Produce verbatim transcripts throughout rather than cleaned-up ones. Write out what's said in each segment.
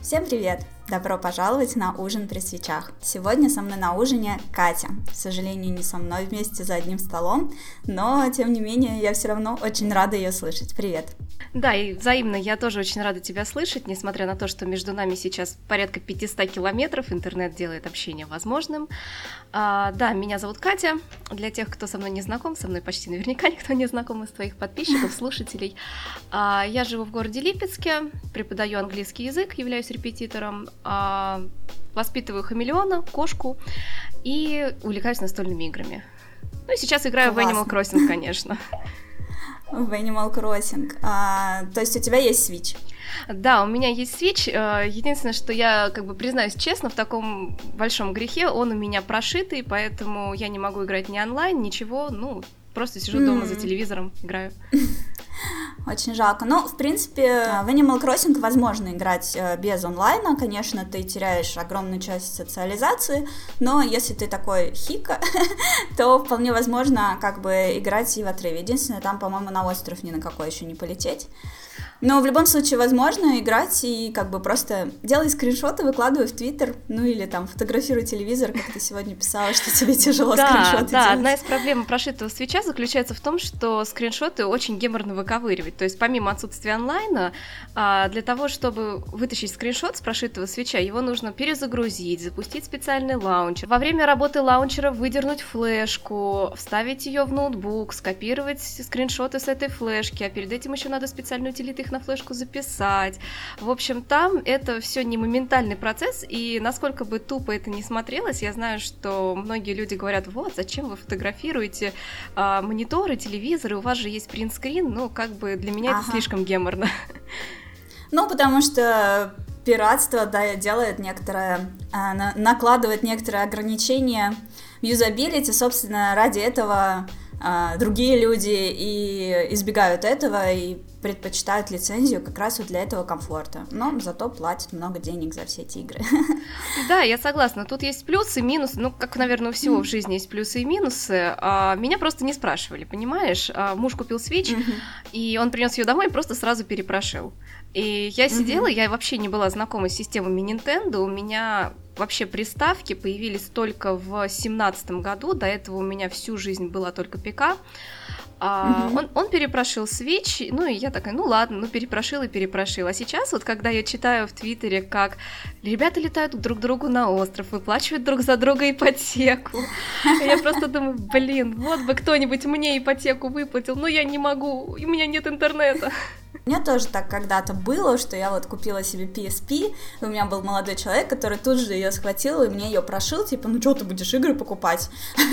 Всем привет! Добро пожаловать на ужин при свечах. Сегодня со мной на ужине Катя. К сожалению, не со мной вместе за одним столом, но, тем не менее, я все равно очень рада ее слышать. Привет! Да, и взаимно, я тоже очень рада тебя слышать, несмотря на то, что между нами сейчас порядка пятьсот километров, интернет делает общение возможным. А, да, меня зовут Катя. Для тех, кто со мной не знаком, со мной почти наверняка никто не знаком из твоих подписчиков, слушателей. А, я живу в городе Липецке, преподаю английский язык, являюсь репетитором, а, воспитываю хамелеона, кошку и увлекаюсь настольными играми. Ну и сейчас играю Классно. в Animal Crossing, конечно. В Animal Crossing. А, то есть у тебя есть Switch? Да, у меня есть Switch. Единственное, что я, как бы, признаюсь честно, в таком большом грехе, он у меня прошитый, поэтому я не могу играть ни онлайн, ничего, ну, просто сижу mm. дома за телевизором, играю. Очень жалко. Ну, в принципе, в Animal Crossing возможно играть без онлайна. Конечно, ты теряешь огромную часть социализации, но если ты такой хика, то вполне возможно как бы играть и в отрыве. Единственное, там, по-моему, на остров ни на какой еще не полететь. Но в любом случае возможно играть и как бы просто делай скриншоты, выкладывай в Твиттер, ну или там фотографируй телевизор, как ты сегодня писала, что тебе тяжело да, скриншоты да, делать. Одна из проблем прошитого свеча заключается в том, что скриншоты очень геморно выковыривать. То есть помимо отсутствия онлайна, для того, чтобы вытащить скриншот с прошитого свеча, его нужно перезагрузить, запустить специальный лаунчер. Во время работы лаунчера выдернуть флешку, вставить ее в ноутбук, скопировать скриншоты с этой флешки, а перед этим еще надо специальную утилиту их на флешку записать. В общем, там это все не моментальный процесс, и насколько бы тупо это ни смотрелось, я знаю, что многие люди говорят: вот, зачем вы фотографируете а, мониторы, телевизоры, у вас же есть принтскрин, ну, как бы для меня ага. это слишком геморно. Ну, потому что пиратство, да, делает некоторое, а, накладывает некоторые ограничения в юзабилити, собственно, ради этого а, другие люди и избегают этого, и предпочитают лицензию как раз вот для этого комфорта, но зато платят много денег за все эти игры. Да, я согласна, тут есть плюсы, минусы, ну, как, наверное, у всего mm. в жизни есть плюсы и минусы. А, меня просто не спрашивали, понимаешь? А, муж купил Switch, mm-hmm. и он принес ее домой и просто сразу перепрошил. И я сидела, mm-hmm. я вообще не была знакома с системами Nintendo, у меня вообще приставки появились только в семнадцатом году, до этого у меня всю жизнь была только ПК. А, mm-hmm. он, он перепрошил Switch, ну и я такая, ну ладно, ну перепрошил и перепрошил. А сейчас вот, когда я читаю в Твиттере, как ребята летают друг к другу на остров, выплачивают друг за друга ипотеку, я просто думаю, блин, вот бы кто-нибудь мне ипотеку выплатил, но я не могу, у меня нет интернета. У меня тоже так когда-то было, что я вот купила себе пи эс пи, и у меня был молодой человек, который тут же ее схватил и мне ее прошил, типа, ну что ты будешь игры покупать?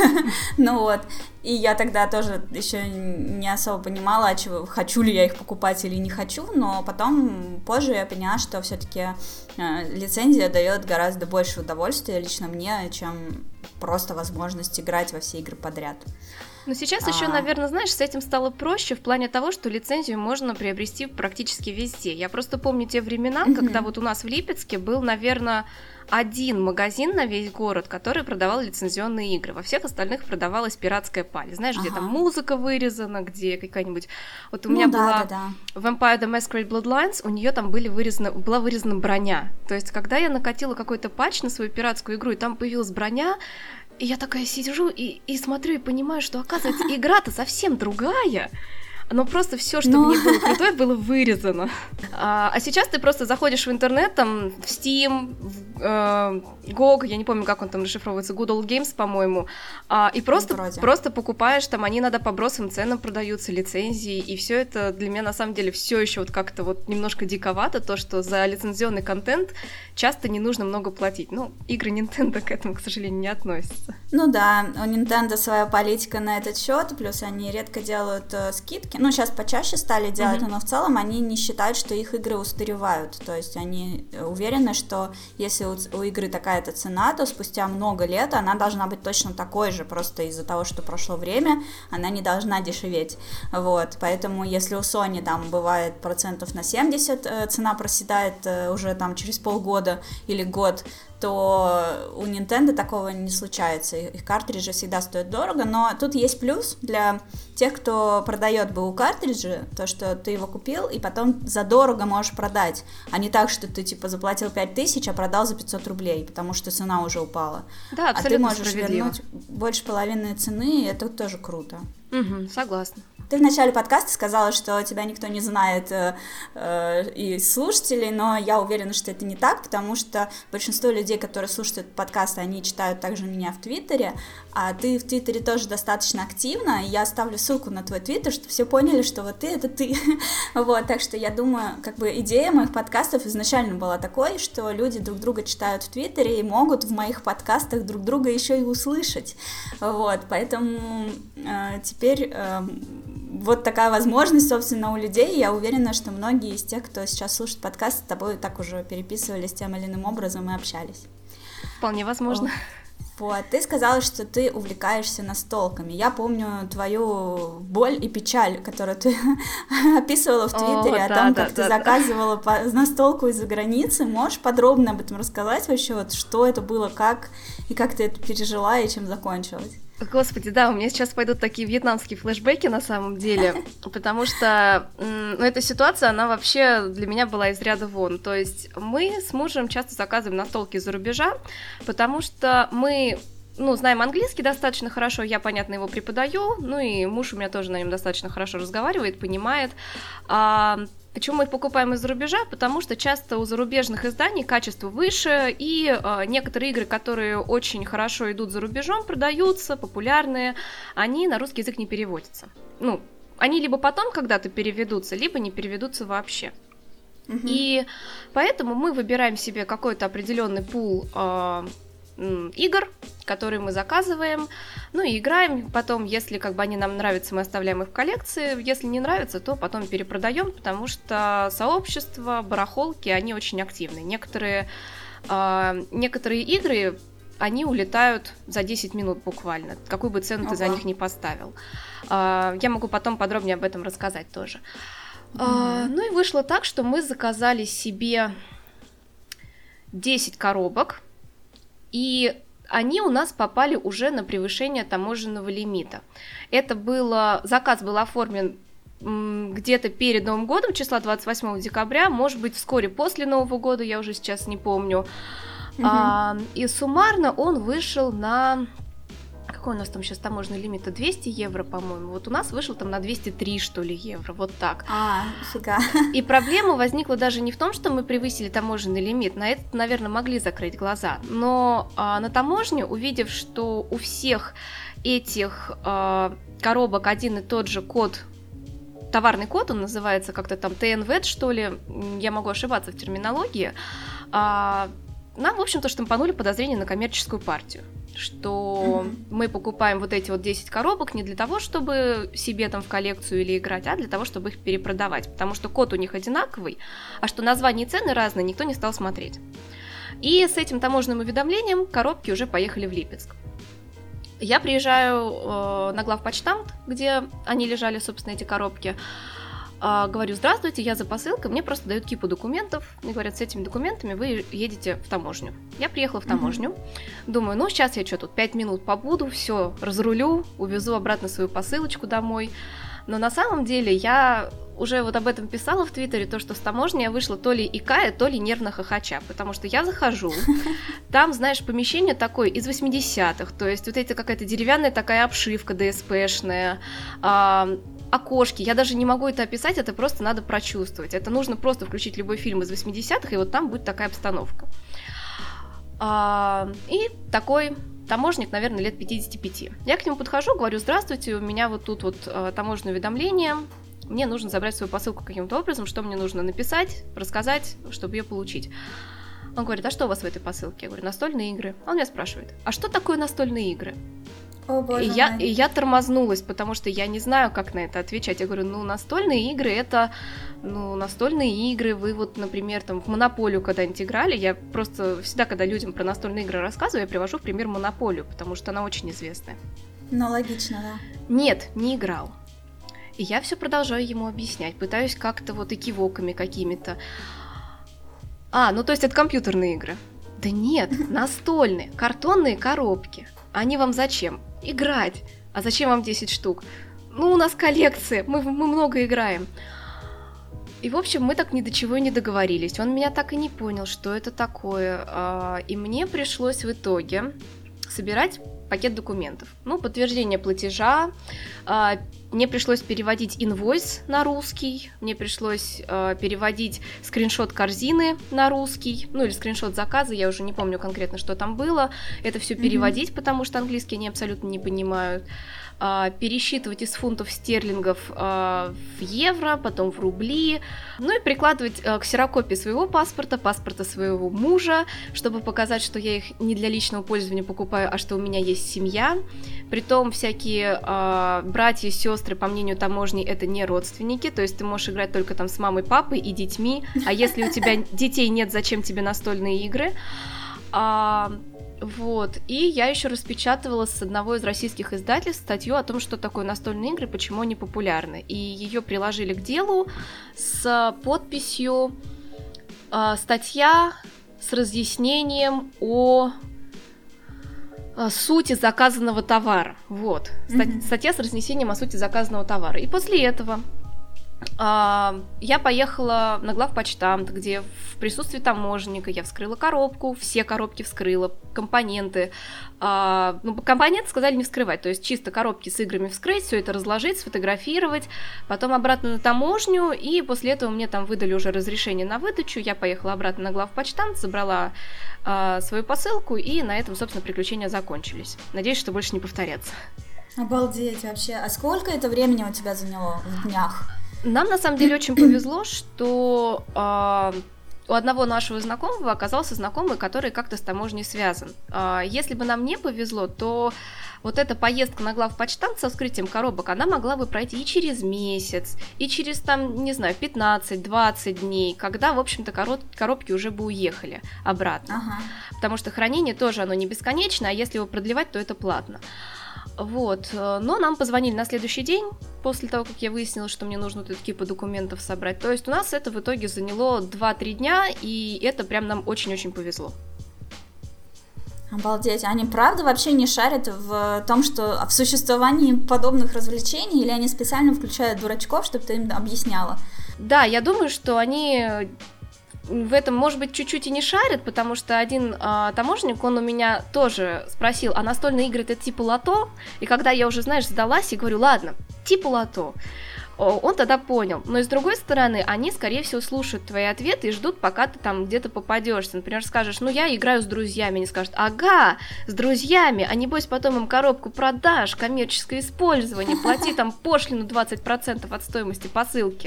Ну вот, и я тогда тоже еще не особо понимала, хочу ли я их покупать или не хочу, но потом позже я поняла, что все-таки лицензия дает гораздо больше удовольствия лично мне, чем просто возможность играть во все игры подряд. Но сейчас а... еще, наверное, знаешь, с этим стало проще в плане того, что лицензию можно приобрести практически везде. Я просто помню те времена, mm-hmm. когда вот у нас в Липецке был, наверное, один магазин на весь город, который продавал лицензионные игры. Во всех остальных продавалась пиратская паль. Знаешь, ага. где там музыка вырезана, где какая-нибудь... Вот у ну, меня да, была да, да. Vampire the Masquerade Bloodlines, у нее там были вырезаны, была вырезана броня. То есть, когда я накатила какой-то патч на свою пиратскую игру, и там появилась броня, и я такая сижу и, и смотрю, и понимаю, что, оказывается, игра-то совсем другая. Но просто все, что Но... в ней было крутое, было вырезано. А, а сейчас ты просто заходишь в интернет, там, в Steam, в э, джи о джи, я не помню, как он там расшифровывается, Good Old Games, по-моему, а, и просто, просто покупаешь, там, они надо по бросовым ценам продаются, лицензии, и все это для меня, на самом деле, все еще вот как-то вот немножко диковато, то, что за лицензионный контент часто не нужно много платить. Ну, игры Nintendo к этому, к сожалению, не относятся. Ну да, у Nintendo своя политика на этот счет, плюс они редко делают э, скидки. Ну, сейчас почаще стали делать, mm-hmm. но в целом они не считают, что их игры устаревают. То есть они уверены, что если у, у игры такая-то цена, то спустя много лет она должна быть точно такой же, просто из-за того, что прошло время, она не должна дешеветь. Вот, поэтому если у Sony там бывает процентов на семьдесят цена проседает уже там через полгода или год, то у Nintendo такого не случается. Их картриджи всегда стоят дорого, но тут есть плюс для тех, кто продает БУ картриджи, то, что ты его купил и потом задорого можешь продать, а не так, что ты типа заплатил пять тысяч, а продал за пятьсот рублей, потому что цена уже упала. Да, абсолютно. А ты можешь вернуть больше половины цены, и это тоже круто. Угу, согласна. Ты в начале подкаста сказала, что тебя никто не знает э, э, из слушателей, но я уверена, что это не так, потому что большинство людей, которые слушают этот подкаст, они читают также меня в Твиттере, а ты в Твиттере тоже достаточно активна, и я оставлю ссылку на твой Твиттер, чтобы все поняли, что вот ты — это ты. Вот, так что я думаю, как бы идея моих подкастов изначально была такой, что люди друг друга читают в Твиттере и могут в моих подкастах друг друга еще и услышать. Вот, поэтому э, теперь... Э, Вот такая возможность, собственно, у людей. Я уверена, что многие из тех, кто сейчас слушает подкаст, с тобой так уже переписывались тем или иным образом и общались. Вполне возможно. Вот, ты сказала, что ты увлекаешься настолками. Я помню твою боль и печаль, которую ты описывала в Твиттере, о, о да, том, да, как да, ты да. заказывала настолку из-за границы. Можешь подробно об этом рассказать вообще, вот что это было, как, и как ты это пережила, и чем закончилось? Господи, да, у меня сейчас пойдут такие вьетнамские флешбеки на самом деле, потому что ну, эта ситуация, она вообще для меня была из ряда вон. То есть мы с мужем часто заказываем настолки из-за рубежа, потому что мы... Ну, знаем английский достаточно хорошо, я, понятно, его преподаю, ну и муж у меня тоже на нем достаточно хорошо разговаривает, понимает. А, почему мы их покупаем из-за рубежа? Потому что часто у зарубежных изданий качество выше, и а, некоторые игры, которые очень хорошо идут за рубежом, продаются, популярные, они на русский язык не переводятся. Ну, они либо потом когда-то переведутся, либо не переведутся вообще. Mm-hmm. И поэтому мы выбираем себе какой-то определенный пул а, игр, которые мы заказываем, ну и играем. Потом, если как бы они нам нравятся, мы оставляем их в коллекции. Если не нравится, то потом перепродаем, потому что сообщества, барахолки, они очень активны. Некоторые, э, некоторые игры, они улетают за десять минут буквально, какую бы цену ты за них не поставил. Э, я могу потом подробнее об этом рассказать тоже. Mm-hmm. Э, ну и вышло так, что мы заказали себе десять коробок, и они у нас попали уже на превышение таможенного лимита. Это было, заказ был оформлен м, где-то перед Новым годом, числа двадцать восьмого декабря, может быть, вскоре после Нового года, я уже сейчас не помню. Mm-hmm. А, и суммарно он вышел на... Какой у нас там сейчас таможенный лимит? двести евро, по-моему. Вот у нас вышел там на двести три, что ли, евро. Вот так. А, фига. И проблема возникла даже не в том, что мы превысили таможенный лимит. На это, наверное, могли закрыть глаза. Но а, на таможне, увидев, что у всех этих а, коробок один и тот же код, товарный код, он называется как-то там тэ эн вэ, что ли, я могу ошибаться в терминологии, а, нам, в общем-то, штампанули подозрение на коммерческую партию. Что mm-hmm. мы покупаем вот эти вот десять коробок не для того, чтобы себе там в коллекцию или играть, а для того, чтобы их перепродавать, потому что код у них одинаковый, а что названия и цены разные, никто не стал смотреть. И с этим таможенным уведомлением коробки уже поехали в Липецк. Я приезжаю э, на главпочтамт, где они лежали, собственно, эти коробки, Uh, говорю: здравствуйте, я за посылкой, мне просто дают кипу документов, и говорят: с этими документами вы едете в таможню. Я приехала в таможню, mm-hmm. думаю, ну сейчас я что, тут пять минут побуду, все, разрулю, увезу обратно свою посылочку домой. Но на самом деле я уже вот об этом писала в Твиттере, то, что с таможни я вышла то ли икая, то ли нервно хохоча, потому что я захожу, там, знаешь, помещение такое из восьмидесятых, то есть вот это какая-то деревянная такая обшивка дэ эс пэ-шная, окошки, я даже не могу это описать, это просто надо прочувствовать. Это нужно просто включить любой фильм из восьмидесятых, и вот там будет такая обстановка. А, и такой таможник, наверное, лет пятьдесят пять. Я к нему подхожу, говорю: здравствуйте, у меня вот тут вот а, таможенное уведомление, мне нужно забрать свою посылку каким-то образом, что мне нужно написать, рассказать, чтобы ее получить. Он говорит: а что у вас в этой посылке? Я говорю: настольные игры. Он меня спрашивает: а что такое настольные игры? О, боже и, я, и я тормознулась, потому что я не знаю, как на это отвечать. Я говорю: ну, настольные игры — это, ну, настольные игры. Вы вот, например, там в Монополию когда-нибудь играли? Я просто всегда, когда людям про настольные игры рассказываю, я привожу в пример Монополию, потому что она очень известная. Ну, логично, да. Нет, не играл. И я все продолжаю ему объяснять, пытаюсь как-то вот экивоками какими-то. А, ну, то есть это компьютерные игры. Да нет, настольные, картонные коробки. Они вам зачем? Играть. А зачем вам десять штук? Ну, у нас коллекция, мы, мы много играем. И, в общем, мы так ни до чего и не договорились. Он меня так и не понял, что это такое. И мне пришлось в итоге собирать пакет документов. Ну, подтверждение платежа. Мне пришлось переводить инвойс на русский. Мне пришлось переводить скриншот корзины на русский. Ну, или скриншот заказа, я уже не помню конкретно, что там было. Это все переводить, mm-hmm. потому что английский они абсолютно не понимают. Пересчитывать из фунтов стерлингов в евро, потом в рубли, ну и прикладывать ксерокопии своего паспорта, паспорта своего мужа, чтобы показать, что я их не для личного пользования покупаю, а что у меня есть семья. Притом всякие э, братья, сестры, по мнению таможни, это не родственники, то есть ты можешь играть только там с мамой, папой и детьми, а если у тебя детей нет, зачем тебе настольные игры? А, Вот, и я еще распечатывала с одного из российских издательств статью о том, что такое настольные игры, почему они популярны. И ее приложили к делу с подписью э, статья с разъяснением о, о сути заказанного товара. Вот, mm-hmm. статья с разъяснением о сути заказанного товара. И после этого я поехала на главпочтамт, где в присутствии таможенника я вскрыла коробку, все коробки вскрыла, компоненты. Ну, компоненты сказали не вскрывать, то есть чисто коробки с играми вскрыть, все это разложить, сфотографировать, потом обратно на таможню, и после этого мне там выдали уже разрешение на выдачу, я поехала обратно на главпочтамт, забрала свою посылку, и на этом, собственно, приключения закончились. Надеюсь, что больше не повторятся. Обалдеть вообще. А сколько это времени у тебя заняло в днях? Нам, на самом деле, очень повезло, что э, у одного нашего знакомого оказался знакомый, который как-то с таможней связан. Э, если бы нам не повезло, то вот эта поездка на главпочтамт со вскрытием коробок, она могла бы пройти и через месяц, и через, там, не знаю, пятнадцать-двадцать дней, когда, в общем-то, короб- коробки уже бы уехали обратно. Ага. Потому что хранение тоже, оно не бесконечно, а если его продлевать, то это платно. Вот, но нам позвонили на следующий день, после того, как я выяснила, что мне нужно вот типа документов собрать. То есть у нас это в итоге заняло два-три дня, и это прям нам очень-очень повезло. Обалдеть, они правда вообще не шарят в том, что в существовании подобных развлечений, или они специально включают дурачков, чтобы ты им объясняла? Да, я думаю, что они... в этом, может быть, чуть-чуть и не шарят, потому что один а, таможенник, он у меня тоже спросил, а настольные игры это типа лото? И когда я уже, знаешь, сдалась и говорю, ладно, типа лото, он тогда понял. Но и с другой стороны, они, скорее всего, слушают твои ответы и ждут, пока ты там где-то попадешься. Например, скажешь, ну я играю с друзьями, они скажут, ага, с друзьями, а небось потом им коробку продашь, коммерческое использование, плати там пошлину двадцать процентов от стоимости посылки.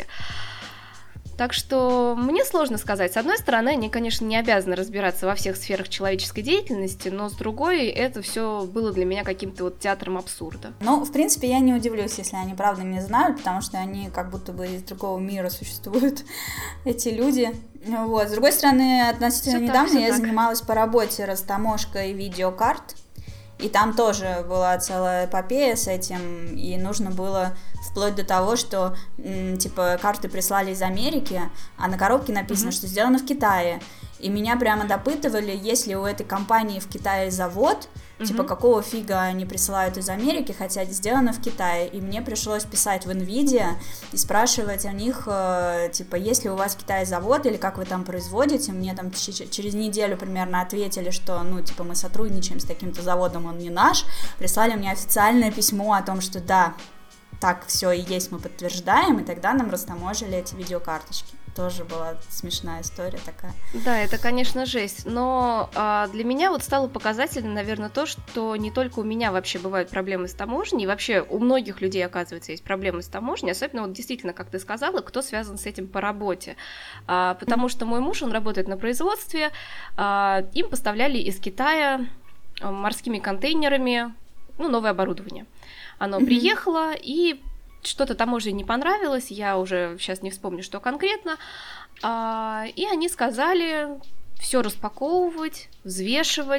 Так что мне сложно сказать. С одной стороны, они, конечно, не обязаны разбираться во всех сферах человеческой деятельности, но с другой, это все было для меня каким-то вот театром абсурда. Ну, в принципе, я не удивлюсь, если они правда не знают, потому что они как будто бы из другого мира существуют, эти люди. Вот. С другой стороны, относительно все недавно так, я так. занималась по работе растаможкой видеокарт, и там тоже была целая эпопея с этим, и нужно было вплоть до того, что м, типа карты прислали из Америки, а на коробке написано, mm-hmm. что сделано в Китае. И меня прямо допытывали, есть ли у этой компании в Китае завод, mm-hmm. типа какого фига они присылают из Америки, хотя сделано в Китае. И мне пришлось писать в NVIDIA и спрашивать у них, э, типа, есть ли у вас в Китае завод или как вы там производите. Мне там ч- через неделю примерно ответили, что, ну, типа, мы сотрудничаем с таким-то заводом, он не наш. Прислали мне официальное письмо о том, что да, так все и есть, мы подтверждаем, и тогда нам растаможили эти видеокарточки. Тоже была смешная история такая. Да, это, конечно, жесть, но а, для меня вот стало показательным, наверное, то, что не только у меня вообще бывают проблемы с таможней, и вообще у многих людей, оказывается, есть проблемы с таможней, особенно вот действительно, как ты сказала, кто связан с этим по работе, а, потому что мой муж, он работает на производстве, а, им поставляли из Китая морскими контейнерами, ну, новое оборудование. Оно mm-hmm. приехало, и что-то таможне не понравилось, я уже сейчас не вспомню, что конкретно, а, и они сказали все распаковывать, взвешивать,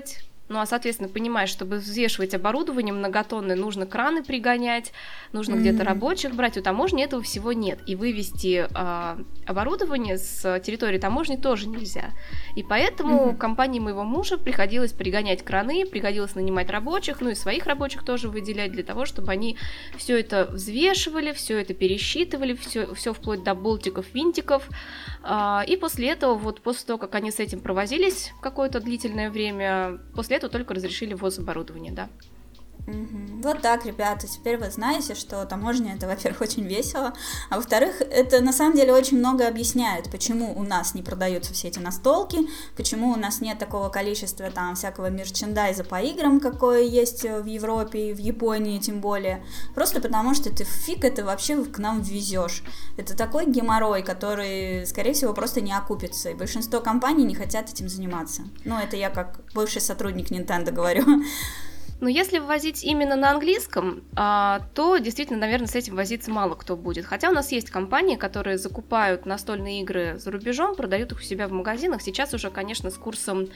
Ну, а, соответственно, понимаешь, чтобы взвешивать оборудование многотонное, нужно краны пригонять, нужно mm-hmm. где-то рабочих брать. У таможни этого всего нет. И вывести э, оборудование с территории таможни тоже нельзя. И поэтому mm-hmm. компании моего мужа приходилось пригонять краны, приходилось нанимать рабочих, ну и своих рабочих тоже выделять для того, чтобы они все это взвешивали, все это пересчитывали, все, все вплоть до болтиков, винтиков. Э, и после этого, вот после того, как они с этим провозились какое-то длительное время, после этого только разрешили ввоз оборудования, да. Угу. Вот так, ребята, теперь вы знаете, что таможня — это, во-первых, очень весело, а во-вторых, это на самом деле очень много объясняет, почему у нас не продаются все эти настолки, почему у нас нет такого количества там всякого мерчендайза по играм, какое есть в Европе и в Японии тем более, просто потому что ты фиг это вообще к нам везешь. Это такой геморрой, который, скорее всего, просто не окупится, и большинство компаний не хотят этим заниматься. Ну, это я как бывший сотрудник Nintendo говорю. Но если ввозить именно на английском, то действительно, наверное, с этим возиться мало кто будет. Хотя у нас есть компании, которые закупают настольные игры за рубежом, продают их у себя в магазинах. Сейчас уже, конечно, с курсом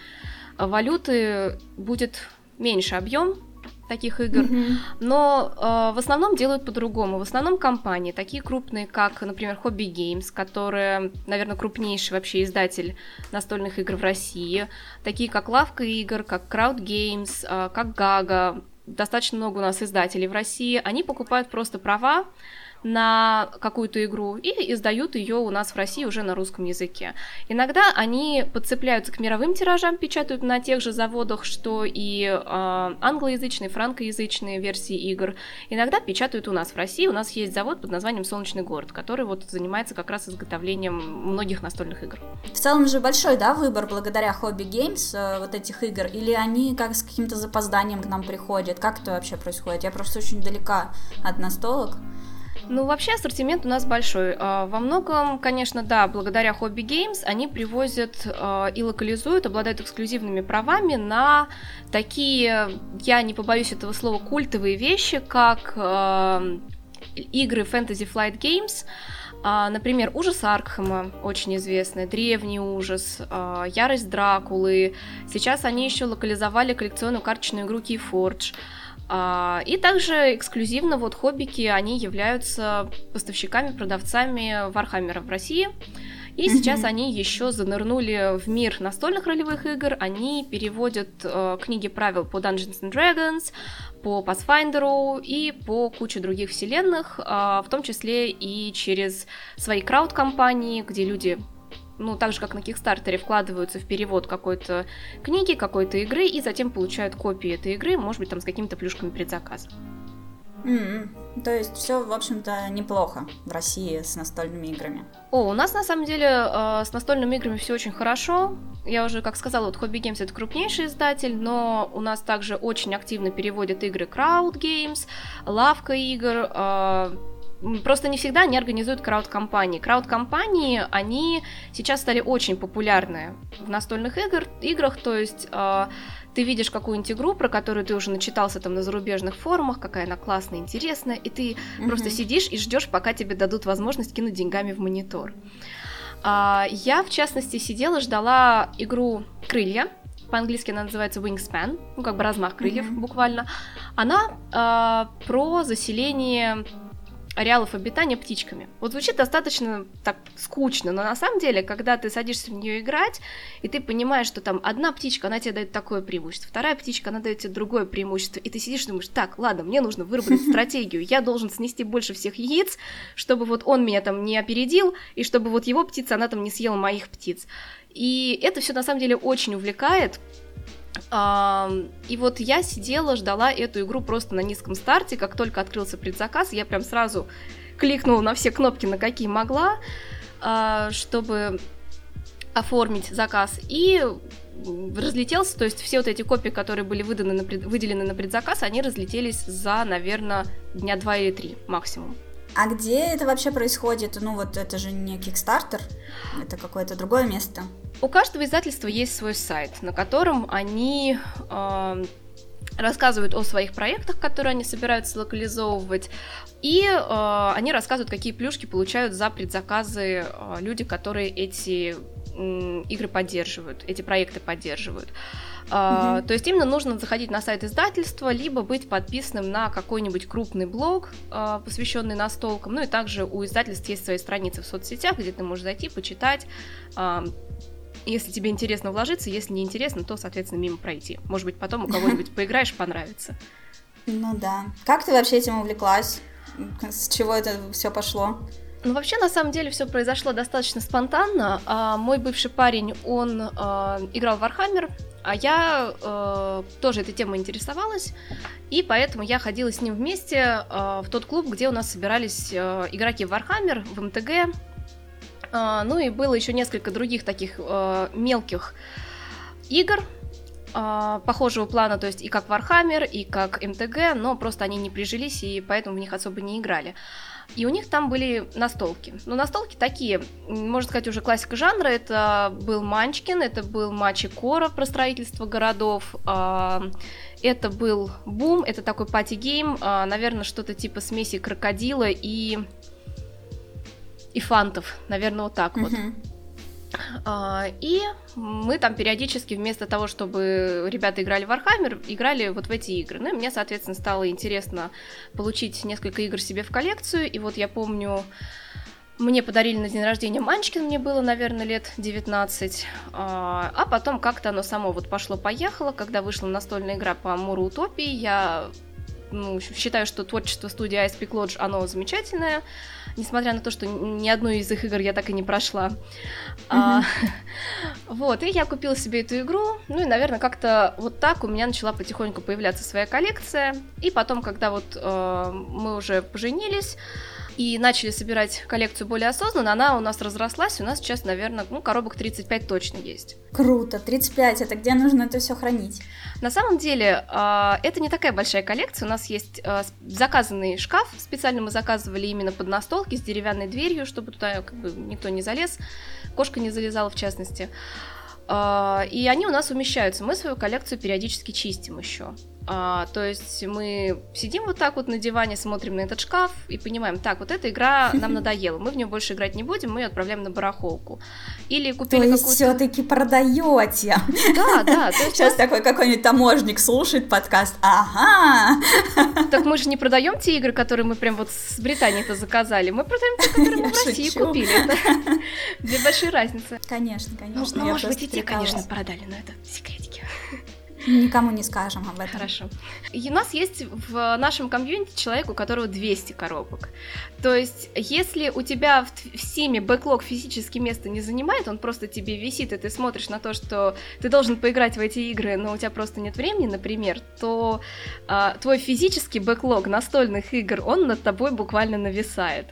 валюты будет меньше объем таких игр, mm-hmm. но э, в основном делают по-другому. В основном компании, такие крупные, как, например, Hobby Games, которая, наверное, крупнейший вообще издатель настольных игр в России, такие как Лавка игр, как Crowd Games, э, как Gaga, достаточно много у нас издателей в России, они покупают просто права на какую-то игру и издают ее у нас в России уже на русском языке. Иногда они подцепляются к мировым тиражам, печатают на тех же заводах, что и э, англоязычные, франкоязычные версии игр. Иногда печатают у нас в России. У нас есть завод под названием «Солнечный город», который вот занимается как раз изготовлением многих настольных игр. В целом же большой, да, выбор благодаря Hobby Games э, вот этих игр, или они как с каким-то запозданием к нам приходят? Как это вообще происходит? Я просто очень далека от настолок. Ну, вообще ассортимент у нас большой. Во многом, конечно, да, благодаря Hobby Games они привозят и локализуют, обладают эксклюзивными правами на такие, я не побоюсь этого слова, культовые вещи, как игры Fantasy Flight Games, например, «Ужас Аркхема», очень известный, «Древний ужас», «Ярость Дракулы». Сейчас они еще локализовали коллекционную карточную игру Keyforge. И также эксклюзивно вот хоббики, они являются поставщиками, продавцами Вархаммера в России. И mm-hmm. сейчас они еще занырнули в мир настольных ролевых игр. Они переводят э, книги правил по Dungeons and Dragons, по Pathfinder и по куче других вселенных, э, в том числе и через свои крауд-компании, где люди, ну, так же, как на Кикстартере, вкладываются в перевод какой-то книги, какой-то игры, и затем получают копии этой игры, может быть, там с какими-то плюшками предзаказа. Mm-hmm. То есть все, в общем-то, неплохо в России с настольными играми. О, у нас, на самом деле, э, с настольными играми все очень хорошо. Я уже, как сказала, вот Hobby Games — это крупнейший издатель, но у нас также очень активно переводят игры Crowd Games, Лавка игр, э, просто не всегда они организуют крауд-компании. Крауд-компании, они сейчас стали очень популярны в настольных игр, играх, то есть э, ты видишь какую-нибудь игру, про которую ты уже начитался там на зарубежных форумах, какая она классная, интересная, и ты mm-hmm. просто сидишь и ждешь, пока тебе дадут возможность кинуть деньгами в монитор. Э, я, в частности, сидела, ждала игру «Крылья». По-английски она называется Wingspan, ну как бы размах крыльев mm-hmm. буквально. Она э, про заселение ареалов обитания птичками. Вот звучит достаточно так скучно, но на самом деле, когда ты садишься в нее играть, и ты понимаешь, что там одна птичка, она тебе дает такое преимущество, вторая птичка, она дает тебе другое преимущество, и ты сидишь и думаешь, так, ладно, мне нужно выработать стратегию, я должен снести больше всех яиц, чтобы вот он меня там не опередил, и чтобы вот его птица, она там не съела моих птиц. И это все на самом деле очень увлекает. И вот я сидела, ждала эту игру просто на низком старте. Как только открылся предзаказ, я прям сразу кликнула на все кнопки, на какие могла, чтобы оформить заказ, и разлетелся, то есть все вот эти копии, которые были выданы на пред... выделены на предзаказ, они разлетелись за, наверное, дня два или три максимум. А где это вообще происходит? Ну вот это же не Kickstarter, это какое-то другое место. У каждого издательства есть свой сайт, на котором они э, рассказывают о своих проектах, которые они собираются локализовывать, и э, они рассказывают, какие плюшки получают за предзаказы э, люди, которые эти м, игры поддерживают, эти проекты поддерживают. Mm-hmm. А, то есть именно нужно заходить на сайт издательства, либо быть подписанным на какой-нибудь крупный блог, а, посвященный настолкам. Ну и также у издательств есть свои страницы в соцсетях, где ты можешь зайти, почитать. А, если тебе интересно вложиться, если не интересно, то, соответственно, мимо пройти. Может быть, потом у кого-нибудь поиграешь, понравится. Ну да. Как ты вообще этим увлеклась? С чего это все пошло? Ну, вообще, на самом деле, все произошло достаточно спонтанно. А, мой бывший парень, он а, играл в Warhammer, а я а, тоже этой темой интересовалась, и поэтому я ходила с ним вместе а, в тот клуб, где у нас собирались а, игроки в Warhammer, в эм тэ гэ. А, ну и было еще несколько других таких а, мелких игр а, похожего плана, то есть и как Warhammer, и как эм тэ гэ, но просто они не прижились, и поэтому в них особо не играли. И у них там были настолки. Ну, настолки такие, можно сказать, уже классика жанра. Это был Манчкин, это был Мачи Кора про строительство городов, это был Бум, это такой пати-гейм, наверное, что-то типа смеси крокодила и... и фантов, наверное, вот так вот. Uh, и мы там периодически вместо того, чтобы ребята играли в Warhammer, играли вот в эти игры. Ну и мне, соответственно, стало интересно получить несколько игр себе в коллекцию. И вот я помню, мне подарили на день рождения Манчкин, мне было, наверное, лет девятнадцать. Uh, а потом как-то оно само вот пошло-поехало. Когда вышла настольная игра по Муру Утопии, я ну, считаю, что творчество студии Ice Peak Lodge, оно замечательное. Несмотря на то, что ни одну из их игр я так и не прошла. Mm-hmm. А, вот, и я купила себе эту игру, ну и, наверное, как-то вот так у меня начала потихоньку появляться своя коллекция. И потом, когда вот э, мы уже поженились и начали собирать коллекцию более осознанно, она у нас разрослась, у нас сейчас, наверное, ну, коробок тридцать пять точно есть. Круто, тридцать пять, это где нужно это все хранить? На самом деле, э, это не такая большая коллекция, у нас есть э, заказанный шкаф, специально мы заказывали именно под настолки с деревянной дверью, чтобы туда как бы никто не залез, кошка не залезала в частности. Э, и они у нас умещаются, мы свою коллекцию периодически чистим еще. А, то есть мы сидим вот так вот на диване, смотрим на этот шкаф и понимаем, так, вот эта игра нам надоела, мы в нее больше играть не будем, мы ее отправляем на барахолку. Или купили то есть какую-то... все-таки продаете. Да, да. То есть сейчас нас... такой какой-нибудь таможник слушает подкаст, ага. Так мы же не продаем те игры, которые мы прям вот с Британии-то заказали, мы продаем те, которые мы в России купили. Это две большие разницы. Конечно, конечно. Ну, может быть, и те, конечно, продали, но это секретики. Никому не скажем об этом. Хорошо. И у нас есть в нашем комьюнити человек, у которого двести коробок. То есть, если у тебя в, в Симе бэклог физически место не занимает, он просто тебе висит, и ты смотришь на то, что ты должен поиграть в эти игры, но у тебя просто нет времени, например, то а, твой физический бэклог настольных игр, он над тобой буквально нависает.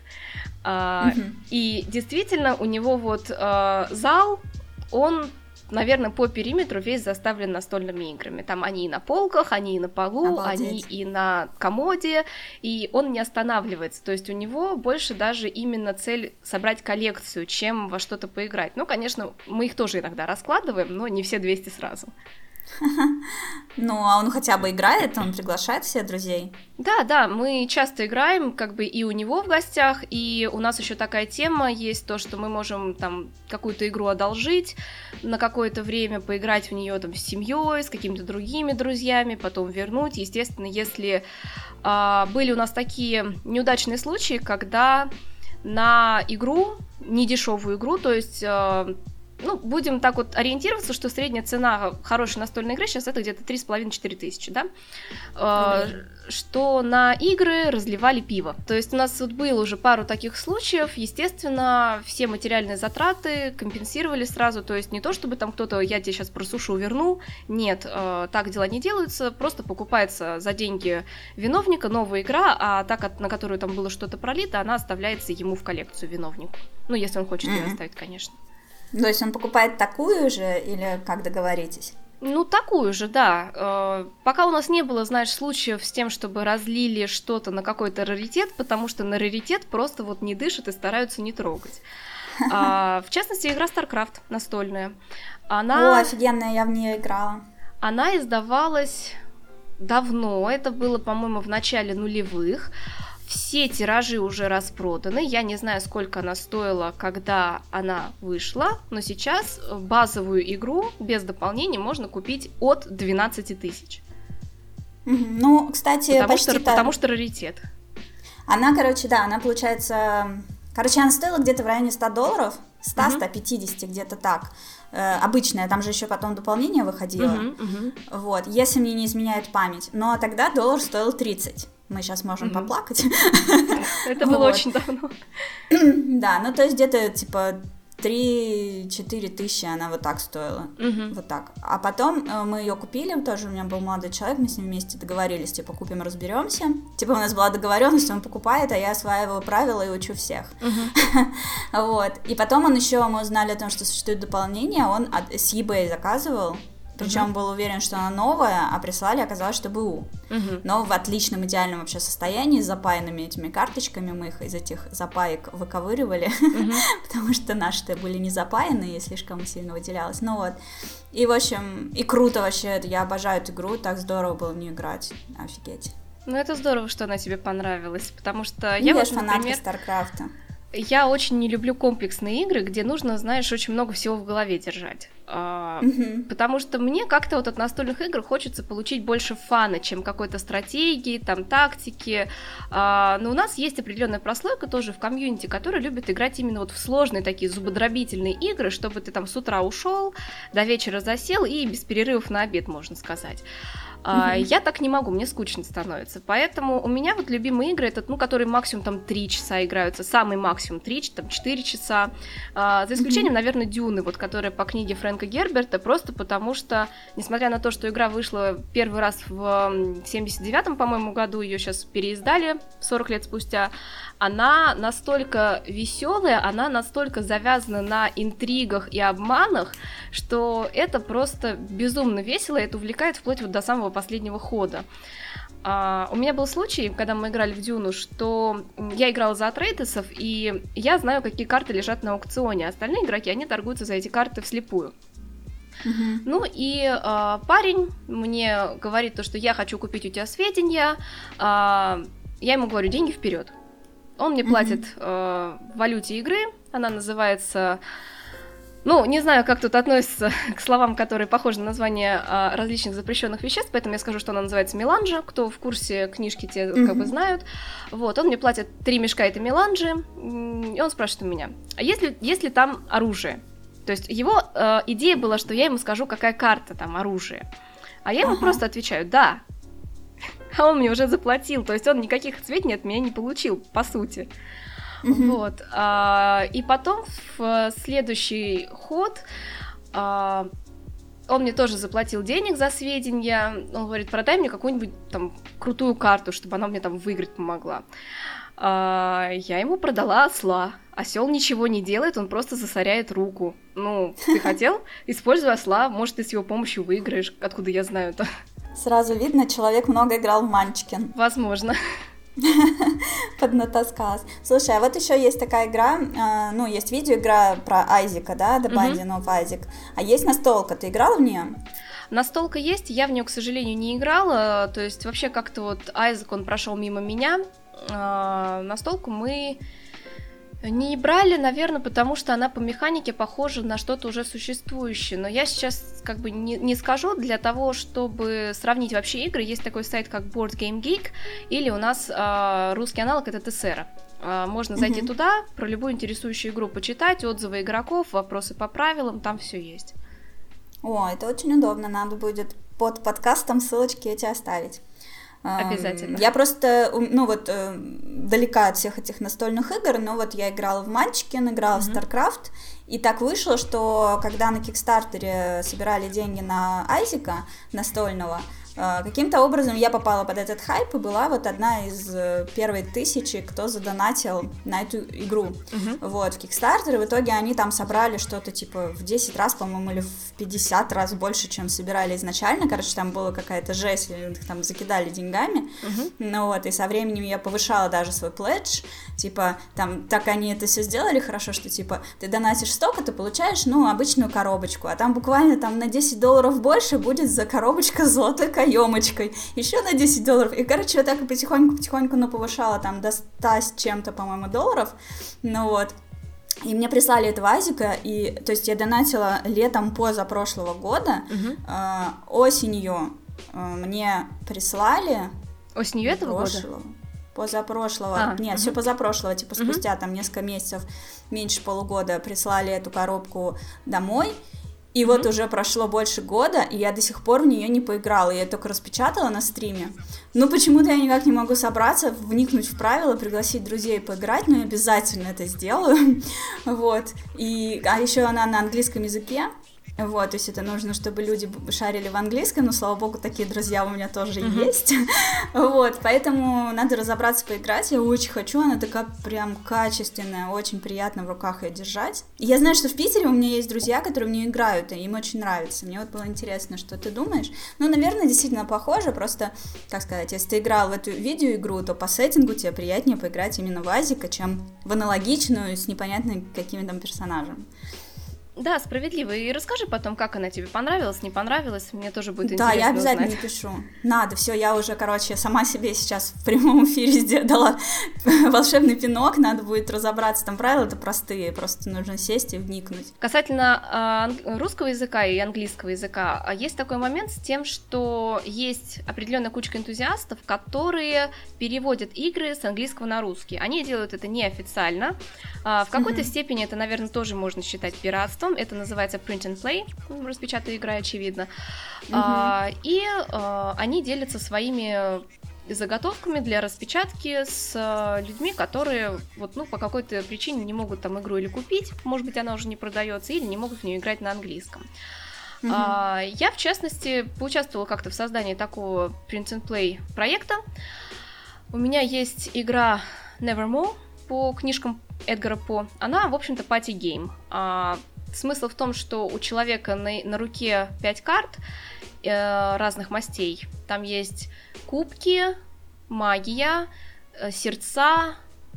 А, угу. И действительно, у него вот а, зал, он... наверное, по периметру весь заставлен настольными играми. Там они и на полках, они и на полу, Обалдеть. Они и на комоде, и он не останавливается. То есть у него больше даже именно цель собрать коллекцию, чем во что-то поиграть. Ну, конечно, мы их тоже иногда раскладываем, но не все двести сразу. Ну, а он хотя бы играет, он приглашает всех друзей? Да, да, мы часто играем, как бы и у него в гостях, и у нас еще такая тема есть, то, что мы можем там какую-то игру одолжить на какое-то время, поиграть в нее там с семьей, с какими-то другими друзьями, потом вернуть. Естественно, если а, были у нас такие неудачные случаи, когда на игру, недешевую игру, то есть... А, ну, будем так вот ориентироваться, что средняя цена хорошей настольной игры сейчас это где-то три с половиной - четыре тысячи, да? Mm-hmm. Что на игры разливали пиво. То есть у нас вот было уже пару таких случаев, естественно, все материальные затраты компенсировали сразу, то есть не то, чтобы там кто-то, я тебе сейчас просушу, верну, нет, так дела не делаются, просто покупается за деньги виновника новая игра, а та, на которую там было что-то пролито, она оставляется ему в коллекцию виновнику. Ну, если он хочет mm-hmm. ее оставить, конечно. То есть он покупает такую же или как договоритесь? Ну, такую же, да. Пока у нас не было, знаешь, случаев с тем, чтобы разлили что-то на какой-то раритет, потому что на раритет просто вот не дышат и стараются не трогать. А, в частности, игра StarCraft настольная. Она... О, офигенная, я в нее играла. Она издавалась давно, это было, по-моему, в начале нулевых. все тиражи уже распроданы. Я не знаю, сколько она стоила, когда она вышла, но сейчас базовую игру без дополнений можно купить от двенадцать тысяч. Ну, кстати, потому почти что, так. Потому что раритет. Она, короче, да, она получается... Короче, она стоила где-то в районе сто долларов, сто - сто пятьдесят, uh-huh. где-то так. Э, обычная, там же еще потом дополнение выходило. Uh-huh, uh-huh. Вот, если мне не изменяет память. Но тогда доллар стоил тридцать. Мы сейчас можем uh-huh. поплакать. Это было очень давно. Да, ну то есть где-то типа три-четыре тысячи она вот так стоила. Uh-huh. Вот так. А потом э, мы ее купили, тоже у меня был молодой человек, мы с ним вместе договорились, типа, купим, разберемся. Типа, у нас была договоренность, он покупает, а я осваиваю правила и учу всех. Uh-huh. Вот. И потом он еще, мы узнали о том, что существует дополнение, он от, с eBay заказывал. Причем uh-huh. был уверен, что она новая, а прислали, оказалось, что БУ. Uh-huh. Но в отличном, идеальном вообще состоянии, с запаянными этими карточками, мы их из этих запаек выковыривали, uh-huh. потому что наши-то были не запаянные, и слишком сильно выделялось. Ну вот. И, в общем, и круто вообще, я обожаю эту игру, так здорово было в нее играть, офигеть. Ну, это здорово, что она тебе понравилась, потому что ну, я, я вот, фанатка например... Старкрафта. Я очень не люблю комплексные игры, где нужно, знаешь, очень много всего в голове держать. Uh-huh. Потому что мне как-то вот от настольных игр хочется получить больше фана, чем какой-то стратегии, там, тактики. Но у нас есть определенная прослойка тоже в комьюнити, которая любит играть именно вот в сложные такие зубодробительные игры, чтобы ты там с утра ушел, до вечера засел и без перерывов на обед, можно сказать. Uh-huh. Я так не могу, мне скучно становится. Поэтому у меня вот любимые игры, это, ну, которые максимум там три часа играются, самый максимум три, там четыре часа. За исключением, uh-huh. наверное, Дюны, вот, которая по книге Фрэнка Герберта, просто потому что, несмотря на то, что игра вышла первый раз в семьдесят девятом, по-моему, году, ее сейчас переиздали сорок лет спустя, она настолько веселая, она настолько завязана на интригах и обманах, что это просто безумно весело, и это увлекает вплоть вот до самого последнего хода. Uh, у меня был случай, когда мы играли в Дюну, что я играла за Атрейдесов, и я знаю, какие карты лежат на аукционе. Остальные игроки, они торгуются за эти карты вслепую. Uh-huh. Ну и uh, парень мне говорит то, что я хочу купить у тебя сведения. Uh, я ему говорю, деньги вперед. Он мне платит uh-huh. uh, в валюте игры, она называется... Ну, не знаю, как тут относится к словам, которые похожи на название а, различных запрещенных веществ, поэтому я скажу, что она называется меланжа. Кто в курсе книжки, те mm-hmm. как бы знают. Вот, он мне платит три мешка этой меланжи, и он спрашивает у меня, а если, если там оружие? То есть его э, идея была, что я ему скажу, какая карта там оружие. А я ему uh-huh. просто отвечаю, да. А он мне уже заплатил, то есть он никаких сведений от меня не получил, по сути. Mm-hmm. Вот. А, и потом в следующий ход а, он мне тоже заплатил денег за сведения. Он говорит, продай мне какую-нибудь там крутую карту, чтобы она мне там выиграть помогла. А, я ему продала осла. Осел ничего не делает, он просто засоряет руку. Ну, ты хотел? Используй осла, может, ты с его помощью выиграешь. Откуда я знаю-то? Сразу видно, человек много играл в Манчкин. Возможно. Поднатаскалась. Слушай, а вот еще есть такая игра, э, ну, есть видеоигра про Айзека, да, The Binding of Isaac, а есть настолка, ты играла в нее? Настолка есть, я в нее, к сожалению, не играла, то есть вообще как-то вот Айзек, он прошел мимо меня, э, настолку мы не брали, наверное, потому что она по механике похожа на что-то уже существующее. Но я сейчас как бы не, не скажу, для того, чтобы сравнить вообще игры, есть такой сайт, как Board Game Geek, или у нас э, русский аналог, это Тесера. Э, можно зайти mm-hmm. туда, про любую интересующую игру почитать, отзывы игроков, вопросы по правилам, там все есть. О, это очень удобно, надо будет под подкастом ссылочки эти оставить. Обязательно. Я просто, ну вот, далека от всех этих настольных игр, но вот я играла в Манчкин, играла mm-hmm. в StarCraft, и так вышло, что когда на Кикстартере собирали деньги на Айзека настольного, каким-то образом я попала под этот хайп и была вот одна из первой тысячи, кто задонатил на эту игру. Uh-huh. Вот, в Kickstarter, и в итоге они там собрали что-то типа в десять раз, по-моему, или в пятьдесят раз больше, чем собирали изначально. Короче, там была какая-то жесть, их там закидали деньгами. Uh-huh. Ну вот, и со временем я повышала даже свой пледж, типа, там, так они это все сделали хорошо, что, типа, ты донатишь столько, ты получаешь, ну, обычную коробочку, а там буквально там на десять долларов больше будет за коробочка с золотой каемочкой, еще на десять долларов. И, короче, я так и потихоньку-потихоньку, ну, повышала там до ста с чем-то, по-моему, долларов. Ну вот. И мне прислали этого азика, и, то есть, я донатила летом позапрошлого года, uh-huh. э, осенью э, мне прислали... Осенью этого прошлого, года? Позапрошлого. А, Нет, uh-huh. все позапрошлого, типа, спустя uh-huh. там несколько месяцев, меньше полугода, прислали эту коробку домой. И mm-hmm. вот уже прошло больше года, и я до сих пор в нее не поиграла, я ее только распечатала на стриме. Но почему-то я никак не могу собраться, вникнуть в правила, пригласить друзей поиграть, но я обязательно это сделаю. Вот. И, а еще она на английском языке. Вот, то есть это нужно, чтобы люди шарили в английском, но, слава богу, такие друзья у меня тоже mm-hmm. есть. Вот, поэтому надо разобраться, поиграть. Я очень хочу, она такая прям качественная, очень приятно в руках ее держать. И я знаю, что в Питере у меня есть друзья, которые в нее играют, и им очень нравится. Мне вот было интересно, что ты думаешь. Ну, наверное, действительно похоже, просто, как сказать, если ты играл в эту видеоигру, то по сеттингу тебе приятнее поиграть именно в Азика, чем в аналогичную с непонятным какими там персонажем. Да, справедливо. И расскажи потом, как она тебе понравилась, не понравилась. Мне тоже будет да, интересно. Да, я обязательно узнать. напишу. Надо, все, я уже, короче, сама себе сейчас в прямом эфире дала волшебный пинок. Надо будет разобраться. Там правила-то простые, просто нужно сесть и вникнуть. Касательно э, русского языка и английского языка, есть такой момент с тем, что есть определенная кучка энтузиастов, которые переводят игры с английского на русский. Они делают это неофициально. Э, в какой-то mm-hmm. степени это, наверное, тоже можно считать пиратством. Это называется print and play, распечатая игра, очевидно. Mm-hmm. А, и а, они делятся своими заготовками для распечатки с а, людьми, которые вот, ну, по какой-то причине не могут там игру или купить, может быть, она уже не продается, или не могут в нее играть на английском. Mm-hmm. А, я, в частности, поучаствовала как-то в создании такого print and play проекта. У меня есть игра Nevermore по книжкам Эдгара По. Она, в общем-то, пати-гейм. А, Смысл в том, что у человека на, на руке пять карт э, разных мастей. Там есть кубки, магия, э, сердца,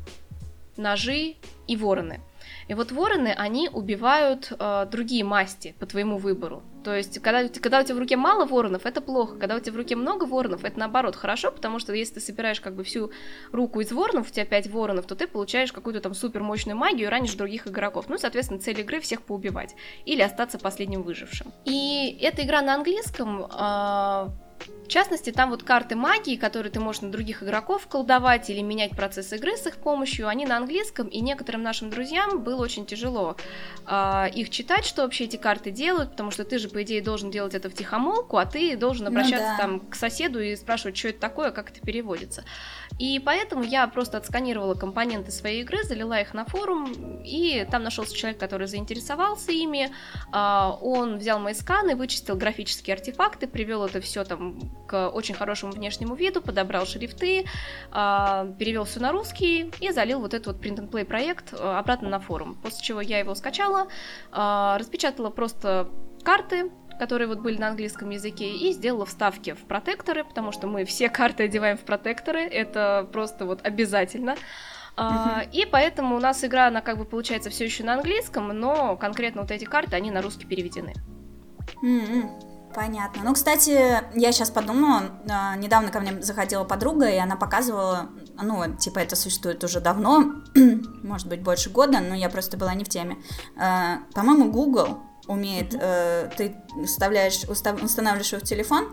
ножи и вороны. И вот вороны, они убивают э, другие масти по твоему выбору. То есть, когда, когда у тебя в руке мало воронов, это плохо. Когда у тебя в руке много воронов, это наоборот хорошо, потому что если ты собираешь как бы всю руку из воронов, у тебя пять воронов, то ты получаешь какую-то там супермощную магию и ранишь других игроков. Ну, соответственно, цель игры всех поубивать. Или остаться последним выжившим. И эта игра на английском... Э, В частности, там вот карты магии, которые ты можешь на других игроков колдовать или менять процесс игры с их помощью, они на английском, и некоторым нашим друзьям было очень тяжело э, их читать, что вообще эти карты делают, потому что ты же, по идее, должен делать это втихомолку, а ты должен обращаться ну, да. там к соседу и спрашивать, что это такое, как это переводится. И поэтому я просто отсканировала компоненты своей игры, залила их на форум, и там нашелся человек, который заинтересовался ими, э, он взял мои сканы, вычистил графические артефакты, привел это все там к очень хорошему внешнему виду, подобрал шрифты, перевел все на русский и залил вот этот вот print and play проект обратно на форум. После чего я его скачала, распечатала просто карты, которые вот были на английском языке, и сделала вставки в протекторы, потому что мы все карты одеваем в протекторы, это просто вот обязательно. Uh-huh. И поэтому у нас игра, она как бы получается все еще на английском, но конкретно вот эти карты, они на русский переведены. Mm-hmm. Понятно. Ну, кстати, я сейчас подумала, недавно ко мне заходила подруга, и она показывала, ну, типа, это существует уже давно, может быть, больше года, но я просто была не в теме. По-моему, Google умеет, mm-hmm. ты вставляешь, устанавливаешь его в телефон,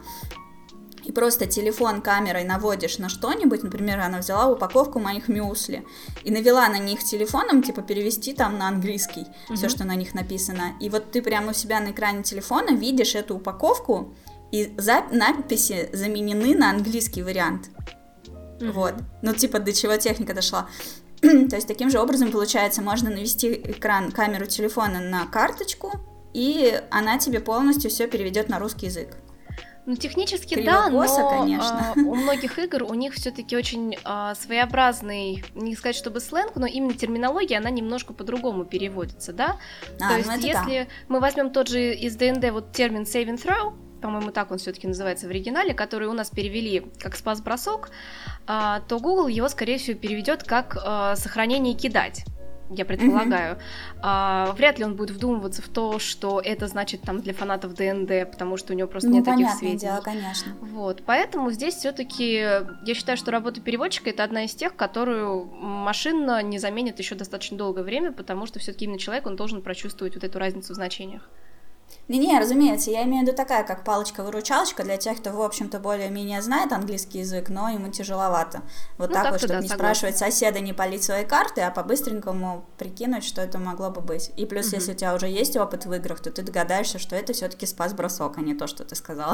и просто телефон камерой наводишь на что-нибудь, например, она взяла упаковку моих мюсли и навела на них телефоном, типа перевести там на английский mm-hmm. все, что на них написано. И вот ты прямо у себя на экране телефона видишь эту упаковку, и за... надписи заменены на английский вариант. Mm-hmm. Вот. Ну, типа, до чего техника дошла. То есть, таким же образом, получается, можно навести экран, камеру телефона на карточку, и она тебе полностью все переведет на русский язык. Ну, технически да, но конечно. э, у многих игр у них все-таки очень э, своеобразный, не сказать, чтобы сленг, но именно терминология, она немножко по-другому переводится, да? А, То ну есть, если да. мы возьмем тот же из ди энд ди вот термин save and throw, по-моему, так он все-таки называется в оригинале, который у нас перевели как спас-бросок, э, то Google его, скорее всего, переведет как э, сохранение и кидать. я предполагаю, mm-hmm. а, вряд ли он будет вдумываться в то, что это значит там для фанатов ДНД, потому что у него просто ну, нет таких сведений. Дело, конечно. Вот, поэтому здесь все-таки я считаю, что работа переводчика — это одна из тех, которую машина не заменит еще достаточно долгое время, потому что все-таки именно человек, он должен прочувствовать вот эту разницу в значениях. Не-не, разумеется, я имею в виду такая, как палочка-выручалочка для тех, кто, в общем-то, более-менее знает английский язык, но ему тяжеловато. Вот ну, так, так вот, чтобы да, не согласна. Спрашивать соседа, не палить свои карты, а по-быстренькому прикинуть, что это могло бы быть. И плюс, угу. если у тебя уже есть опыт в играх, то ты догадаешься, что это все-таки спас-бросок, а не то, что ты сказала.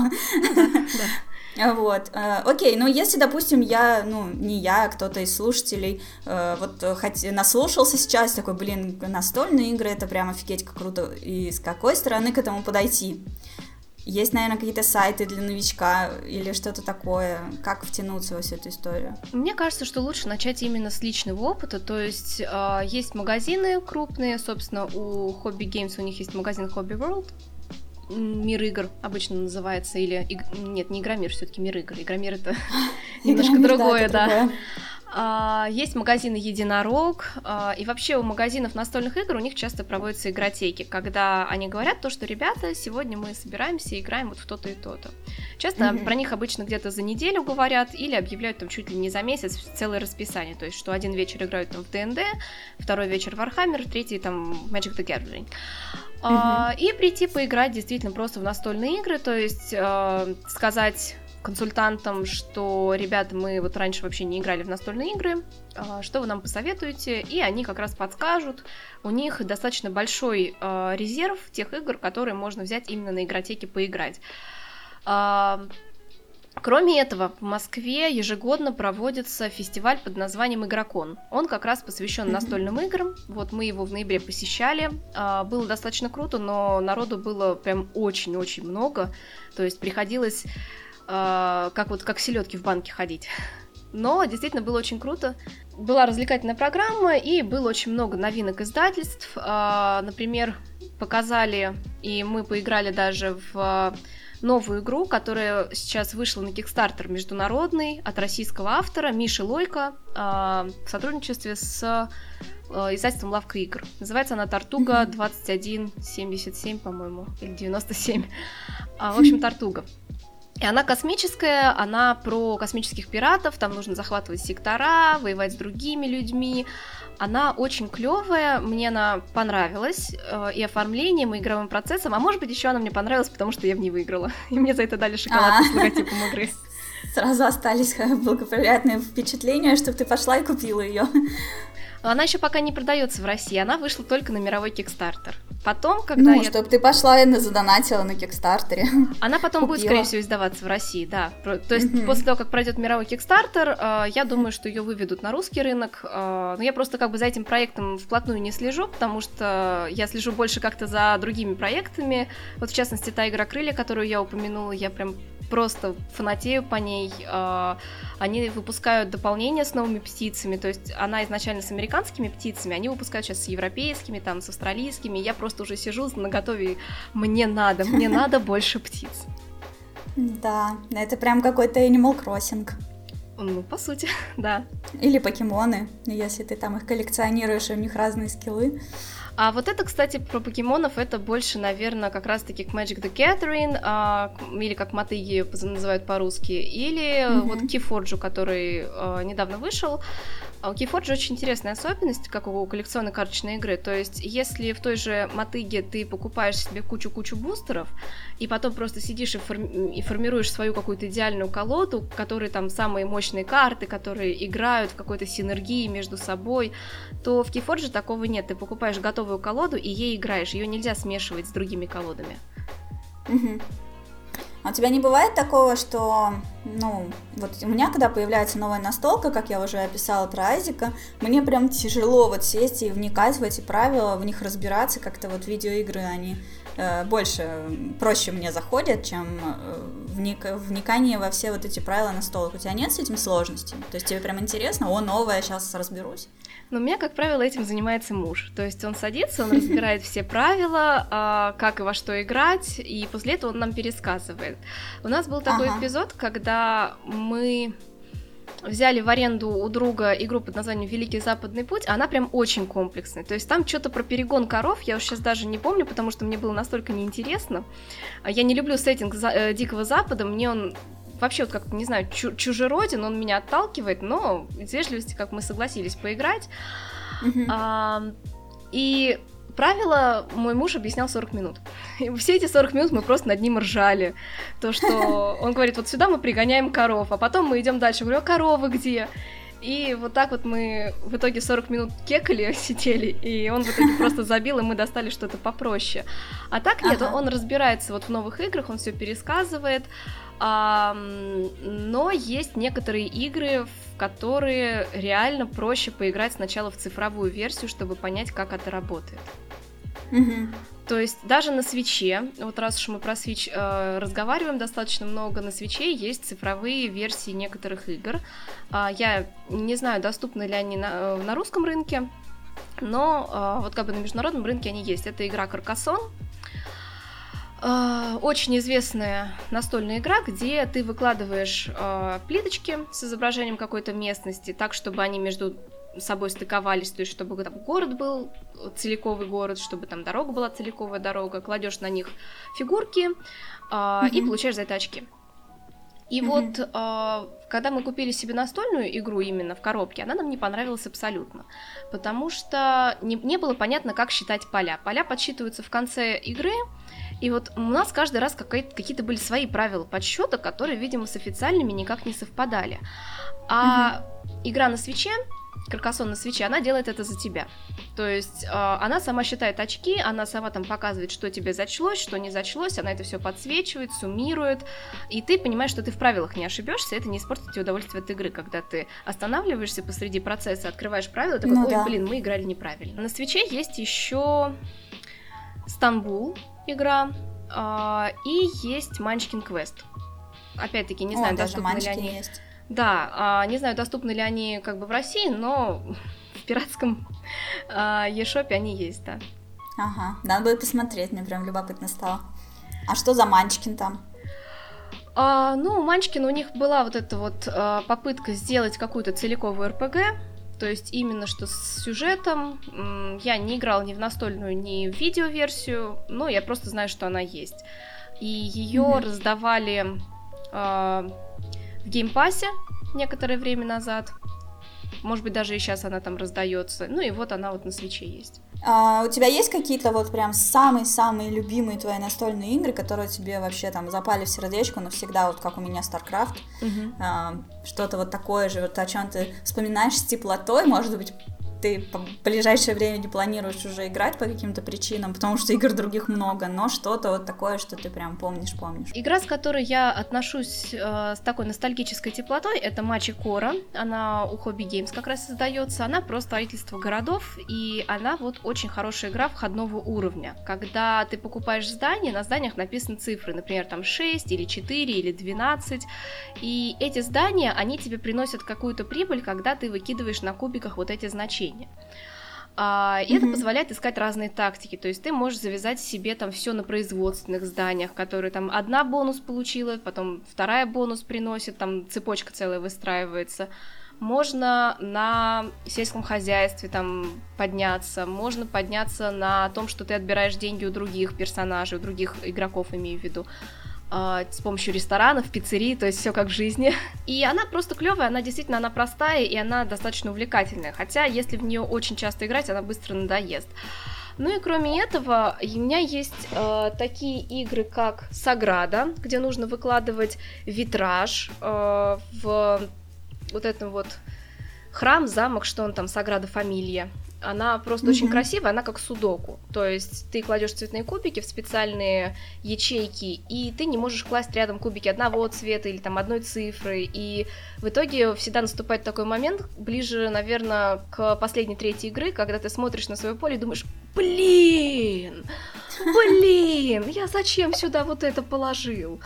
Вот. Окей, ну если, допустим, я, ну, не я, а кто-то из слушателей, вот хоть наслушался сейчас, такой, блин, настольные игры, это прям офигеть, как круто, и с какой стороны к этому подойти? Есть, наверное, какие-то сайты для новичка или что-то такое? Как втянуться во всю эту историю? Мне кажется, что лучше начать именно с личного опыта. То есть э, есть магазины крупные, собственно, у Hobby Games у них есть магазин Hobby World. Мир игр обычно называется, или... Иг... Нет, не Игромир, все-таки Мир игр. Игромир — это немножко другое, да. Uh, есть магазины Единорог, uh, и вообще у магазинов настольных игр у них часто проводятся игротеки, когда они говорят то, что ребята, сегодня мы собираемся и играем вот в то-то и то-то. Часто mm-hmm. про них обычно где-то за неделю говорят или объявляют там чуть ли не за месяц целое расписание, то есть что один вечер играют там в ДНД, второй вечер в Warhammer, третий там Magic the Gathering. Uh, mm-hmm. И прийти поиграть действительно просто в настольные игры, то есть uh, сказать консультантам, что, ребята, мы вот раньше вообще не играли в настольные игры, что вы нам посоветуете, и они как раз подскажут. У них достаточно большой э, резерв тех игр, которые можно взять именно на игротеке поиграть. Э, кроме этого, в Москве ежегодно проводится фестиваль под названием Игрокон. Он как раз посвящен настольным играм. Вот мы его в ноябре посещали. Э, было достаточно круто, но народу было прям очень-очень много. То есть приходилось Uh, как вот как селедки в банке ходить. Но действительно было очень круто. Была развлекательная программа, и было очень много новинок издательств. Uh, например, показали, и мы поиграли даже в uh, новую игру, которая сейчас вышла на Kickstarter международный от российского автора Миши Лойко uh, в сотрудничестве с uh, издательством Лавка игр. Называется она «Тартуга двадцать один семьдесят семь», по-моему, или девяносто семь. Uh, в общем, «Тартуга». И она космическая, она про космических пиратов, там нужно захватывать сектора, воевать с другими людьми. Она очень клевая, мне она понравилась э, и оформлением, и игровым процессом, а может быть еще она мне понравилась, потому что я в ней выиграла, и мне за это дали шоколадку с логотипом игры. Сразу остались благоприятные впечатления, чтобы ты пошла и купила ее. Она еще пока не продается в России, она вышла только на мировой Kickstarter. Потом, когда ну, я... чтобы ты пошла и задонатила на Кикстартере. Она потом Купила. будет, скорее всего, издаваться в России, да. То есть mm-hmm. после того, как пройдет мировой Kickstarter, я думаю, что ее выведут на русский рынок. Но я просто как бы за этим проектом вплотную не слежу, потому что я слежу больше как-то за другими проектами. Вот в частности, та игра «Крылья», которую я упомянула, я прям просто фанатею по ней. Они выпускают дополнения с новыми птицами, то есть она изначально с американскими птицами, они выпускают сейчас с европейскими, там, с австралийскими. Я просто уже сижу наготове, мне надо, мне надо больше птиц. Да, это прям какой-то Animal Crossing. Ну, по сути, да. Или покемоны, если ты там их коллекционируешь, и у них разные скиллы. А вот это, кстати, про покемонов, это больше, наверное, как раз-таки к Magic the Gathering, а, или как мотыги называют по-русски, или mm-hmm. вот Keyforge, который а, недавно вышел. А у Keyforge очень интересная особенность, как у коллекционной карточной игры. То есть, если в той же мотыге ты покупаешь себе кучу-кучу бустеров, и потом просто сидишь и, форми- и формируешь свою какую-то идеальную колоду, в которой там самые мощные карты, которые играют в какой-то синергии между собой, то в Keyforge такого нет. Ты покупаешь готовую колоду и ей играешь. Ее нельзя смешивать с другими колодами. Угу. А у тебя не бывает такого, что, ну, вот у меня, когда появляется новая настолка, как я уже описала про Айзека, мне прям тяжело вот сесть и вникать в эти правила, в них разбираться, как-то вот видеоигры, они э, больше, проще мне заходят, чем э, вник, вникание во все вот эти правила настолок. У тебя нет с этим сложностей? То есть тебе прям интересно, о, новое, сейчас разберусь? Но у меня, как правило, этим занимается муж. То есть он садится, он разбирает все правила, как и во что играть, и после этого он нам пересказывает. У нас был такой ага. эпизод, когда мы взяли в аренду у друга игру под названием «Великий Западный путь», она прям очень комплексная. То есть там что-то про перегон коров, я уж сейчас даже не помню, потому что мне было настолько неинтересно. Я не люблю сеттинг за- э, Дикого Запада, мне он вообще вот как-то, не знаю, чу- чужероден, он меня отталкивает, но из вежливости, как мы согласились поиграть. Mm-hmm. А, и... Правило мой муж объяснял сорок минут. И все эти сорок минут мы просто над ним ржали. То, что он говорит, вот сюда мы пригоняем коров, а потом мы идем дальше. Я говорю, а коровы где? И вот так вот мы в итоге сорок минут кекали, сидели, и он в итоге просто забил, и мы достали что-то попроще. А так нет, ага. он разбирается вот в новых играх, он все пересказывает. А, но есть некоторые игры, в которые реально проще поиграть сначала в цифровую версию, чтобы понять, как это работает. Mm-hmm. То есть даже на свитче, вот раз уж мы про свитч э, разговариваем достаточно много, на свитче есть цифровые версии некоторых игр. Э, я не знаю, доступны ли они на, на русском рынке, но э, вот как бы на международном рынке они есть. Это игра Каркасон. Uh, очень известная настольная игра, где ты выкладываешь uh, плиточки с изображением какой-то местности, так, чтобы они между собой стыковались, то есть чтобы там город был целиковый город, чтобы там дорога была целиковая дорога, кладешь на них фигурки uh, mm-hmm. и получаешь за это очки. И mm-hmm. вот, uh, когда мы купили себе настольную игру именно в коробке, она нам не понравилась абсолютно, потому что не, не было понятно, как считать поля. Поля подсчитываются в конце игры, и вот у нас каждый раз какие-то были свои правила подсчета, которые, видимо, с официальными никак не совпадали. А mm-hmm. игра на свитче, Каркасон на свитче, она делает это за тебя. То есть э, она сама считает очки, она сама там показывает, что тебе зачлось, что не зачлось, она это все подсвечивает, суммирует, и ты понимаешь, что ты в правилах не ошибешься, это не испортит тебе удовольствие от игры, когда ты останавливаешься посреди процесса, открываешь правила, такой, ну, ой, да. блин, мы играли неправильно. На свитче есть еще Стамбул игра, э, и есть Манчкин Квест. Опять-таки, не знаю, О, доступны ли они... Есть. Да, а, не знаю, доступны ли они как бы в России, но в пиратском а, eShop они есть, да. Ага, надо будет посмотреть, мне прям любопытно стало. А что за Манчкин там? А, ну, у Манчкин у них была вот эта вот а, попытка сделать какую-то целиковую эр пи джи, то есть именно что с сюжетом. Я не играла ни в настольную, ни в видеоверсию, но я просто знаю, что она есть. И ее mm-hmm. раздавали... А, в геймпассе некоторое время назад. Может быть, даже и сейчас она там раздается. Ну и вот она вот на свитче есть. А у тебя есть какие-то вот прям самые-самые любимые твои настольные игры, которые тебе вообще там запали в сердечко навсегда, вот как у меня StarCraft? Uh-huh. А, что-то вот такое же, вот о чем ты вспоминаешь с теплотой, может быть, ты в ближайшее время не планируешь уже играть по каким-то причинам, потому что игр других много, но что-то вот такое, что ты прям помнишь-помнишь. Игра, с которой я отношусь э, с такой ностальгической теплотой, это Мачи Кора. Она у Hobby Games как раз создается. Она про строительство городов, и она вот очень хорошая игра входного уровня. Когда ты покупаешь здание, на зданиях написаны цифры, например, там шесть, или четыре, или двенадцать, и эти здания, они тебе приносят какую-то прибыль, когда ты выкидываешь на кубиках вот эти значения. А, и mm-hmm. это позволяет искать разные тактики, то есть ты можешь завязать себе там все на производственных зданиях, которые там одна бонус получила, потом вторая бонус приносит, там цепочка целая выстраивается. Можно на сельском хозяйстве там подняться, можно подняться на том, что ты отбираешь деньги у других персонажей, у других игроков, имею в виду. С помощью ресторанов, пиццерий, то есть все как в жизни. И она просто клевая, она действительно она простая, и она достаточно увлекательная. Хотя, если в нее очень часто играть, она быстро надоест. Ну и кроме этого, у меня есть э, такие игры, как Саграда, где нужно выкладывать витраж э, в вот этом вот храм, замок, что он там, Саграда Фамилия. Она просто mm-hmm. очень красивая, она как судоку. То есть ты кладешь цветные кубики в специальные ячейки, и ты не можешь класть рядом кубики одного цвета или там одной цифры. И в итоге всегда наступает такой момент, ближе, наверное, к последней трети игры, когда ты смотришь на свое поле и думаешь: блин, блин, я зачем сюда вот это положил?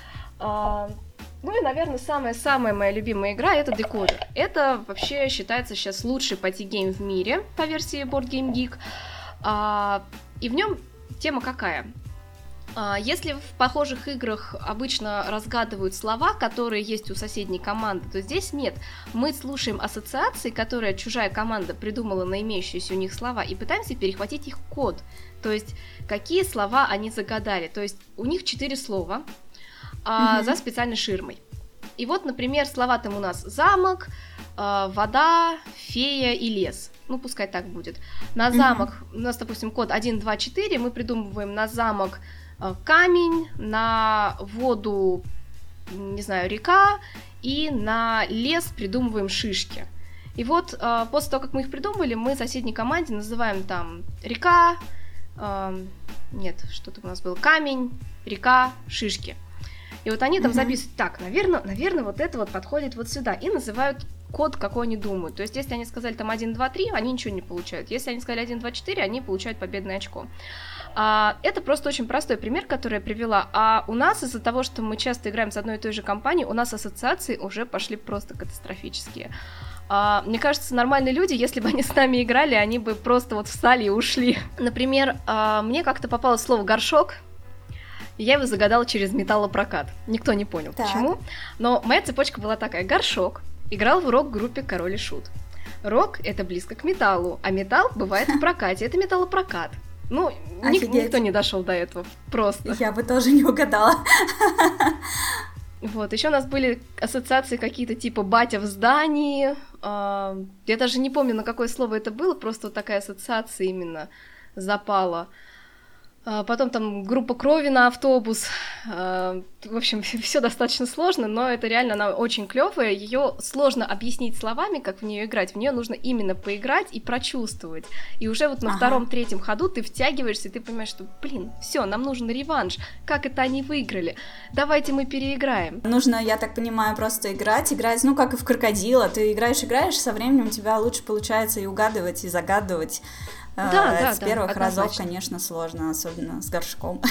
Ну и, наверное, самая-самая моя любимая игра — это Decoder. Это вообще считается сейчас лучший пати-гейм в мире по версии Board Game Geek. А, и в нем тема какая? Если в похожих играх обычно разгадывают слова, которые есть у соседней команды, то здесь нет. Мы слушаем ассоциации, которые чужая команда придумала на имеющиеся у них слова, и пытаемся перехватить их код. То есть, какие слова они загадали. То есть, у них четыре слова а, mm-hmm. за специальной ширмой. И вот, например, слова там у нас замок, а, вода, фея и лес. Ну, пускай так будет. На замок, mm-hmm. у нас, допустим, код один, два, четыре, мы придумываем на замок камень, на воду, не знаю, река, и на лес придумываем шишки. И вот э, после того, как мы их придумали, мы соседней команде называем там река, э, нет, что-то у нас было, камень, река, шишки. И вот они там mm-hmm. записывают, так, наверное, наверное, вот это вот подходит вот сюда, и называют код, какой они думают. То есть, если они сказали там один, два, три, они ничего не получают. Если они сказали один, два, четыре, они получают победное очко. А, это просто очень простой пример, который я привела. А у нас из-за того, что мы часто играем с одной и той же компанией, у нас ассоциации уже пошли просто катастрофические. А, мне кажется, нормальные люди, если бы они с нами играли, они бы просто вот встали и ушли. Например, а, мне как-то попалось слово «горшок», и я его загадала через металлопрокат. Никто не понял, так. почему. Но моя цепочка была такая: горшок играл в рок-группе «Король и Шут». Рок — это близко к металлу, а металл бывает в прокате, это металлопрокат. Ну, ник- никто не дошел до этого, просто. Я бы тоже не угадала. Вот, еще у нас были ассоциации какие-то типа «батя в здании». Я даже не помню, на какое слово это было, просто вот такая ассоциация именно запала. Потом там группа крови на автобус. В общем, все достаточно сложно, но это реально она очень клевая. Ее сложно объяснить словами, как в нее играть. В нее нужно именно поиграть и прочувствовать. И уже вот на ага. втором-третьем ходу ты втягиваешься, и ты понимаешь, что, блин, все, нам нужен реванш. Как это они выиграли? Давайте мы переиграем. Нужно, я так понимаю, просто играть, играть, ну, как и в крокодила. Ты играешь, играешь, со временем у тебя лучше получается и угадывать, и загадывать. Да, да, с да, первых однозначно. разов, конечно, сложно, особенно с горшком.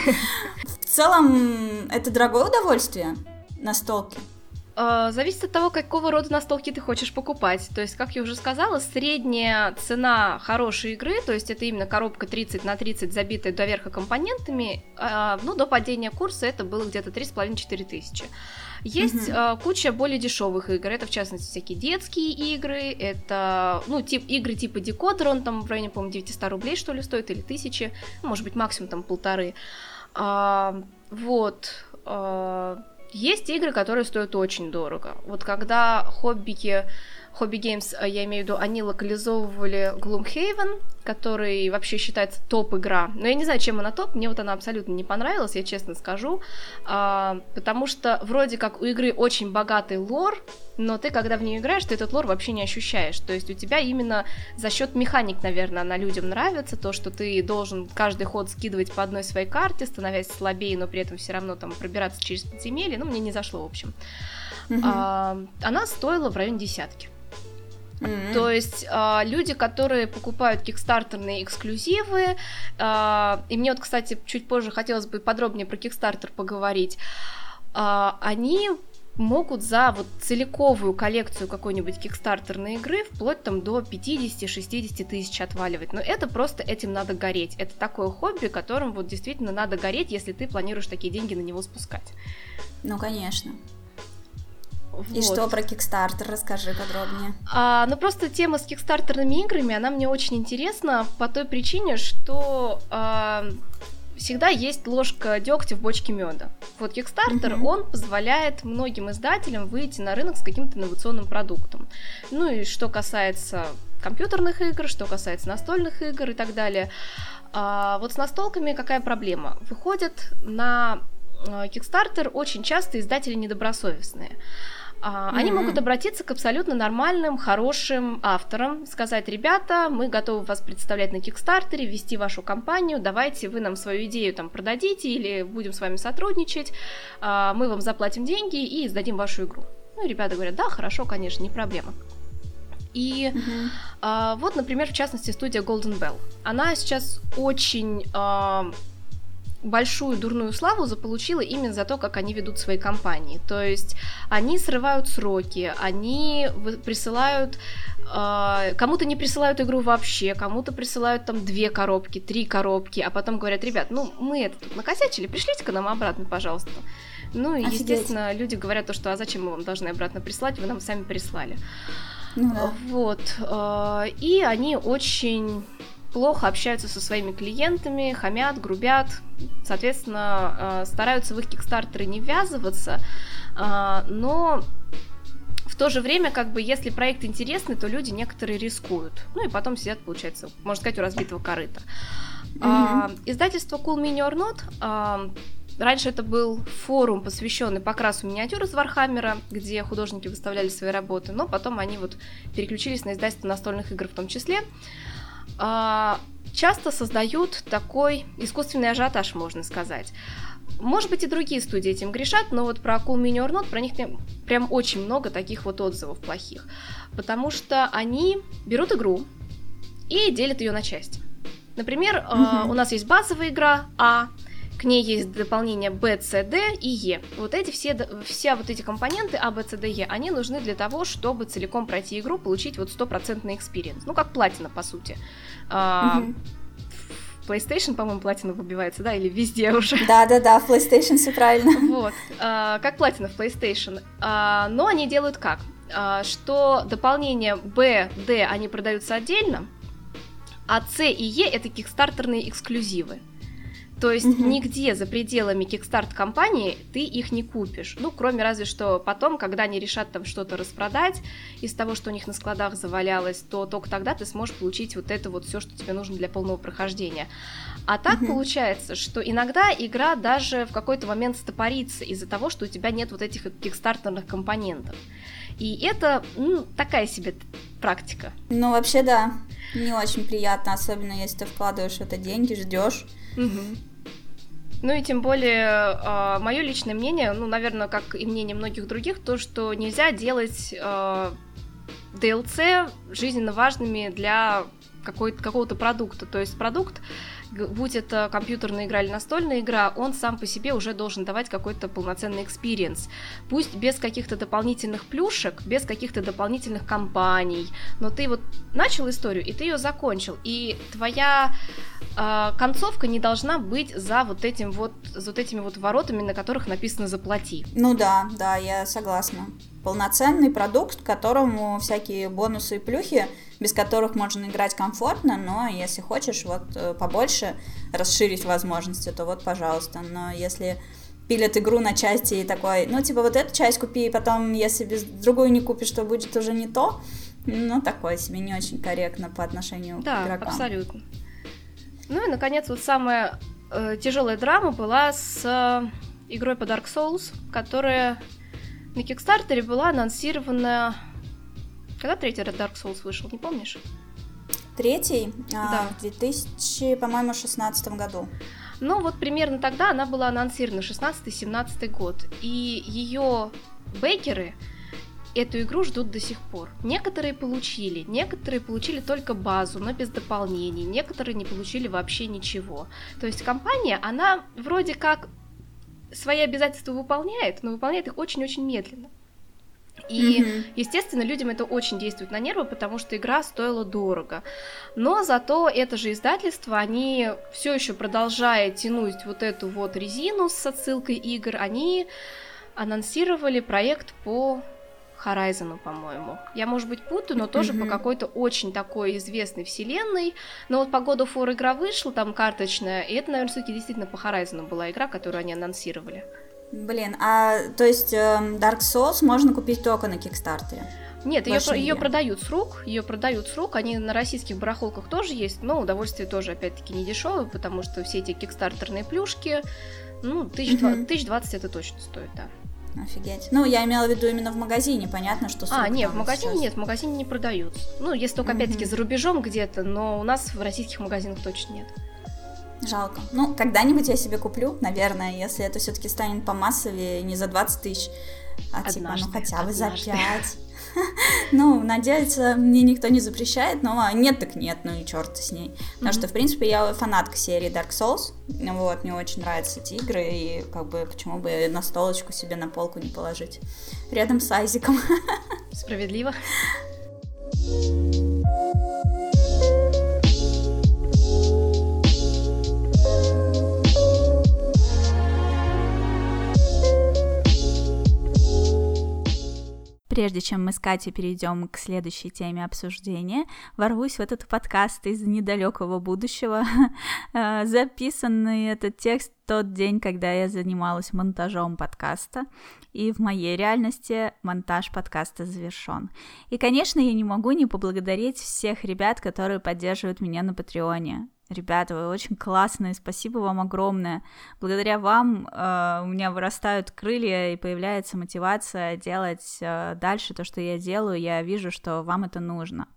В целом, это дорогое удовольствие, настолки? Зависит от того, какого рода настолки ты хочешь покупать. То есть, как я уже сказала, средняя цена хорошей игры, то есть это именно коробка тридцать на тридцать, забитая до верха компонентами, ну, до падения курса это было где-то три с половиной - четыре тысячи. Есть uh-huh. куча более дешевых игр, это в частности всякие детские игры, это, ну, тип, игры типа Декодер, он там в районе, по-моему, девятьсот рублей, что ли, стоит, или тысячи, может быть, максимум там полторы. А, вот. А, есть игры, которые стоят очень дорого. Вот когда хоббики, Hobby Games, я имею в виду, они локализовывали Gloomhaven, который вообще считается топ-игра. Но я не знаю, чем она топ, мне вот она абсолютно не понравилась, я честно скажу, а, потому что вроде как у игры очень богатый лор, но ты, когда в нее играешь, ты этот лор вообще не ощущаешь. То есть у тебя именно за счет механик, наверное, она людям нравится, то, что ты должен каждый ход скидывать по одной своей карте, становясь слабее, но при этом все равно там пробираться через подземелье, ну, мне не зашло, в общем. Mm-hmm. А, она стоила в районе десятки. Mm-hmm. То есть э, люди, которые покупают кикстартерные эксклюзивы, э, и мне вот, кстати, чуть позже хотелось бы подробнее про кикстартер поговорить, э, они могут за вот целиковую коллекцию какой-нибудь кикстартерной игры вплоть там до пятьдесят-шестьдесят тысяч отваливать. Но это просто, этим надо гореть. Это такое хобби, которым вот действительно надо гореть, если ты планируешь такие деньги на него спускать. Ну, конечно. Вот. И что про Kickstarter? Расскажи подробнее. А, ну, просто тема с кикстартерными играми, она мне очень интересна по той причине, что а, всегда есть ложка дегтя в бочке меда. Вот Kickstarter, uh-huh. он позволяет многим издателям выйти на рынок с каким-то инновационным продуктом. Ну и что касается компьютерных игр, что касается настольных игр и так далее. А, вот с настолками какая проблема? Выходят на Kickstarter очень часто издатели недобросовестные. Uh-huh. Они могут обратиться к абсолютно нормальным, хорошим авторам, сказать: ребята, мы готовы вас представлять на Кикстартере, вести вашу компанию, давайте вы нам свою идею там продадите или будем с вами сотрудничать, мы вам заплатим деньги и издадим вашу игру. Ну и ребята говорят: да, хорошо, конечно, не проблема. И uh-huh. а, вот, например, в частности, студия Golden Bell. Она сейчас очень... А, большую дурную славу заполучила именно за то, как они ведут свои компании. То есть они срывают сроки, они присылают Кому-то не присылают игру вообще, кому-то присылают там две коробки, три коробки, а потом говорят: ребят, ну мы это тут накосячили, пришлите-ка нам обратно, пожалуйста. Ну и, Офигеть. Естественно, люди говорят то, что а зачем мы вам должны обратно прислать, вы нам сами прислали. Ну, да. Вот. И они очень плохо общаются со своими клиентами, хамят, грубят, соответственно, стараются в их кикстартеры не ввязываться, но в то же время, как бы, если проект интересный, то люди некоторые рискуют. Ну и потом сидят, получается, можно сказать, у разбитого корыта. Mm-hmm. А, издательство Cool Mini or Not, а, раньше это был форум, посвященный покрасу миниатюр из Вархаммера, где художники выставляли свои работы, но потом они вот переключились на издательство настольных игр в том числе. А, часто создают такой искусственный ажиотаж, можно сказать. Может быть, и другие студии этим грешат, но вот про Cool Mini or Not, про них прям очень много таких вот отзывов плохих. Потому что они берут игру и делят ее на части. Например, mm-hmm. э, у нас есть базовая игра А, к ней есть дополнение Б, С, Д и Е. Вот эти все, все вот эти компоненты А, Б, С, Д, Е, они нужны для того, чтобы целиком пройти игру, получить вот стопроцентный экспириенс. Ну, как платина, по сути. Mm-hmm. PlayStation, по-моему, платина выбивается, да, или везде уже. Да-да-да, в PlayStation все правильно. Вот, а, как платина в PlayStation. А, но они делают как? А, что дополнения B, D, они продаются отдельно, а C и E — это кикстартерные эксклюзивы. То есть mm-hmm. нигде за пределами кикстарт-компании ты их не купишь. Ну, кроме разве что потом, когда они решат там что-то распродать из того, что у них на складах завалялось, то только тогда ты сможешь получить вот это вот все, что тебе нужно для полного прохождения. А так mm-hmm. получается, что иногда игра даже в какой-то момент стопорится из-за того, что у тебя нет вот этих кикстартерных компонентов. И это, ну, такая себе практика. Ну, вообще, да, не очень приятно, особенно если ты вкладываешь в это деньги, ждешь. Угу. Ну и тем более, э, мое личное мнение, ну, наверное, как и мнение многих других, то, что нельзя делать э, ди эл си жизненно важными для какого-то продукта. То есть продукт, будь это компьютерная игра или настольная игра, он сам по себе уже должен давать какой-то полноценный экспириенс. Пусть без каких-то дополнительных плюшек, без каких-то дополнительных кампаний, но ты вот начал историю, и ты ее закончил, и твоя э, концовка не должна быть за вот этим вот, за вот этими вот воротами, на которых написано «заплати». Ну да, да, я согласна. Полноценный продукт, которому всякие бонусы и плюхи, без которых можно играть комфортно, но если хочешь вот побольше расширить возможности, то вот, пожалуйста. Но если пилят игру на части и такой, ну, типа, вот эту часть купи, и потом, если без другую не купишь, то будет уже не то, ну, такое себе не очень корректно по отношению да, к игрокам. Да, абсолютно. Ну и, наконец, вот самая э, тяжелая драма была с э, игрой по Dark Souls, которая на Кикстартере была анонсирована... Когда третий Dark Souls вышел, не помнишь? Третий? Да. А, в две тысячи, по-моему, шестнадцатом году. Ну, вот примерно тогда она была анонсирована, шестнадцатый-семнадцатый год. И ее бэкеры эту игру ждут до сих пор. Некоторые получили, некоторые получили только базу, но без дополнений, некоторые не получили вообще ничего. То есть компания, она вроде как свои обязательства выполняет, но выполняет их очень-очень медленно. И, mm-hmm. естественно, людям это очень действует на нервы, потому что игра стоила дорого. Но зато это же издательство, они все еще продолжая тянуть вот эту вот резину с отсылкой игр, они анонсировали проект по Horizon, по-моему. Я, может быть, путаю, но тоже mm-hmm. по какой-то очень такой известной вселенной. Но вот по God of War игра вышла, там карточная, и это, наверное, все-таки действительно по Horizon была игра, которую они анонсировали. Блин, а то есть Dark Souls можно купить только на Кикстартере? Нет, ее, ее продают с рук, ее продают с рук, они на российских барахолках тоже есть, но удовольствие тоже, опять-таки, не дешевое, потому что все эти кикстартерные плюшки, ну, тысяч двадцать это точно стоит, да. Офигеть. Ну, я имела в виду именно в магазине, понятно, что... А, нет, в магазине сейчас... нет, в магазине не продаются. Ну, если только, опять-таки, за рубежом где-то, но у нас в российских магазинах точно нет. Жалко. Ну, когда-нибудь я себе куплю, наверное, если это все-таки станет помассовее, не за двадцать тысяч, а однажды, типа, ну, хотя бы однажды. За пять. Ну, надеяться мне никто не запрещает, но нет так нет, ну и черт с ней. Потому что, в принципе, я фанатка серии Dark Souls, вот, мне очень нравятся эти игры, и как бы почему бы на столочку себе на полку не положить рядом с Айзеком. Справедливо. прежде чем мы с Катей перейдем к следующей теме обсуждения, ворвусь в этот подкаст из недалекого будущего. Записанный этот текст в тот день, когда я занималась монтажом подкаста, и в моей реальности монтаж подкаста завершен. И, конечно, я не могу не поблагодарить всех ребят, которые поддерживают меня на Патреоне. Ребята, вы очень классные, спасибо вам огромное. Благодаря вам э, у меня вырастают крылья и появляется мотивация делать э, дальше то, что я делаю. Я вижу, что вам это нужно.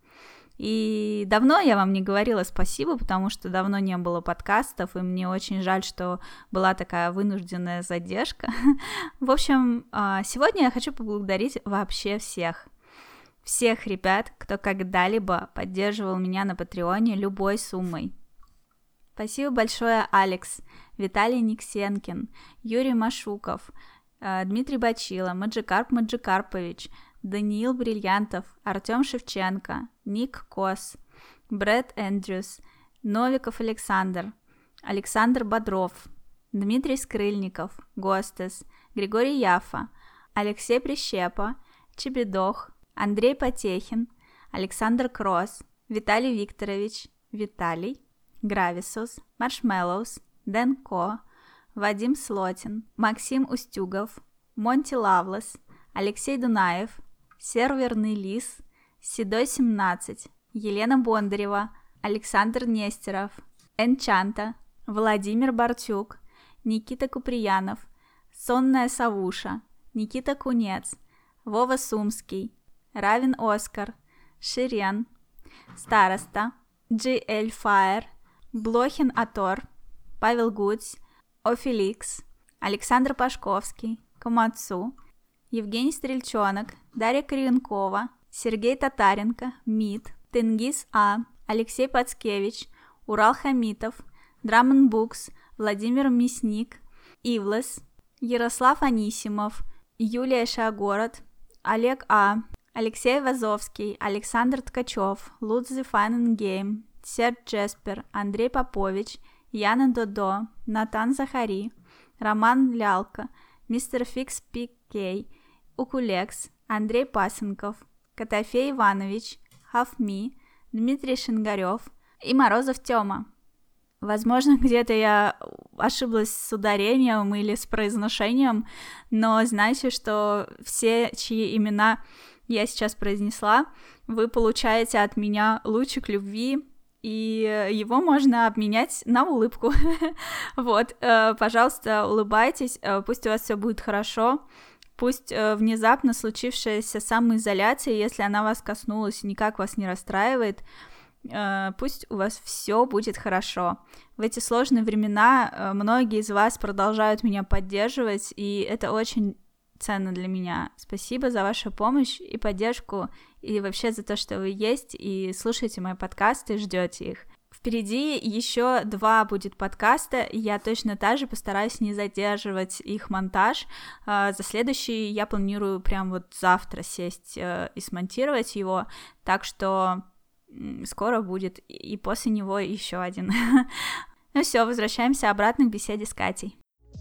И давно я вам не говорила спасибо, потому что давно не было подкастов, и мне очень жаль, что была такая вынужденная задержка. В общем, э, сегодня я хочу поблагодарить вообще всех. Всех ребят, кто когда-либо поддерживал меня на Патреоне любой суммой. Спасибо большое, Алекс, Виталий Никсенкин, Юрий Машуков, Дмитрий Бачила, Маджикарп Маджикарпович, Даниил Бриллиантов, Артем Шевченко, Ник Кос, Брэд Эндрюс, Новиков Александр, Александр Бодров, Дмитрий Скрыльников, Гостес, Григорий Яфа, Алексей Прищепа, Чебедох, Андрей Потехин, Александр Кросс, Виталий Викторович, Виталий, Грависус, Маршмеллоус, Дэн Ко, Вадим Слотин, Максим Устюгов, Монти Лавлес, Алексей Дунаев, Серверный Лис, Седой семнадцать, Елена Бондарева, Александр Нестеров, Энчанта, Владимир Бартюк, Никита Куприянов, Сонная Савуша, Никита Кунец, Вова Сумский, Равин Оскар, Ширен, Староста, джи эл Fire, Блохин Атор, Павел Гуц, Офеликс, Александр Пашковский, Камацу, Евгений Стрельчонок, Дарья Коренкова, Сергей Татаренко, МИД, Тенгиз А, Алексей Пацкевич, Урал Хамитов, Драмон Букс, Владимир Мясник, Ивлес, Ярослав Анисимов, Юлия Шагород, Олег А, Алексей Вазовский, Александр Ткачев, Лудзи Фан Гейм, Серж Джеспер, Андрей Попович, Яна Додо, Натан Захари, Роман Лялка, Мистер Фикс Пи Кей, Укулекс, Андрей Пасенков, Котофей Иванович, Хафми, Дмитрий Шингарев и Морозов Тёма. Возможно, где-то я ошиблась с ударением или с произношением, но знайте, что все, чьи имена я сейчас произнесла, вы получаете от меня лучик любви, и его можно обменять на улыбку. Вот, пожалуйста, улыбайтесь, пусть у вас все будет хорошо, пусть внезапно случившаяся самоизоляция, если она вас коснулась, никак вас не расстраивает, пусть у вас все будет хорошо. В эти сложные времена многие из вас продолжают меня поддерживать, и это очень ценно для меня. Спасибо за вашу помощь и поддержку, и вообще за то, что вы есть, и слушаете мои подкасты, ждете их. Впереди еще два будет подкаста, и я точно так же постараюсь не задерживать их монтаж. За следующий я планирую прям вот завтра сесть и смонтировать его, так что скоро будет, и после него еще один. Ну все, возвращаемся обратно к беседе с Катей.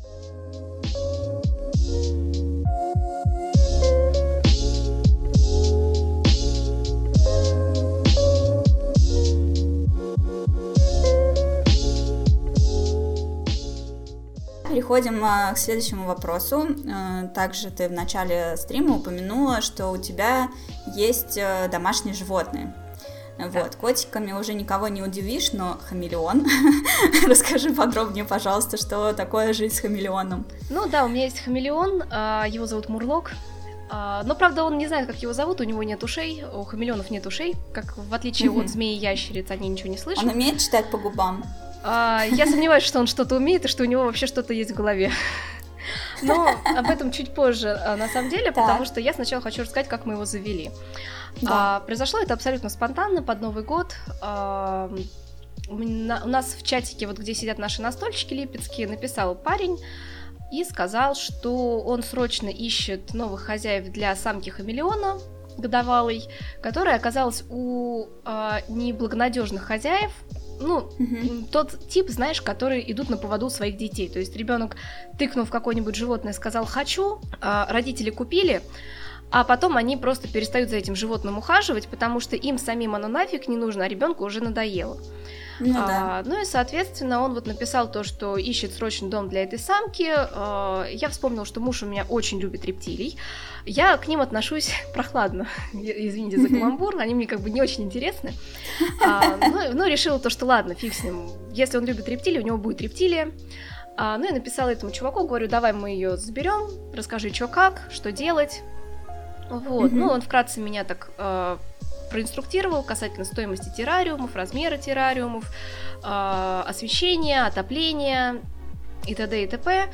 Переходим к следующему вопросу. Также ты в начале стрима упомянула, что у тебя есть домашние животные. Вот, котиками уже никого не удивишь, но хамелеон. Расскажи подробнее, пожалуйста, что такое жить с хамелеоном. Ну да, у меня есть хамелеон, его зовут Мурлок. Но, правда, он не знает, как его зовут, у него нет ушей, у хамелеонов нет ушей, как в отличие от змеи и ящериц, они ничего не слышат. Он умеет читать по губам? Я сомневаюсь, что он что-то умеет и что у него вообще что-то есть в голове. Но об этом чуть позже, на самом деле, потому что я сначала хочу рассказать, как мы его завели. Да. А, произошло это абсолютно спонтанно, под Новый год. А, у, меня, у нас в чатике, вот где сидят наши настольщики липецкие, написал парень и сказал, что он срочно ищет новых хозяев для самки хамелеона годовалой, которая оказалась у а, неблагонадежных хозяев. Ну, mm-hmm. тот тип, знаешь, которые идут на поводу своих детей. То есть ребенок, тыкнув какое-нибудь животное, сказал «хочу», а родители купили, а потом они просто перестают за этим животным ухаживать, потому что им самим оно нафиг не нужно, а ребенку уже надоело. Ну, а, да. ну и, соответственно, он вот написал то, что ищет срочный дом для этой самки. А, я вспомнила, что муж у меня очень любит рептилий. Я к ним отношусь прохладно. Извините за каламбур, они мне как бы не очень интересны. А, ну, ну, решила то, что ладно, фиг с ним. Если он любит рептилии, у него будет рептилия. А, ну, я написала этому чуваку, говорю, давай мы ее заберем, расскажи, что как, что делать. Вот, ну, он вкратце меня так... проинструктировал касательно стоимости террариумов, размера террариумов, э, освещения, отопления и т.д. и т.п.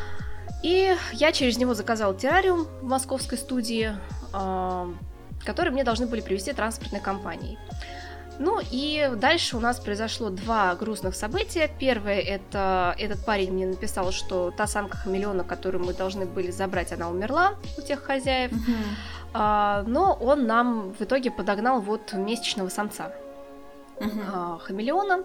И я через него заказала террариум в московской студии, э, который мне должны были привезти транспортной компанией. Ну и дальше у нас произошло два грустных события. Первое, это этот парень мне написал, что та самка-хамелеона, которую мы должны были забрать, она умерла у тех хозяев. Mm-hmm. А, но он нам в итоге подогнал вот месячного самца mm-hmm. а, хамелеона.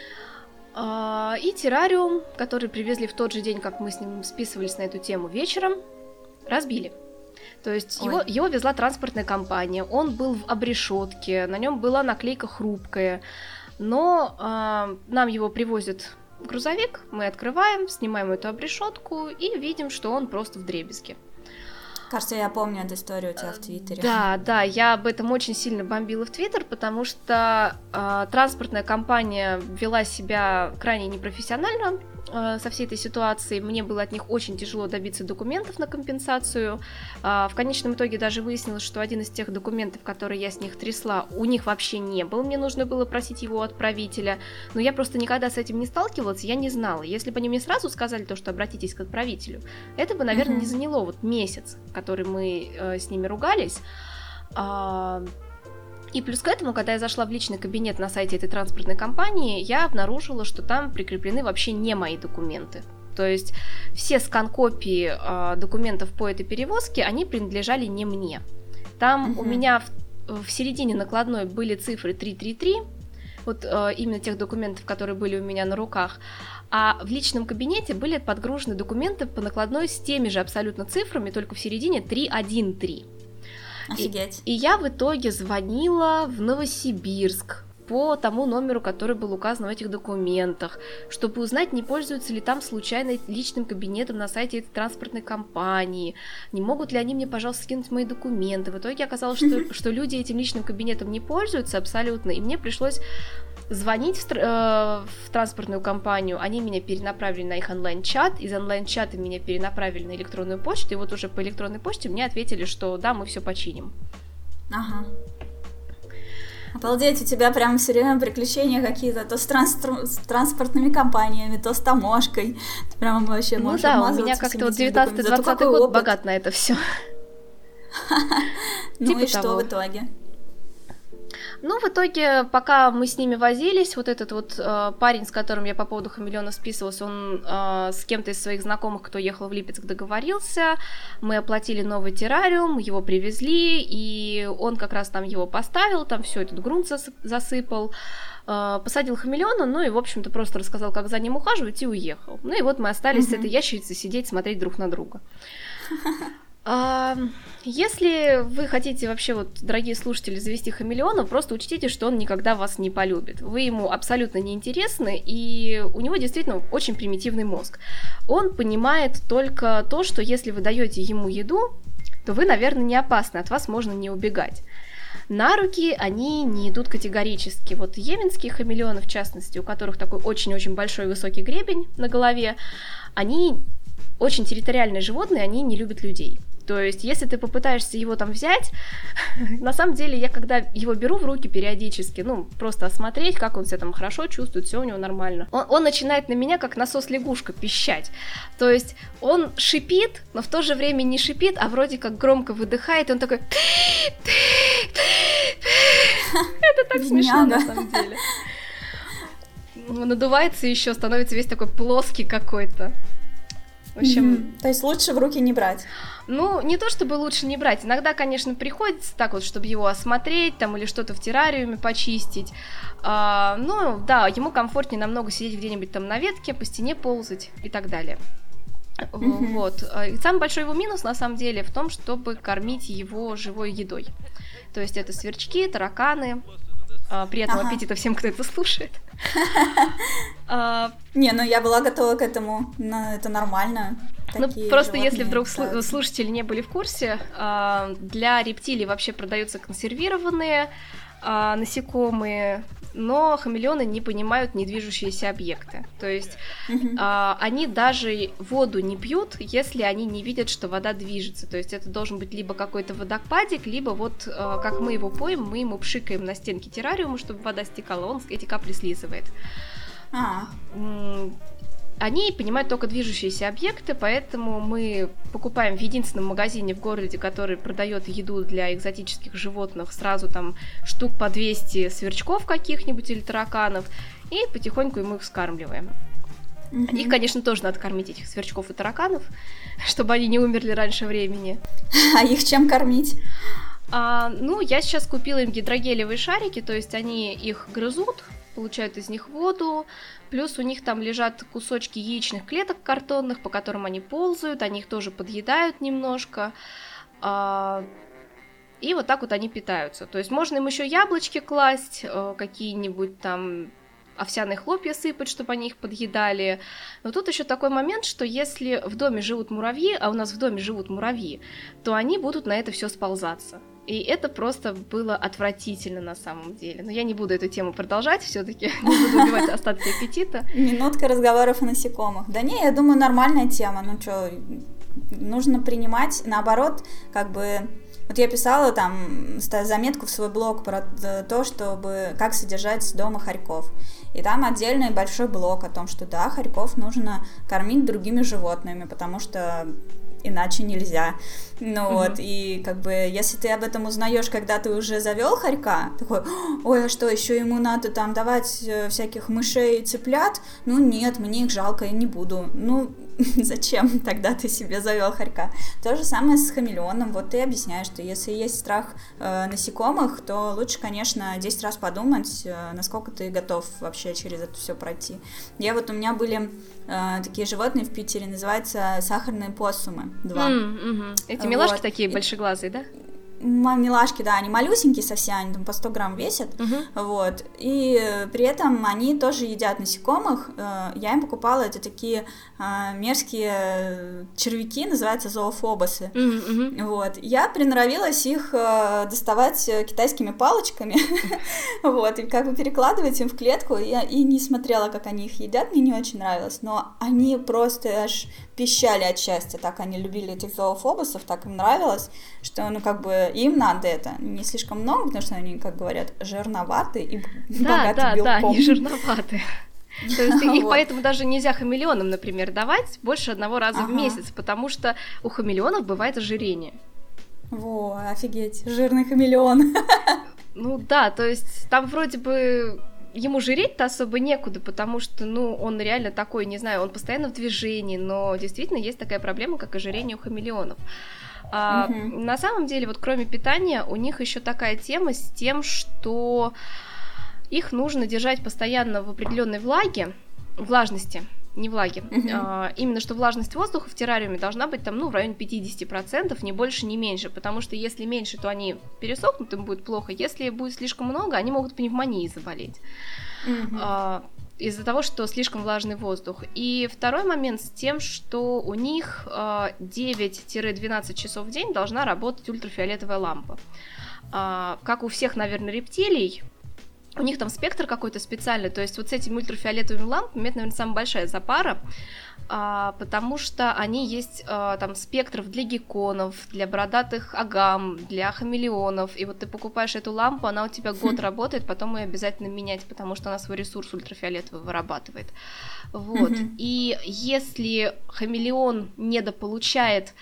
А, и террариум, который привезли в тот же день, как мы с ним списывались на эту тему вечером, разбили. То есть его, его везла транспортная компания, он был в обрешетке, на нем была наклейка хрупкая, но э, нам его привозят в грузовик, мы открываем, снимаем эту обрешетку и видим, что он просто вдребезги. Кажется, я помню эту историю у тебя в Твиттере. Да, да, я об этом очень сильно бомбила в Твиттер, потому что э, транспортная компания вела себя крайне непрофессионально э, со всей этой ситуацией. Мне было от них очень тяжело добиться документов на компенсацию. Э, в конечном итоге даже выяснилось, что один из тех документов, которые я с них трясла, у них вообще не был. Мне нужно было просить его у отправителя. Но я просто никогда с этим не сталкивалась, я не знала. Если бы они мне сразу сказали то, что обратитесь к отправителю, это бы, наверное, mm-hmm. не заняло вот месяц, который мы э, с ними ругались. А, и плюс к этому, когда я зашла в личный кабинет на сайте этой транспортной компании, я обнаружила, что там прикреплены вообще не мои документы. То есть все скан-копии э, документов по этой перевозке, они принадлежали не мне. Там uh-huh. у меня в, в середине накладной были цифры три три три, вот э, именно тех документов, которые были у меня на руках. А в личном кабинете были подгружены документы по накладной с теми же абсолютно цифрами, только в середине три один три. Офигеть. И, и я в итоге звонила в Новосибирск по тому номеру, который был указан в этих документах, чтобы узнать, не пользуются ли там случайно личным кабинетом на сайте этой транспортной компании, не могут ли они мне, пожалуйста, скинуть мои документы. В итоге оказалось, что, что люди этим личным кабинетом не пользуются абсолютно, и мне пришлось звонить в, э, в транспортную компанию, они меня перенаправили на их онлайн-чат, из онлайн-чата меня перенаправили на электронную почту, и вот уже по электронной почте мне ответили, что да, мы все починим. Ага. Обалдеть, у тебя прям все время приключения какие-то, то с, транс- с транспортными компаниями, то с таможкой. Ты прям вообще ну можешь да, обмазываться. У меня как-то вот девятнадцатый-двадцатый год опыт. Богат на это все. Ну и что в итоге? Ну, в итоге, пока мы с ними возились, вот этот вот э, парень, с которым я по поводу хамелеона списывалась, он э, с кем-то из своих знакомых, кто ехал в Липецк, договорился, мы оплатили новый террариум, его привезли, и он как раз там его поставил, там все этот грунт зас- засыпал, э, посадил хамелеона, ну и, в общем-то, просто рассказал, как за ним ухаживать, и уехал. Ну и вот мы остались mm-hmm. с этой ящерицей сидеть, смотреть друг на друга. А, если вы хотите вообще, вот, дорогие слушатели, завести хамелеона, просто учтите, что он никогда вас не полюбит. Вы ему абсолютно неинтересны, и у него действительно очень примитивный мозг. Он понимает только то, что если вы даете ему еду, то вы, наверное, не опасны, от вас можно не убегать. На руки они не идут категорически. Вот йеменские хамелеоны, в частности, у которых такой очень-очень большой высокий гребень на голове, они очень территориальные животные, они не любят людей. То есть, если ты попытаешься его там взять, на самом деле, я когда его беру в руки периодически, ну, просто осмотреть, как он себя там хорошо чувствует, все у него нормально, он, он начинает на меня, как насос-лягушка, пищать. То есть, он шипит, но в то же время не шипит, а вроде как громко выдыхает, и он такой... Это так смешно, на самом деле. Он надувается еще, становится весь такой плоский какой-то. В общем... Mm-hmm. То есть лучше в руки не брать? Ну, не то чтобы лучше не брать. Иногда, конечно, приходится так вот, чтобы его осмотреть там или что-то в террариуме почистить. А, ну, да, ему комфортнее намного сидеть где-нибудь там на ветке, по стене ползать и так далее. Mm-hmm. Вот. И самый большой его минус, на самом деле, в том, чтобы кормить его живой едой. То есть это сверчки, тараканы. Приятного ага. аппетита всем, кто это слушает. Не, ну я была готова к этому, но это нормально. Ну, просто если вдруг слушатели не были в курсе, для рептилий вообще продаются консервированные насекомые, но хамелеоны не понимают недвижущиеся объекты. То есть mm-hmm. а, они даже воду не пьют, если они не видят, что вода движется. То есть это должен быть либо какой-то водопадик, либо вот а, как мы его поем, мы ему пшикаем на стенки террариума, чтобы вода стекала, он эти капли слизывает. Ah. Они понимают только движущиеся объекты, поэтому мы покупаем в единственном магазине в городе, который продает еду для экзотических животных, сразу там штук по двести сверчков каких-нибудь или тараканов, и потихоньку мы их вскармливаем. Mm-hmm. Их, конечно, тоже надо кормить, этих сверчков и тараканов, чтобы они не умерли раньше времени. А их чем кормить? А, ну, я сейчас купила им гидрогелевые шарики, то есть они их грызут, получают из них воду, плюс у них там лежат кусочки яичных клеток картонных, по которым они ползают, они их тоже подъедают немножко, и вот так вот они питаются. То есть можно им еще яблочки класть, какие-нибудь там овсяные хлопья сыпать, чтобы они их подъедали. Но тут еще такой момент, что если в доме живут муравьи, а у нас в доме живут муравьи, то они будут на это все сползаться. И это просто было отвратительно на самом деле. Но я не буду эту тему продолжать, все-таки не буду убивать остатки аппетита. Минутка разговоров о насекомых. Да не, я думаю, нормальная тема. Ну что, нужно принимать, наоборот, как бы... Вот я писала там заметку в свой блог про то, чтобы как содержать дома хорьков. И там отдельный большой блог о том, что да, хорьков нужно кормить другими животными, потому что иначе нельзя. Ну mm-hmm. вот, и как бы, если ты об этом узнаешь, когда ты уже завел хорька, такой, ой, а что, еще ему надо там давать всяких мышей и цыплят? Ну нет, мне их жалко, я не буду. Ну, зачем тогда ты себе завел хорька? То же самое с хамелеоном. Вот ты объясняешь, что если есть страх э, насекомых, то лучше, конечно, десять раз подумать, э, насколько ты готов вообще через это все пройти. Я вот, у меня были э, такие животные в Питере, называются сахарные поссумы. Два. Mm-hmm. Эти милашки вот. Такие большеглазые, да? Милашки, да, они малюсенькие совсем, они там по сто грамм весят, uh-huh. вот, и при этом они тоже едят насекомых. Я им покупала, это такие мерзкие червяки, называются зоофобосы, uh-huh. вот, я приноровилась их доставать китайскими палочками, вот, и как бы перекладывать им в клетку, я и не смотрела, как они их едят, мне не очень нравилось, но они просто аж пищали от счастья, так они любили этих зоофобусов, так им нравилось, что, ну, как бы, им надо это не слишком много, потому что они, как говорят, жирноваты и да, богаты да, белком. Да, да, они жирноваты. То есть их поэтому даже нельзя хамелеонам, например, давать больше одного раза в месяц, потому что у хамелеонов бывает ожирение. Во, офигеть, жирный хамелеон. Ну да, то есть там вроде бы... Ему жиреть-то особо некуда, потому что, ну, он реально такой, не знаю, он постоянно в движении, но действительно есть такая проблема, как ожирение у хамелеонов. А, uh-huh. На самом деле, вот кроме питания, у них еще такая тема с тем, что их нужно держать постоянно в определенной влаге, влажности, не влаги, uh-huh. а, именно что влажность воздуха в террариуме должна быть там, ну, в районе пятьдесят процентов, не больше, не меньше, потому что если меньше, то они пересохнут, им будет плохо, если будет слишком много, они могут пневмонией заболеть. Uh-huh. А, из-за того, что слишком влажный воздух. И второй момент с тем, что у них а, девять-двенадцать часов в день должна работать ультрафиолетовая лампа. А, как у всех, наверное, рептилий, у них там спектр какой-то специальный, то есть вот с этими ультрафиолетовыми лампами это, наверное, самая большая запара, а, потому что они есть а, там спектров для гекконов, для бородатых агам, для хамелеонов, и вот ты покупаешь эту лампу, она у тебя год работает, потом ее обязательно менять, потому что она свой ресурс ультрафиолетовый вырабатывает. Вот. Mm-hmm. И если хамелеон недополучает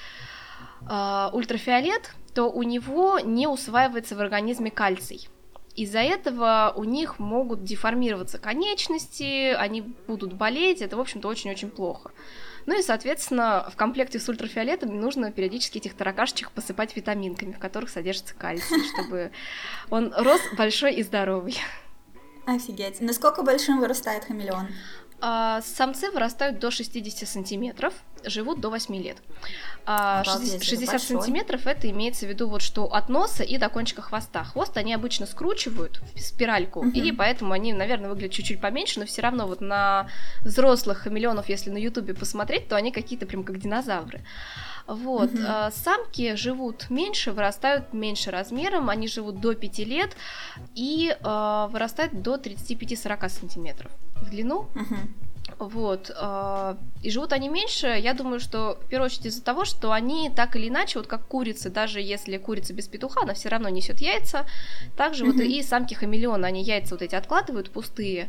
а, ультрафиолет, то у него не усваивается в организме кальций. Из-за этого у них могут деформироваться конечности, они будут болеть, это, в общем-то, очень-очень плохо. Ну и, соответственно, в комплекте с ультрафиолетом нужно периодически этих таракашечек посыпать витаминками, в которых содержится кальций, чтобы он рос большой и здоровый. Офигеть. Насколько большим вырастает хамелеон? А, самцы вырастают до шестьдесят сантиметров, живут до восьми лет. А, Обалдеть, шестьдесят сантиметров это имеется в виду вот что от носа и до кончика хвоста. Хвост они обычно скручивают в спиральку, угу. и поэтому они, наверное, выглядят чуть-чуть поменьше, но все равно вот на взрослых хамелеонов, если на ютубе посмотреть, то они какие-то прям как динозавры. Вот. Угу. А, самки живут меньше, вырастают меньше размером, они живут до пяти лет и а, вырастают до тридцать пять - сорок сантиметров в длину. Угу. Вот, э, и живут они меньше, я думаю, что в первую очередь из-за того, что они так или иначе, вот как курицы, даже если курица без петуха, она все равно несет яйца, также mm-hmm. вот и самки хамелеона, они яйца вот эти откладывают пустые,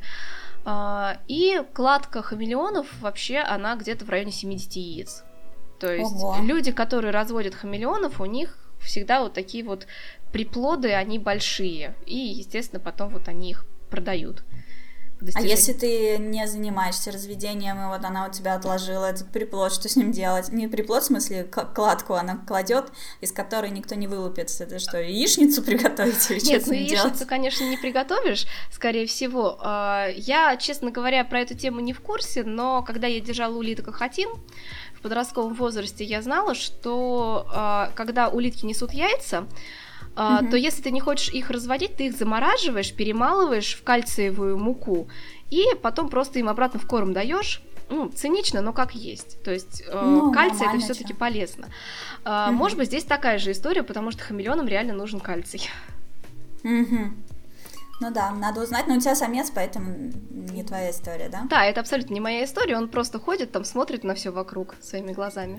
э, и кладка хамелеонов вообще, она где-то в районе семьдесят яиц, то есть Ого. Люди, которые разводят хамелеонов, у них всегда вот такие вот приплоды, они большие, и, естественно, потом вот они их продают. Достижение. А если ты не занимаешься разведением, и вот она у тебя отложила этот приплод, что с ним делать? Не приплод, в смысле, кладку она кладет, из которой никто не вылупится. Это что, яичницу приготовить или Нет, что ну яичницу, делать? Конечно, не приготовишь, скорее всего. Я, честно говоря, про эту тему не в курсе, но когда я держала улиток ахатин в подростковом возрасте, я знала, что когда улитки несут яйца, Uh-huh. то если ты не хочешь их разводить, ты их замораживаешь, перемалываешь в кальциевую муку и потом просто им обратно в корм даешь. Ну, цинично, но как есть. То есть ну, э, кальций это все-таки полезно. Э, uh-huh. Может быть, здесь такая же история, потому что хамелеонам реально нужен кальций. Uh-huh. Ну да, надо узнать, но у тебя самец, поэтому не твоя история, да? Да, это абсолютно не моя история, он просто ходит там, смотрит на все вокруг своими глазами.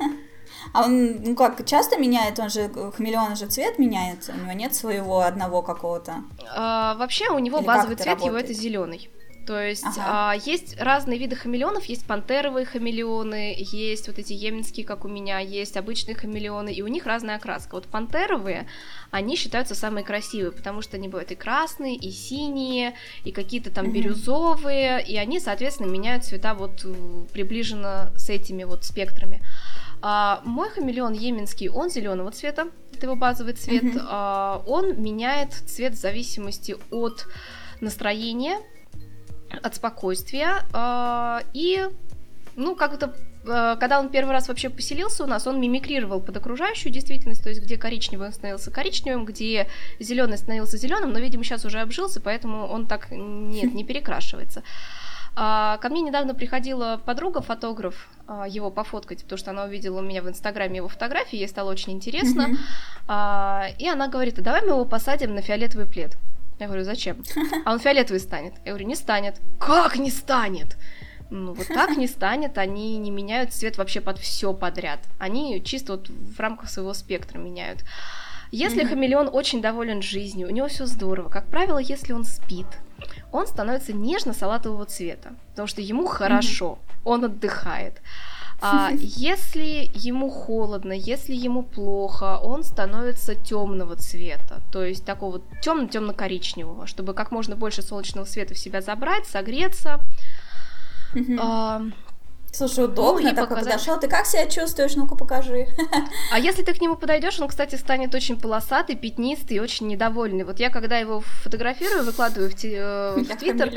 А он, ну как, часто меняет, он же, хамелеон же цвет меняется, у него нет своего одного какого-то? А, вообще у него Или базовый цвет работает? Его это зеленый. То есть ага. а, есть разные виды хамелеонов, есть пантеровые хамелеоны, есть вот эти йеменские, как у меня, есть обычные хамелеоны, и у них разная окраска. Вот пантеровые, они считаются самые красивые, потому что они бывают и красные, и синие, и какие-то там mm-hmm. бирюзовые, и они, соответственно, меняют цвета вот приближенно с этими вот спектрами. А, мой хамелеон йеменский, он зеленого цвета, это его базовый цвет, mm-hmm. а, он меняет цвет в зависимости от настроения, от спокойствия, а, и, ну, как-то, а, когда он первый раз вообще поселился у нас, он мимикрировал под окружающую действительность, то есть где коричневый он становился коричневым, где зеленый становился зеленым, но, видимо, сейчас уже обжился, поэтому он так, нет, не перекрашивается. А, ко мне недавно приходила подруга, фотограф, а, его пофоткать, потому что она увидела у меня в Инстаграме его фотографии, ей стало очень интересно, mm-hmm. а, и она говорит, а давай мы его посадим на фиолетовый плед. Я говорю, зачем? А он фиолетовый станет. Я говорю, не станет. Как не станет? Ну, вот так не станет, они не меняют цвет вообще под все подряд. Они чисто вот в рамках своего спектра меняют. Если mm-hmm. хамелеон очень доволен жизнью, у него все здорово, как правило, если он спит, он становится нежно-салатового цвета, потому что ему хорошо, mm-hmm. он отдыхает. А если ему холодно, если ему плохо, он становится темного цвета, то есть такого темно-темно-коричневого, чтобы как можно больше солнечного света в себя забрать, согреться. Mm-hmm. А, Слушай, удобно, ну, такой показать. Подошел. Ты как себя чувствуешь? Ну-ка, покажи. А если ты к нему подойдешь, он, кстати, станет очень полосатый, пятнистый и очень недовольный. Вот я, когда его фотографирую, выкладываю в, ти- в Твиттер,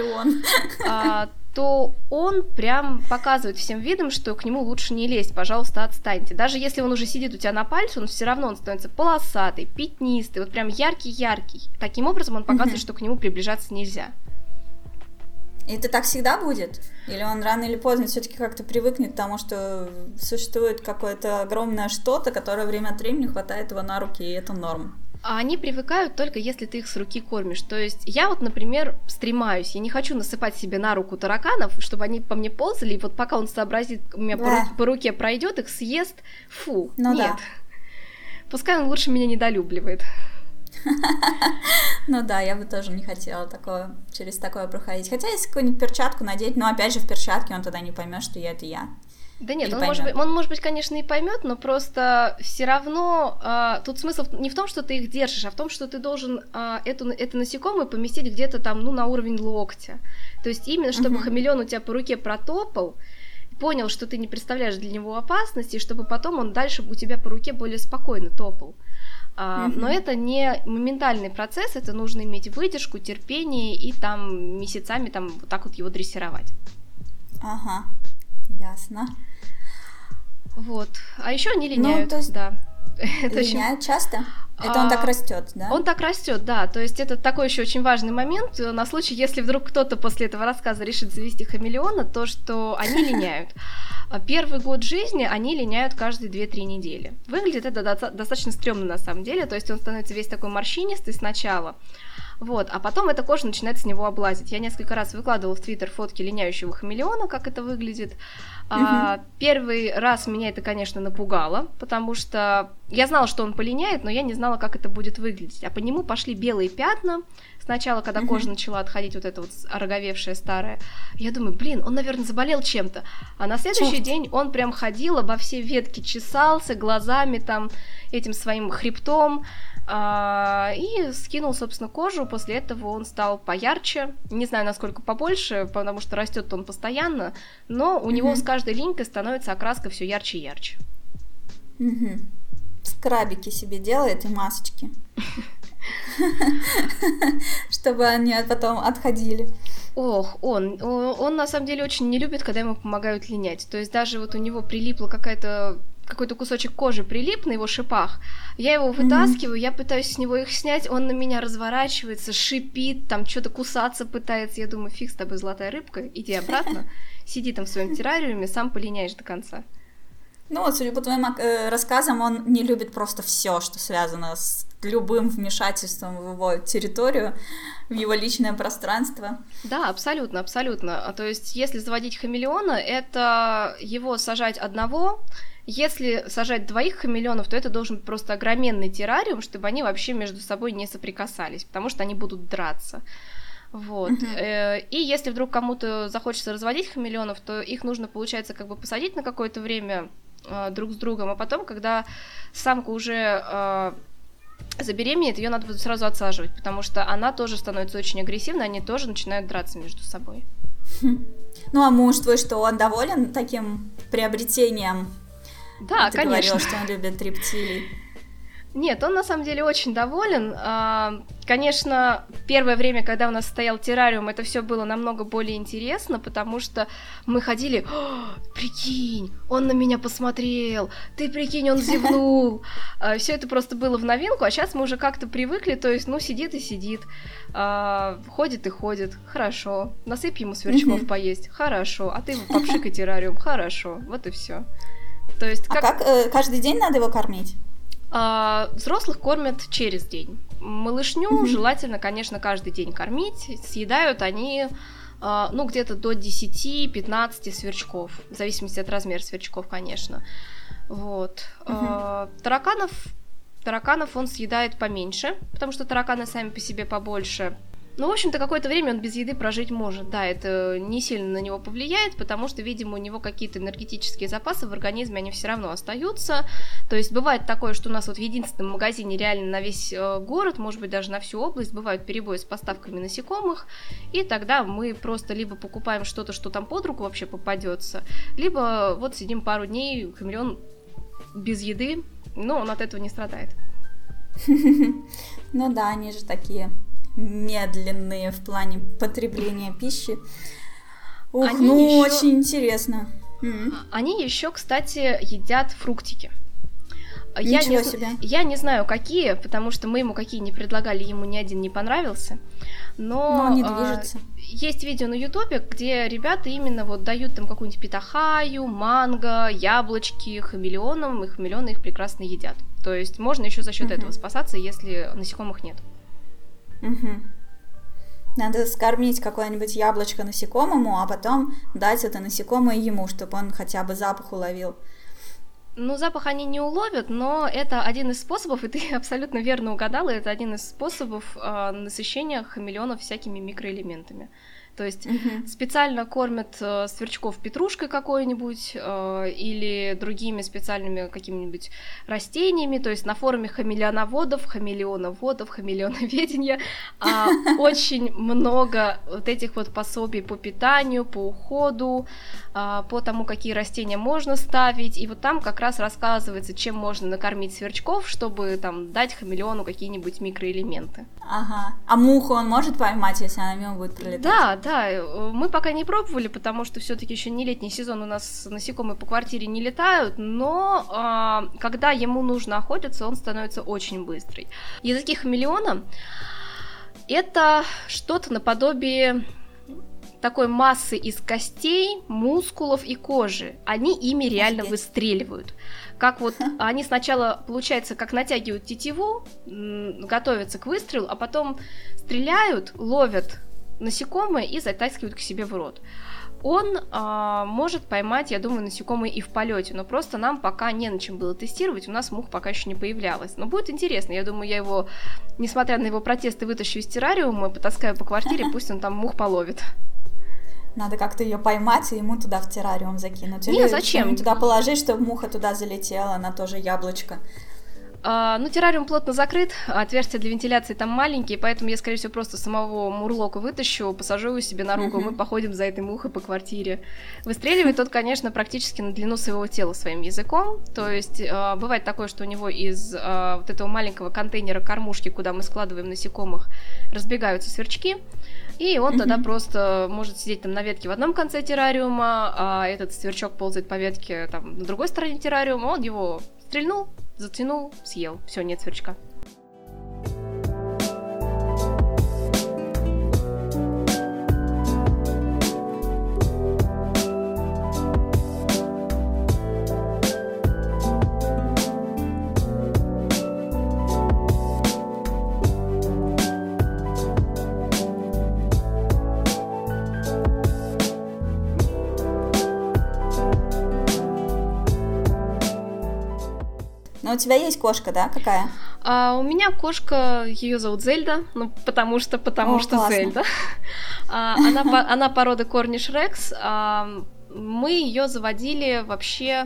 а, то он прям показывает всем видом, что к нему лучше не лезть, пожалуйста, отстаньте. Даже если он уже сидит у тебя на пальце, он все равно он становится полосатый, пятнистый, вот прям яркий-яркий. Таким образом он показывает, mm-hmm. что к нему приближаться нельзя. И это так всегда будет? Или он рано или поздно все-таки как-то привыкнет к тому, что существует какое-то огромное что-то, которое время от времени хватает его на руки, и это норм? А они привыкают только если ты их с руки кормишь. То есть я вот, например, стремаюсь, я не хочу насыпать себе на руку тараканов, чтобы они по мне ползали, и вот пока он сообразит, у меня да. по, руке, по руке пройдет, их съест, фу, ну нет. Да. Пускай он лучше меня недолюбливает. Ну да, я бы тоже не хотела такое, через такое проходить. Хотя если какую-нибудь перчатку надеть, но опять же в перчатке он тогда не поймет, что я это я. Да нет, он может, быть, он, может быть, конечно, и поймет, но просто все равно а, тут смысл не в том, что ты их держишь, а в том, что ты должен а, эту, это насекомое поместить где-то там, ну, на уровень локтя. То есть именно, чтобы uh-huh. хамелеон у тебя по руке протопал, понял, что ты не представляешь для него опасности, чтобы потом он дальше у тебя по руке более спокойно топал. А, uh-huh. Но это не моментальный процесс, это нужно иметь выдержку, терпение и там месяцами там вот так вот его дрессировать. Ага, ясно. Вот. А еще они линяют, ну, то есть да. Линяют очень... часто? Это он а, так растет, да? Он так растет, да. То есть это такой еще очень важный момент на случай, если вдруг кто-то после этого рассказа решит завести хамелеона, то что они линяют. Первый год жизни они линяют каждые две-три недели. Выглядит это до- достаточно стрёмно на самом деле, то есть он становится весь такой морщинистый сначала, вот, а потом эта кожа начинает с него облазить. Я несколько раз выкладывала в Твиттер фотки линяющего хамелеона, как это выглядит. Uh-huh. А, первый раз меня это, конечно, напугало, потому что я знала, что он полиняет, но я не знала, как это будет выглядеть. А по нему пошли белые пятна. Сначала, когда uh-huh. кожа начала отходить, вот эта вот ороговевшая старая, я думаю, блин, он, наверное, заболел чем-то. А на следующий Черт. день он прям ходил, обо все ветки чесался, глазами там, этим своим хребтом, а, и скинул, собственно, кожу. После этого он стал поярче. Не знаю, насколько побольше, потому что растет он постоянно, но у uh-huh. него с каждой линькой становится окраска все ярче и ярче. Uh-huh. Скрабики себе делает и масочки. Чтобы они потом отходили. Ох, он, он, он на самом деле очень не любит, когда ему помогают линять. То есть даже вот у него прилипла какая-то какой-то кусочек кожи прилип на его шипах, я его вытаскиваю, mm-hmm. я пытаюсь с него их снять, он на меня разворачивается, шипит, там что-то кусаться пытается, я думаю, фиг с тобой, золотая рыбка, иди обратно, сиди там в своем террариуме, сам полиняешь до конца. Ну вот, судя по твоим э, рассказам, он не любит просто все, что связано с любым вмешательством в его территорию, в его личное пространство. Да, абсолютно, абсолютно. То есть, если заводить хамелеона, это его сажать одного. Если сажать двоих хамелеонов, то это должен быть просто огроменный террариум, чтобы они вообще между собой не соприкасались, потому что они будут драться. Вот. Uh-huh. И если вдруг кому-то захочется разводить хамелеонов, то их нужно, получается, как бы посадить на какое-то время друг с другом, а потом, когда самка уже забеременеет, ее надо будет сразу отсаживать, потому что она тоже становится очень агрессивной, они тоже начинают драться между собой. Ну, а муж твой что, он доволен таким приобретением? Да, Ты конечно. говорила, что он любит рептилий. Нет, он на самом деле очень доволен. Конечно, первое время, когда у нас стоял террариум, это все было намного более интересно, потому что мы ходили, прикинь, он на меня посмотрел, ты прикинь, он зевнул. Все это просто было в новинку, а сейчас мы уже как-то привыкли, то есть, ну, сидит и сидит, ходит и ходит, хорошо. Насыпь ему сверчков поесть, хорошо. А ты попшикай террариум, хорошо. Вот и все. То есть, как... А как э, каждый день надо его кормить? А, взрослых кормят через день. Малышню mm-hmm. желательно, конечно, каждый день кормить. Съедают они, а, ну, где-то до десять-пятнадцать сверчков, в зависимости от размера сверчков, конечно. Вот. Mm-hmm. А, тараканов, тараканов он съедает поменьше, потому что тараканы сами по себе побольше. Ну, в общем-то, какое-то время он без еды прожить может. Да, это не сильно на него повлияет, потому что, видимо, у него какие-то энергетические запасы в организме, они все равно остаются. То есть бывает такое, что у нас вот в единственном магазине реально на весь город, может быть, даже на всю область, бывают перебои с поставками насекомых, и тогда мы просто либо покупаем что-то, что там под руку вообще попадется, либо вот сидим пару дней, хамелеон без еды, но он от этого не страдает. Ну да, они же такие... медленные в плане потребления пищи. Ух, они ну еще... очень интересно. Mm-hmm. Они еще, кстати, едят фруктики. Ничего я не, себе. Я не знаю, какие, потому что мы ему какие не предлагали, ему ни один не понравился. Но, но он не движется. А, есть видео на Ютубе, где ребята именно вот дают там какую-нибудь питахаю, манго, яблочки хамелеонам, и хамелеоны их прекрасно едят. То есть можно еще за счет mm-hmm. этого спасаться, если насекомых нет. Угу. Надо скормить какое-нибудь яблочко насекомому, а потом дать это насекомое ему, чтобы он хотя бы запах уловил. Ну, запах они не уловят, но это один из способов, и ты абсолютно верно угадала, это один из способов э, насыщения хамелеонов всякими микроэлементами. То есть uh-huh. специально кормят э, сверчков петрушкой какой-нибудь э, или другими специальными какими-нибудь растениями. То есть на форуме хамелеоноводов, хамелеоноводов, хамелеоноведения э, очень много вот этих вот пособий по питанию, по уходу, э, по тому, какие растения можно ставить. И вот там как раз рассказывается, чем можно накормить сверчков, чтобы там дать хамелеону какие-нибудь микроэлементы. Ага. А муху он может поймать, если она мимо будет пролетать? Да, да, мы пока не пробовали, потому что все-таки еще не летний сезон, у нас насекомые по квартире не летают, но а, когда ему нужно охотиться, он становится очень быстрый. Языки хамелеона — это что-то наподобие такой массы из костей, мускулов и кожи. Они ими реально выстреливают. Как вот они сначала, получается, как натягивают тетиву, готовятся к выстрелу, а потом стреляют, ловят насекомые и затаскивают к себе в рот. Он а, может поймать, я думаю, насекомые и в полете, но просто нам пока не на чем было тестировать, у нас мух пока еще не появлялось. Но будет интересно, я думаю, я его, несмотря на его протесты, вытащу из террариума, потаскаю по квартире, пусть он там мух половит. Надо как-то ее поймать и ему туда в террариум закинуть. Не, Или зачем? Туда положить, чтобы муха туда залетела, она тоже яблочко. Uh, ну, террариум плотно закрыт, отверстия для вентиляции там маленькие, поэтому я, скорее всего, просто самого мурлока вытащу, посажу его себе на руку, uh-huh. мы походим за этой мухой по квартире. Выстреливает тот, конечно, практически на длину своего тела своим языком, то есть uh, бывает такое, что у него из uh, вот этого маленького контейнера кормушки, куда мы складываем насекомых, разбегаются сверчки, и он uh-huh. тогда просто может сидеть там на ветке в одном конце террариума, а этот сверчок ползает по ветке там на другой стороне террариума, он его стрельнул, затянул, съел. Все, нет сверчка. Но у тебя есть кошка, да? Какая? А, у меня кошка, ее зовут Зельда, ну потому что, потому О, что классно. Зельда. а, она, она породы Cornish Rex. А, мы ее заводили вообще,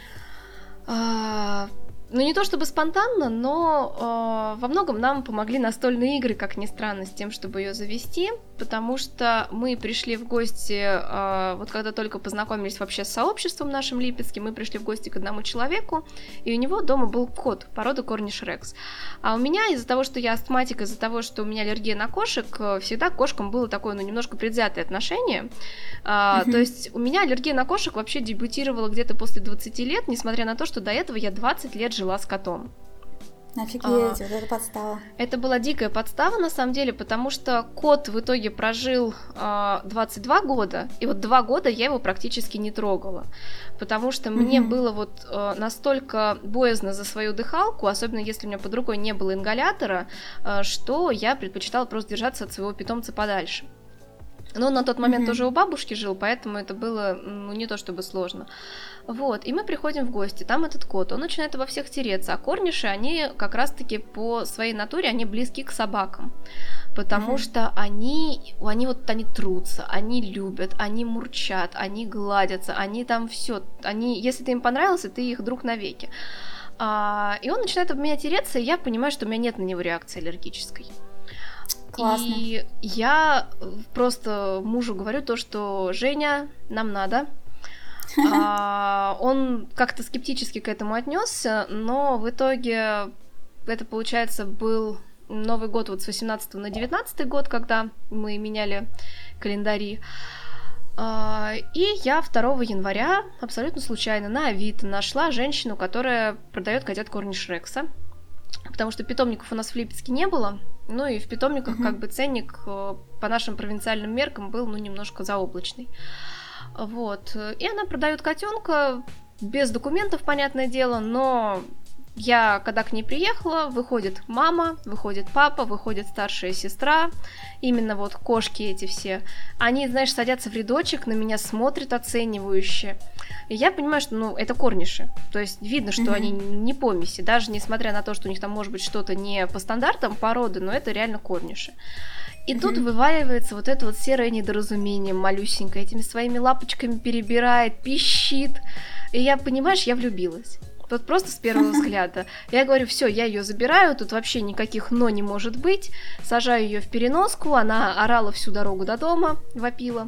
а, ну не то чтобы спонтанно, но а, во многом нам помогли настольные игры, как ни странно, с тем, чтобы ее завести, потому что мы пришли в гости, а, вот когда только познакомились вообще с сообществом нашим липецким, мы пришли в гости к одному человеку, и у него дома был кот породы Cornish Rex. А у меня из-за того, что я астматик, из-за того, что у меня аллергия на кошек, всегда к кошкам было такое, ну, немножко предвзятое отношение. А, mm-hmm. То есть у меня аллергия на кошек вообще дебютировала где-то после двадцати лет, несмотря на то, что до этого я двадцать лет жила с котом. Офигеть, а, вот это подстава. Это была дикая подстава, на самом деле, потому что кот в итоге прожил а, двадцать два года, и вот два года я его практически не трогала, потому что mm-hmm. мне было вот а, настолько боязно за свою дыхалку, особенно если у меня под рукой не было ингалятора, а, что я предпочитала просто держаться от своего питомца подальше. Но он на тот момент mm-hmm. тоже у бабушки жил, поэтому это было, ну, не то чтобы сложно. Вот, и мы приходим в гости, там этот кот, он начинает во всех тереться, а корниши, они как раз-таки по своей натуре, они близки к собакам, потому mm-hmm. что они, они вот, они трутся, они любят, они мурчат, они гладятся, они там все, они, если ты им понравился, ты их друг навеки. А, и он начинает об меня тереться, и я понимаю, что у меня нет на него реакции аллергической. Классно. И я просто мужу говорю то, что Женя, нам надо. а, он как-то скептически к этому отнесся, но в итоге это, получается, был Новый год вот с восемнадцатого на девятнадцатый год, когда мы меняли календари. А, и я второго января абсолютно случайно на Авито нашла женщину, которая продает котят Cornish Rex. Потому что питомников у нас в Липецке не было, ну и в питомниках uh-huh. как бы ценник по нашим провинциальным меркам был, ну, немножко заоблачный. Вот. И она продает котенка без документов, понятное дело, но я, когда к ней приехала, выходит мама, выходит папа, выходит старшая сестра, именно вот кошки эти все. Они, знаешь, садятся в рядочек, на меня смотрят оценивающе. И я понимаю, что, ну, это корниши. То есть видно, что mm-hmm. они не помеси, даже несмотря на то, что у них там может быть что-то не по стандартам породы, но это реально корниши. И mm-hmm. тут вываливается вот это вот серое недоразумение малюсенькое, этими своими лапочками перебирает, пищит. И я, понимаешь, я влюбилась. Вот просто с первого взгляда. Я говорю, все, я ее забираю, тут вообще никаких «но» не может быть. Сажаю ее в переноску, она орала всю дорогу до дома, вопила.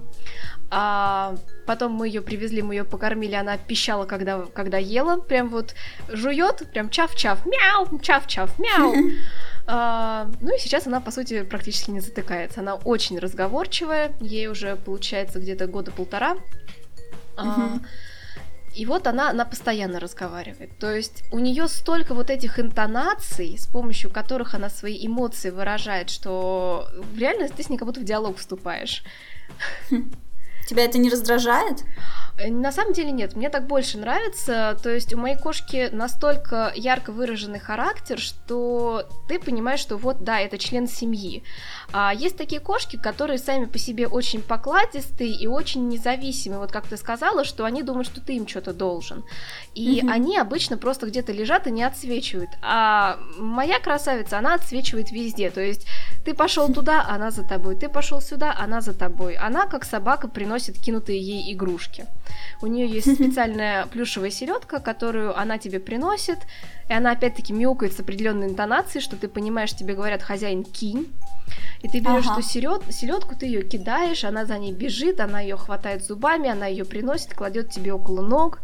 А потом мы ее привезли, мы ее покормили, она пищала, когда, когда ела, прям вот жует, прям чав-чав, мяу, чав-чав, мяу. А, ну и сейчас она, по сути, практически не затыкается. Она очень разговорчивая, ей уже, получается, где-то года полтора. Uh-huh. А, и вот она, она постоянно разговаривает. То есть у нее столько вот этих интонаций, с помощью которых она свои эмоции выражает, что в реальности ты с ней как будто в диалог вступаешь. Тебя это не раздражает? На самом деле нет, мне так больше нравится, то есть у моей кошки настолько ярко выраженный характер, что ты понимаешь, что вот, да, это член семьи. А есть такие кошки, которые сами по себе очень покладистые и очень независимые, вот как ты сказала, что они думают, что ты им что-то должен, и mm-hmm. они обычно просто где-то лежат и не отсвечивают, а моя красавица, она отсвечивает везде, то есть ты пошел туда, она за тобой, ты пошел сюда, она за тобой, она как собака приносит кинутые ей игрушки. У нее есть специальная плюшевая селедка, которую она тебе приносит, и она опять-таки мяукает с определенной интонацией, что ты понимаешь, тебе говорят «хозяин, кинь», и ты берешь ага. эту селед... селедку, ты ее кидаешь, она за ней бежит, она ее хватает зубами, она ее приносит, кладет тебе около ног.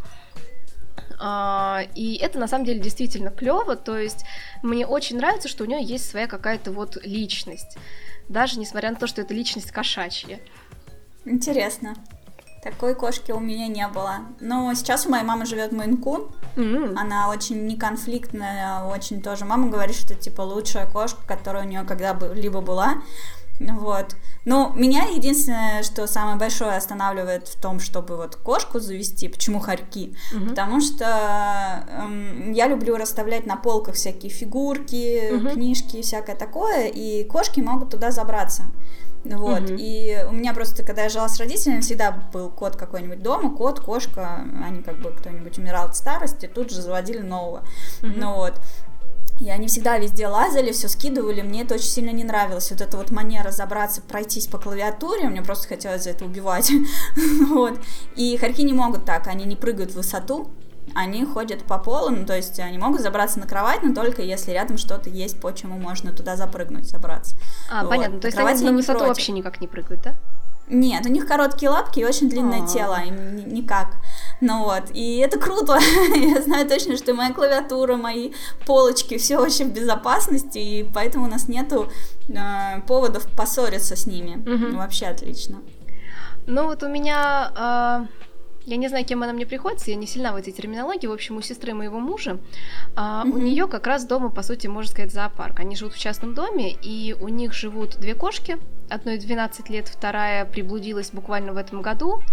И это на самом деле действительно клево, то есть мне очень нравится, что у нее есть своя какая-то вот личность, даже несмотря на то, что это личность кошачья. Интересно. Такой кошки у меня не было. Но сейчас у моей мамы живет Мейн-кун. Mm-hmm. Она очень неконфликтная, очень тоже. Мама говорит, что типа лучшая кошка, которая у нее когда-либо была. Вот. Ну, меня единственное, что самое большое останавливает в том, чтобы вот кошку завести, почему хорьки, uh-huh. потому что эм, я люблю расставлять на полках всякие фигурки, uh-huh. книжки, всякое такое, и кошки могут туда забраться. Вот, uh-huh. и у меня просто, когда я жила с родителями, всегда был кот какой-нибудь дома, кот, кошка, они как бы кто-нибудь умирал от старости, тут же заводили нового, uh-huh. ну вот. И они всегда везде лазали, все скидывали, мне это очень сильно не нравилось. Вот эта вот манера забраться, пройтись по клавиатуре, мне просто хотелось за это убивать. Вот. И хорьки не могут так, они не прыгают в высоту, они ходят по полу, ну, то есть они могут забраться на кровать, но только если рядом что-то есть, по чему можно туда запрыгнуть, забраться. А, вот. Понятно, то есть они на высоту против. Вообще никак не прыгают, да? Нет, у них короткие лапки и очень длинное А-а-а. тело, им никак. Ну вот, и это круто. Я знаю точно, что моя клавиатура, мои полочки, все очень в безопасности, и поэтому у нас нету э, поводов поссориться с ними. Угу. Вообще отлично. Ну вот у меня... Э... Я не знаю, кем она мне приходится, я не сильна в этой терминологии. В общем, у сестры моего мужа, а, mm-hmm. у нее как раз дома, по сути, можно сказать, зоопарк. Они живут в частном доме, и у них живут две кошки. Одной двенадцать лет, вторая приблудилась буквально в этом году.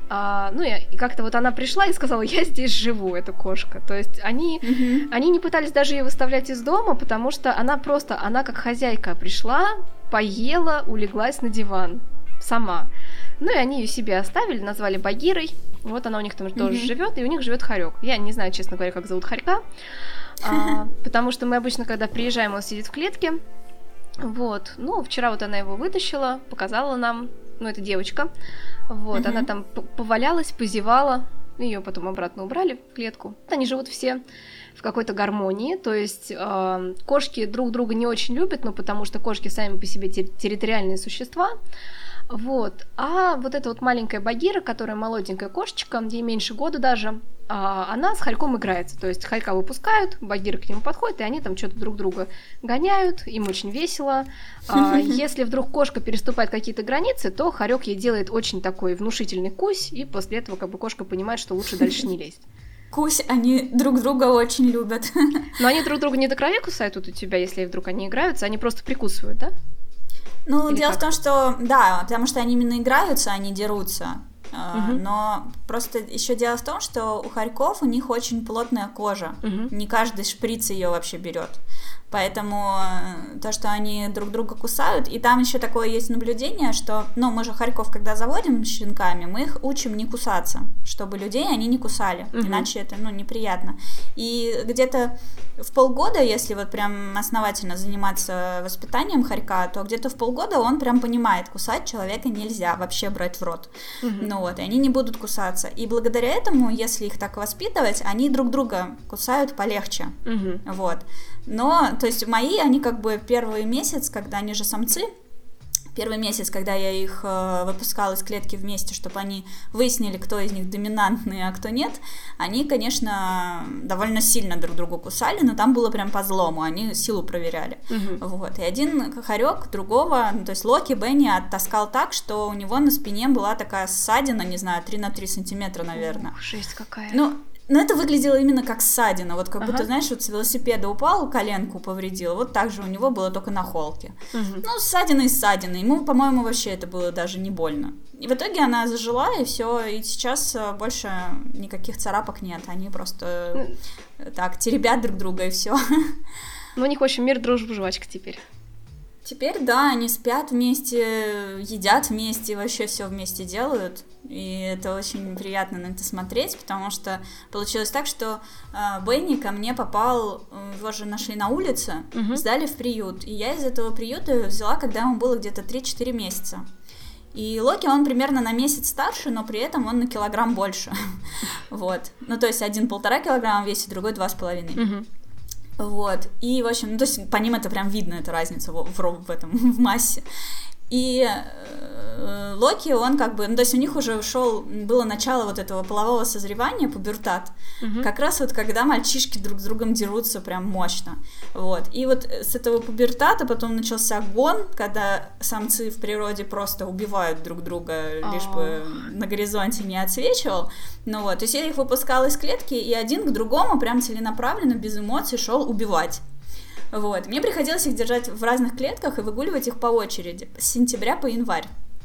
А, ну и, и как-то вот она пришла и сказала: я здесь живу, эта кошка. То есть они, mm-hmm. они не пытались даже ее выставлять из дома, потому что она просто, она как хозяйка пришла, поела, улеглась на диван сама. Ну и они ее себе оставили, назвали Багирой. Вот она у них там mm-hmm. тоже живет, и у них живет хорек. Я не знаю, честно говоря, как зовут хорька, а, потому что мы обычно, когда приезжаем, он сидит в клетке. Вот. Ну, вчера вот она его вытащила, показала нам. Ну, это девочка. Вот, mm-hmm. она там повалялась, позевала. Ее потом обратно убрали в клетку. Они живут все в какой-то гармонии, то есть э, кошки друг друга не очень любят, ну, потому что кошки сами по себе ter- территориальные существа. Вот. А вот эта вот маленькая Багира, которая молоденькая кошечка, ей меньше года даже, а, она с хорьком играется. То есть хорька выпускают, Багира к нему подходит, и они там что-то друг друга гоняют, им очень весело. А, если вдруг кошка переступает какие-то границы, то хорек ей делает очень такой внушительный кусь, и после этого как бы кошка понимает, что лучше дальше не лезть. Кусь они друг друга очень любят. Но они друг друга не до крови кусают тут у тебя, если вдруг они играются, они просто прикусывают, да? Ну, Или дело как? в том, что, да, потому что они именно играются, они дерутся, uh-huh. но просто еще дело в том, что у хорьков у них очень плотная кожа, uh-huh. не каждый шприц ее вообще берет, поэтому то, что они друг друга кусают, и там еще такое есть наблюдение, что, ну, мы же хорьков, когда заводим с щенками, мы их учим не кусаться, чтобы людей они не кусали, uh-huh. иначе это, ну, неприятно, и где-то в полгода, если вот прям основательно заниматься воспитанием хорька, то где-то в полгода он прям понимает, кусать человека нельзя, вообще брать в рот. Uh-huh. Ну вот, и они не будут кусаться. И благодаря этому, если их так воспитывать, они друг друга кусают полегче. Uh-huh. Вот. Но, то есть мои, они как бы первый месяц, когда они же самцы, Первый месяц, когда я их э, выпускала из клетки вместе, чтобы они выяснили, кто из них доминантный, а кто нет, они, конечно, довольно сильно друг друга кусали, но там было прям по злому, они силу проверяли. Uh-huh. Вот. И один хорек другого, ну, то есть Локи Бенни оттаскал так, что у него на спине была такая ссадина, не знаю, три на три сантиметра, наверное. Ух, жесть какая. Ну, Но это выглядело именно как ссадина, вот как ага. будто, знаешь, вот с велосипеда упал, коленку повредил, вот так же у него было только на холке. Угу. Ну, ссадина и ссадина, ему, по-моему, вообще это было даже не больно. И в итоге она зажила, и все, и сейчас больше никаких царапок нет, они просто ну, так теребят друг друга, и все. Ну, у них, в общем, мир, дружба, жвачка теперь. Теперь, да, они спят вместе, едят вместе, вообще все вместе делают, и это очень приятно на это смотреть, потому что получилось так, что э, Бенни ко мне попал, его же нашли на улице, угу. сдали в приют, и я из этого приюта взяла, когда ему было где-то три-четыре месяца. И Локи, он примерно на месяц старше, но при этом он на килограмм больше, вот, ну то есть один полтора килограмма весит, другой два с половиной. Вот, и, в общем, ну, то есть по ним это прям видно, эту разницу в, в, в этом, в массе. И э, Локи, он как бы, ну, то есть у них уже шел, было начало вот этого полового созревания, пубертат, угу. как раз вот когда мальчишки друг с другом дерутся прям мощно, вот. И вот с этого пубертата потом начался гон, когда самцы в природе просто убивают друг друга, лишь бы на горизонте не отсвечивал, ну вот. То есть я их выпускала из клетки, и один к другому прям целенаправленно, без эмоций шел убивать. Вот. Мне приходилось их держать в разных клетках и выгуливать их по очереди, с сентября по январь.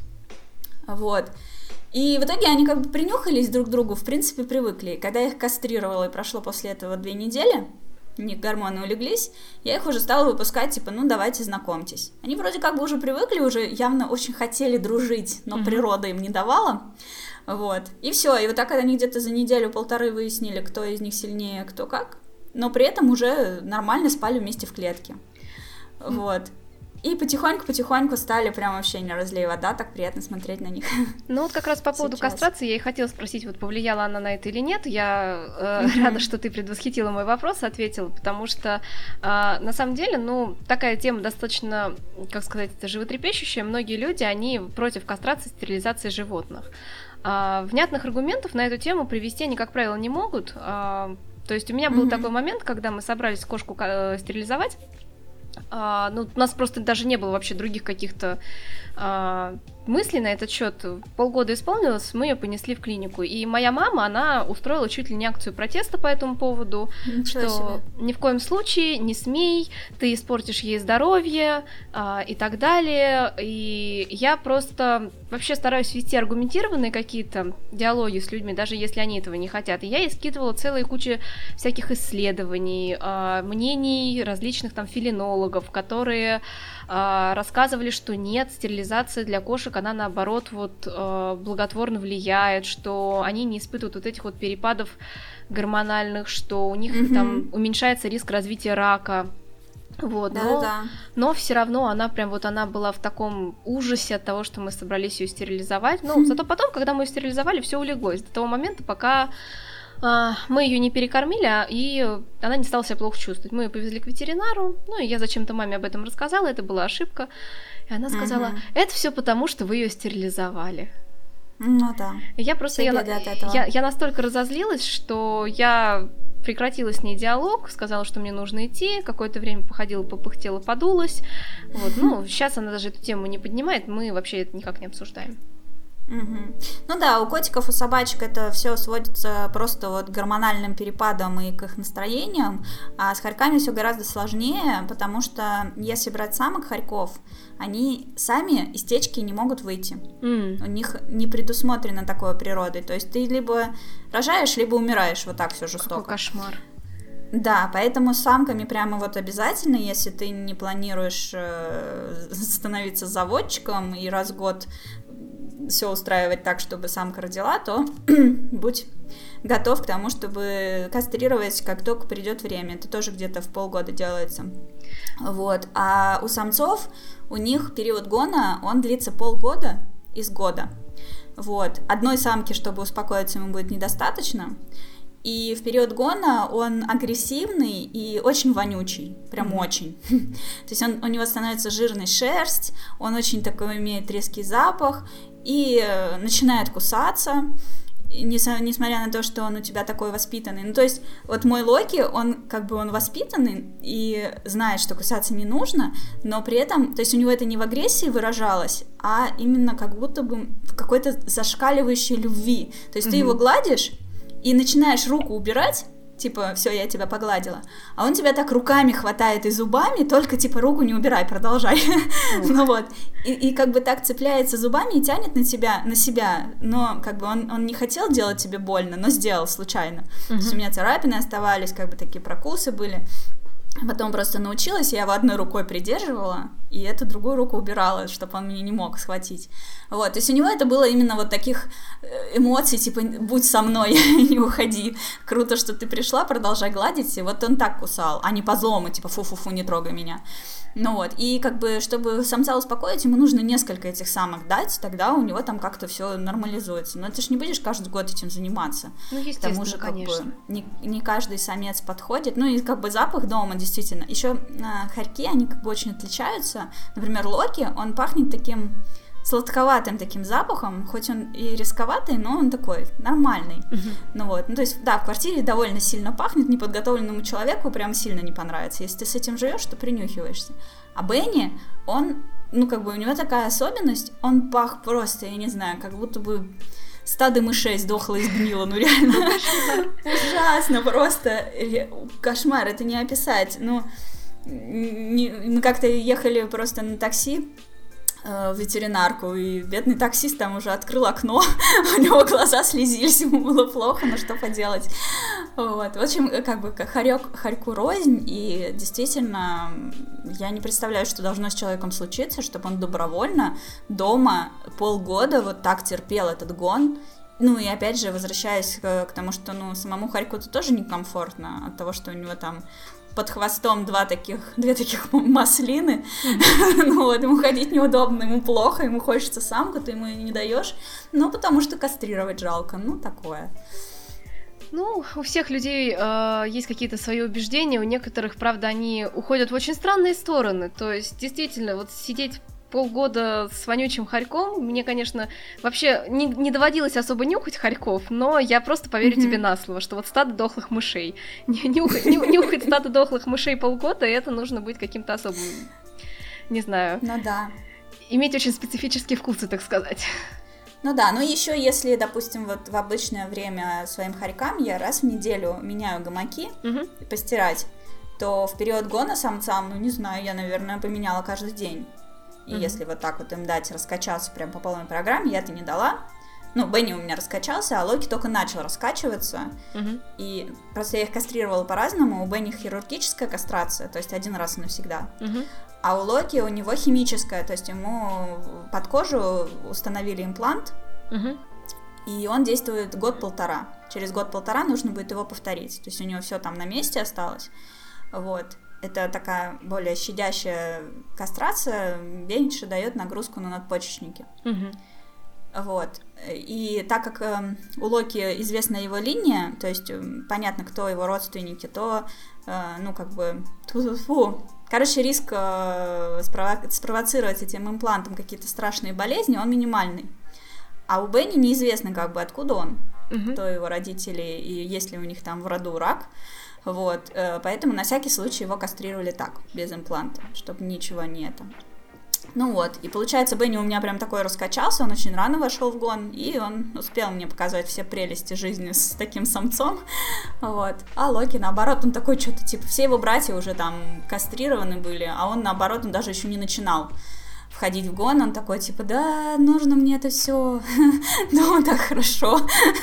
Вот. И в итоге они как бы принюхались друг к другу, в принципе, привыкли. И когда я их кастрировала, и прошло после этого две недели, у них гормоны улеглись, я их уже стала выпускать, типа, ну, давайте знакомьтесь. Они вроде как бы уже привыкли, уже явно очень хотели дружить, но mm-hmm. природа им не давала. Вот. И все. И вот так они где-то за неделю-полторы выяснили, кто из них сильнее, кто как. Но при этом уже нормально спали вместе в клетке. Mm. Вот. И потихоньку-потихоньку стали прям вообще не разлей вода, так приятно смотреть на них. Ну вот как раз по поводу сейчас. Кастрации я и хотела спросить, вот повлияла она на это или нет. Я э, mm-hmm. рада, что ты предвосхитила мой вопрос, ответила, потому что э, на самом деле, ну, такая тема достаточно, как сказать, это животрепещущая. Многие люди, они против кастрации, стерилизации животных. Э, внятных аргументов на эту тему привести они, как правило, не могут. Э, То есть у меня был mm-hmm. такой момент, когда мы собрались кошку э, стерилизовать, а, ну, у нас просто даже не было вообще других каких-то а, мыслей на этот счет. Полгода исполнилось, мы ее понесли в клинику. И моя мама, она устроила чуть ли не акцию протеста по этому поводу, Ничего что себе. Ни в коем случае не смей, ты испортишь ей здоровье а, и так далее. И я просто вообще стараюсь вести аргументированные какие-то диалоги с людьми, даже если они этого не хотят. И я ей скидывала целые кучи всяких исследований, а, мнений различных там фелинологов, которые а, рассказывали, что нет, стерилизация для кошек, она наоборот вот а, благотворно влияет, что они не испытывают вот этих вот перепадов гормональных, что у них mm-hmm. там уменьшается риск развития рака. Вот, да, но, да. но все равно она прям вот она была в таком ужасе от того, что мы собрались ее стерилизовать. Ну, зато потом, когда мы ее стерилизовали, все улеглось до того момента, пока а, мы ее не перекормили, а, и она не стала себя плохо чувствовать. Мы ее повезли к ветеринару, ну и я зачем-то маме об этом рассказала, это была ошибка. И она сказала: угу. это все потому, что вы ее стерилизовали. Ну да. И я просто я, я, я настолько разозлилась, что я прекратила с ней диалог, сказала, что мне нужно идти, какое-то время походила, попыхтела, подулась. Вот, ну, сейчас она даже эту тему не поднимает, мы вообще это никак не обсуждаем. Угу. Ну да, у котиков и собачек это все сводится просто вот к гормональным перепадам и к их настроениям, а с хорьками все гораздо сложнее, потому что если брать самок хорьков, они сами из течки не могут выйти. Mm. У них не предусмотрено такое природой, то есть ты либо рожаешь, либо умираешь, вот так все жестоко. Какой кошмар. Да, поэтому с самками прямо вот обязательно, если ты не планируешь э, становиться заводчиком и раз в год все устраивать так, чтобы самка родила, то будь готов к тому, чтобы кастрировать, как только придет время. Это тоже где-то в полгода делается. Вот. А у самцов, у них период гона, он длится полгода из года. Вот. Одной самки, чтобы успокоиться, ему будет недостаточно. И в период гона он агрессивный и очень вонючий, прям mm-hmm. очень. То есть он, у него становится жирная шерсть, он очень такой имеет резкий запах и начинает кусаться. Несмотря на то, что он у тебя такой воспитанный. Ну, то есть, вот мой Локи, он как бы он воспитанный и знает, что кусаться не нужно, но при этом, то есть у него это не в агрессии выражалось, а именно как будто бы в какой-то зашкаливающей любви. То есть mm-hmm. ты его гладишь и начинаешь руку убирать, типа, все, я тебя погладила, а он тебя так руками хватает и зубами, только, типа, руку не убирай, продолжай. Mm. ну вот, и, и как бы так цепляется зубами и тянет на тебя, на себя, но как бы он, он не хотел делать тебе больно, но сделал случайно. Mm-hmm. То есть у меня царапины оставались, как бы такие прокусы были. Потом просто научилась, я его одной рукой придерживала, и эту другую руку убирала, чтобы он меня не мог схватить. Вот, то есть у него это было именно вот таких эмоций, типа, будь со мной, не уходи. Круто, что ты пришла, продолжай гладить, и вот он так кусал, а не по злому, типа, фу-фу-фу, не трогай меня. Ну вот, и как бы, чтобы самца успокоить, ему нужно несколько этих самок дать, тогда у него там как-то все нормализуется. Но ты ж не будешь каждый год этим заниматься. Ну, естественно, Потому что, как конечно. бы, не, не каждый самец подходит. Ну, и как бы запах дома, действительно. Еще а, хорьки, они как бы очень отличаются. Например, Локи, он пахнет таким сладковатым таким запахом, хоть он и рисковатый, но он такой нормальный. Uh-huh. Ну вот, ну то есть, да, в квартире довольно сильно пахнет, неподготовленному человеку прям сильно не понравится. Если ты с этим живешь, то принюхиваешься. А Бенни, он, ну как бы у него такая особенность, он пах просто, я не знаю, как будто бы стадо мышей сдохло и сгнило, ну реально ужасно, просто кошмар, это не описать. Ну, мы как-то ехали просто на такси в ветеринарку, и бедный таксист там уже открыл окно, у него глаза слезились, ему было плохо, но что поделать. Вот. В общем, как бы хорек, хорьку рознь, и действительно, я не представляю, что должно с человеком случиться, чтобы он добровольно дома полгода вот так терпел этот гон. Ну и опять же, возвращаясь к, к тому, что ну самому хорьку-то тоже некомфортно от того, что у него там под хвостом два таких, две таких маслины, mm-hmm. ну вот, ему ходить неудобно, ему плохо, ему хочется самку, ты ему не даешь, ну, потому что кастрировать жалко, ну, такое. Ну, у всех людей э, есть какие-то свои убеждения, у некоторых, правда, они уходят в очень странные стороны, то есть, действительно, вот сидеть полгода с вонючим хорьком, мне, конечно, вообще не, не доводилось особо нюхать хорьков, но я просто поверю mm-hmm. тебе на слово, что вот стадо дохлых мышей. Нюхать, нюхать стадо дохлых мышей полгода, это нужно быть каким-то особым, не знаю. Ну да. Иметь очень специфические вкусы, так сказать. Ну да, ну еще если, допустим, вот в обычное время своим хорькам я раз в неделю меняю гамаки mm-hmm. постирать, то в период гона самцам, ну не знаю, я, наверное, поменяла каждый день. И mm-hmm. если вот так вот им дать раскачаться прям по полной программе, я это не дала. Ну, Бенни у меня раскачался, а Локи только начал раскачиваться. Mm-hmm. И просто я их кастрировала по-разному. У Бенни хирургическая кастрация, то есть один раз и навсегда. Mm-hmm. А у Локи у него химическая, то есть ему под кожу установили имплант, mm-hmm. и он действует год-полтора. Через год-полтора нужно будет его повторить. То есть у него все там на месте осталось. Вот. Это такая более щадящая кастрация, меньше дает нагрузку на надпочечники. Mm-hmm. Вот. И так как э, у Локи известна его линия, то есть э, понятно, кто его родственники, то, э, ну, как бы, фу-фу-фу. Короче, риск э, спрово- спровоцировать этим имплантом какие-то страшные болезни, он минимальный. А у Бенни неизвестно, как бы, откуда он, mm-hmm. кто его родители, и есть ли у них там в роду рак. Вот, поэтому на всякий случай его кастрировали так, без импланта, чтобы ничего не это. Ну вот, и получается, Бенни у меня прям такой раскачался, он очень рано вошел в гон, и он успел мне показать все прелести жизни с таким самцом, вот. А Локи, наоборот, он такой что-то, типа, все его братья уже там кастрированы были, а он, наоборот, он даже еще не начинал входить в гон, он такой, типа, да, нужно мне это все, ну, так хорошо.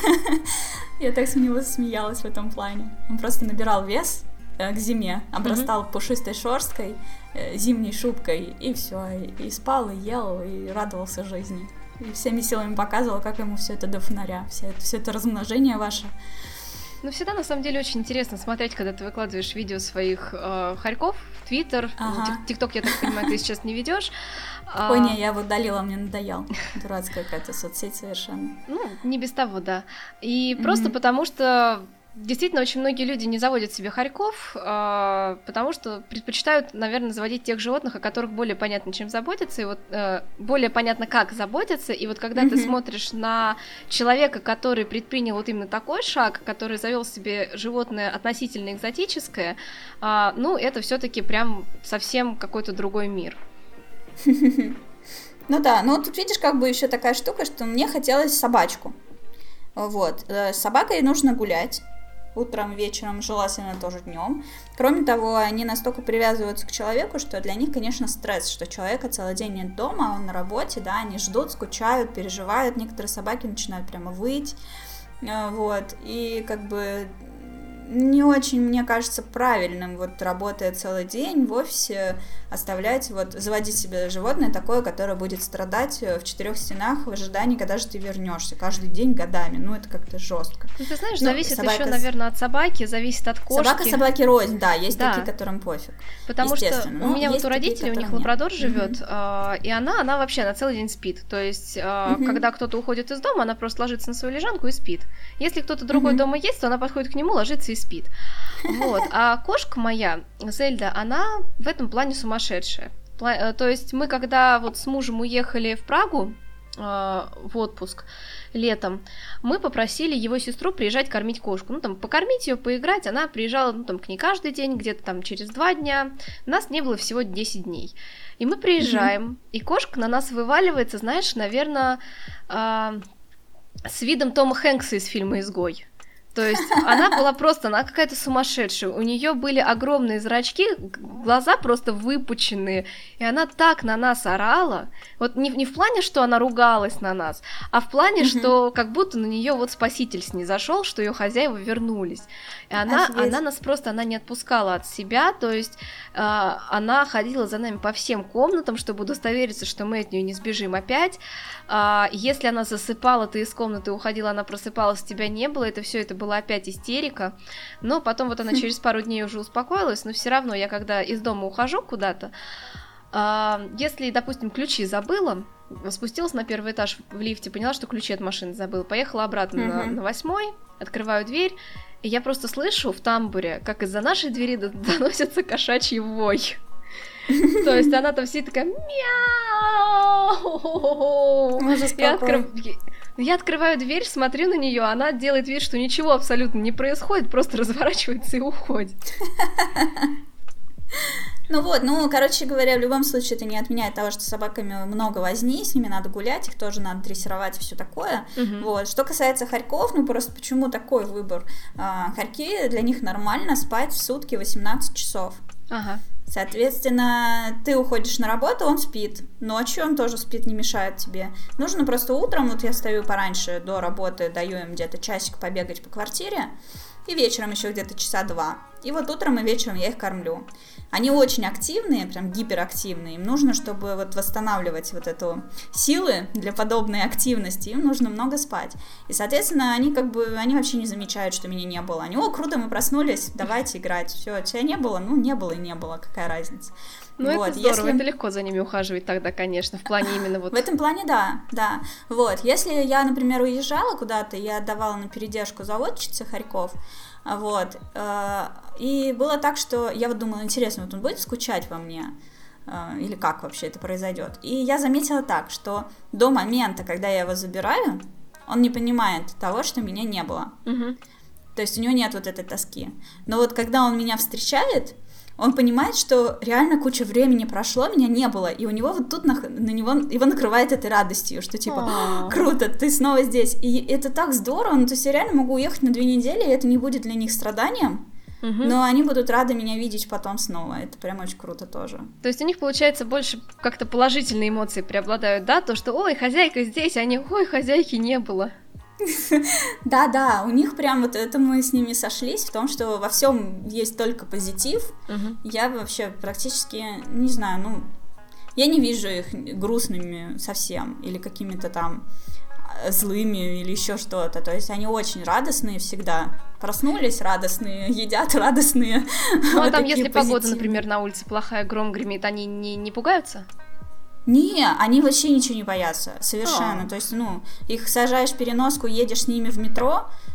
Я так с него смеялась в этом плане. Он просто набирал вес э, к зиме, обрастал mm-hmm. пушистой шерсткой, э, зимней шубкой, и все, и, и спал, и ел, и радовался жизни. И всеми силами показывал, как ему все это до фонаря, все это, все это размножение ваше. Ну, всегда, на самом деле, очень интересно смотреть, когда ты выкладываешь видео своих э, хорьков в Твиттер. Ага. ТикТок, я так понимаю, ты сейчас не ведешь. Ой, не, я его удалила, мне надоел. Дурацкая какая-то соцсеть совершенно. Ну, не без того, да. И mm-hmm. просто потому что Действительно, очень многие люди не заводят себе хорьков, э, потому что предпочитают, наверное, заводить тех животных, о которых более понятно, чем заботиться, и вот э, более понятно, как заботиться. И вот когда mm-hmm. ты смотришь на человека, который предпринял вот именно такой шаг, который завел себе животное относительно экзотическое, э, ну, это все-таки прям совсем какой-то другой мир. Ну да, ну тут видишь, как бы еще такая штука, что мне хотелось собачку. Вот, с собакой нужно гулять. Утром, вечером, желательно тоже днем. Кроме того, они настолько привязываются к человеку, что для них, конечно, стресс, что человека целый день нет дома, он на работе, да, они ждут, скучают, переживают. Некоторые собаки начинают прямо выть, вот, и как бы не очень, мне кажется, правильным, вот, работая целый день в офисе, оставлять, вот, заводить себе животное такое, которое будет страдать в четырех стенах в ожидании, когда же ты вернешься, каждый день годами, ну, это как-то жестко. Ну, ты знаешь, ну, зависит собака... еще, наверное, от собаки, зависит от кошки. Собака собаке рознь, да, есть да. такие, которым пофиг. Потому что у меня вот у родителей, у них лабрадор живет, mm-hmm. и она, она вообще на целый день спит, то есть, mm-hmm. когда кто-то уходит из дома, она просто ложится на свою лежанку и спит. Если кто-то другой mm-hmm. дома есть, то она подходит к нему, ложится и спит. Вот. А кошка моя, Зельда, она в этом плане сумасшедшая. То есть мы, когда вот с мужем уехали в Прагу э, в отпуск летом, мы попросили его сестру приезжать кормить кошку. Ну, там, покормить ее, поиграть. Она приезжала, ну, там, к ней каждый день, где-то там через два дня. Нас не было всего десять дней. И мы приезжаем, mm-hmm. и кошка на нас вываливается, знаешь, наверное, э, с видом Тома Хэнкса из фильма «Изгой». То есть она была просто, она какая-то сумасшедшая. У нее были огромные зрачки, глаза просто выпученные. И она так на нас орала. Вот не, не в плане, что она ругалась на нас, а в плане, mm-hmm. что как будто на нее вот спаситель снизошел, что ее хозяева вернулись. И она, она нас просто, она не отпускала от себя. То есть э, она ходила за нами по всем комнатам, чтобы удостовериться, что мы от нее не сбежим опять. Э, если она засыпала, ты из комнаты уходила, она просыпалась, тебя не было. Это все это была опять истерика, но потом вот она через пару дней уже успокоилась, но все равно я когда из дома ухожу куда-то, э, если, допустим, ключи забыла, спустилась на первый этаж в лифте, поняла, что ключи от машины забыла, поехала обратно mm-hmm. на, на восьмой, открываю дверь, и я просто слышу в тамбуре, как из-за нашей двери доносится кошачий вой. То есть она там сидит такая мяу. Я открываю... Я открываю дверь, смотрю на нее, она делает вид, что ничего абсолютно не происходит, просто разворачивается и уходит. Ну вот, ну, короче говоря, в любом случае это не отменяет того, что с собаками много возни, с ними надо гулять, их тоже надо дрессировать и все такое. Uh-huh. Вот. Что касается хорьков, ну просто почему такой выбор? А, хорьки, для них нормально спать в сутки восемнадцать часов. Ага. Соответственно, ты уходишь на работу, он спит. Ночью он тоже спит, не мешает тебе. Нужно просто утром, вот я встаю пораньше до работы, даю им где-то часик побегать по квартире, и вечером еще где-то часа два. И вот утром и вечером я их кормлю. Они очень активные, прям гиперактивные. Им нужно, чтобы вот восстанавливать вот эту силы для подобной активности, им нужно много спать. И, соответственно, они как бы, они вообще не замечают, что меня не было. Они, о, круто, мы проснулись, давайте играть. Все, тебя не было? Ну, не было и не было, какая разница. Ну, вот, это здорово, если... это легко за ними ухаживать тогда, конечно, в плане именно вот... В этом плане, да, да. Вот, если я, например, уезжала куда-то, я отдавала на передержку заводчице хорьков, вот, э, и было так, что я вот думала, интересно, вот он будет скучать по мне, э, или как вообще это произойдет. И я заметила так, что до момента, когда я его забираю, он не понимает того, что меня не было. Угу. То есть у него нет вот этой тоски. Но вот когда он меня встречает, он понимает, что реально куча времени прошло, меня не было, и у него вот тут на, на него его накрывает этой радостью, что типа, круто, ты снова здесь, и это так здорово, ну то есть я реально могу уехать на две недели, и это не будет для них страданием, угу. но они будут рады меня видеть потом снова, это прям очень круто тоже. То есть у них, получается, больше как-то положительные эмоции преобладают, да, то, что, ой, хозяйка здесь, а они, ой, хозяйки не было. Да-да, у них прям вот это мы с ними сошлись в том, что во всем есть только позитив. Uh-huh. Я вообще практически, не знаю, ну, я не вижу их грустными совсем или какими-то там злыми или еще что-то. То есть они очень радостные всегда. Проснулись радостные, едят радостные. Ну, а вот там, если позитивные. Погода, например, на улице плохая, гром гремит, они не, не пугаются? Не, они вообще ничего не боятся, совершенно. Oh. То есть, ну, их сажаешь в переноску, едешь с ними в метро,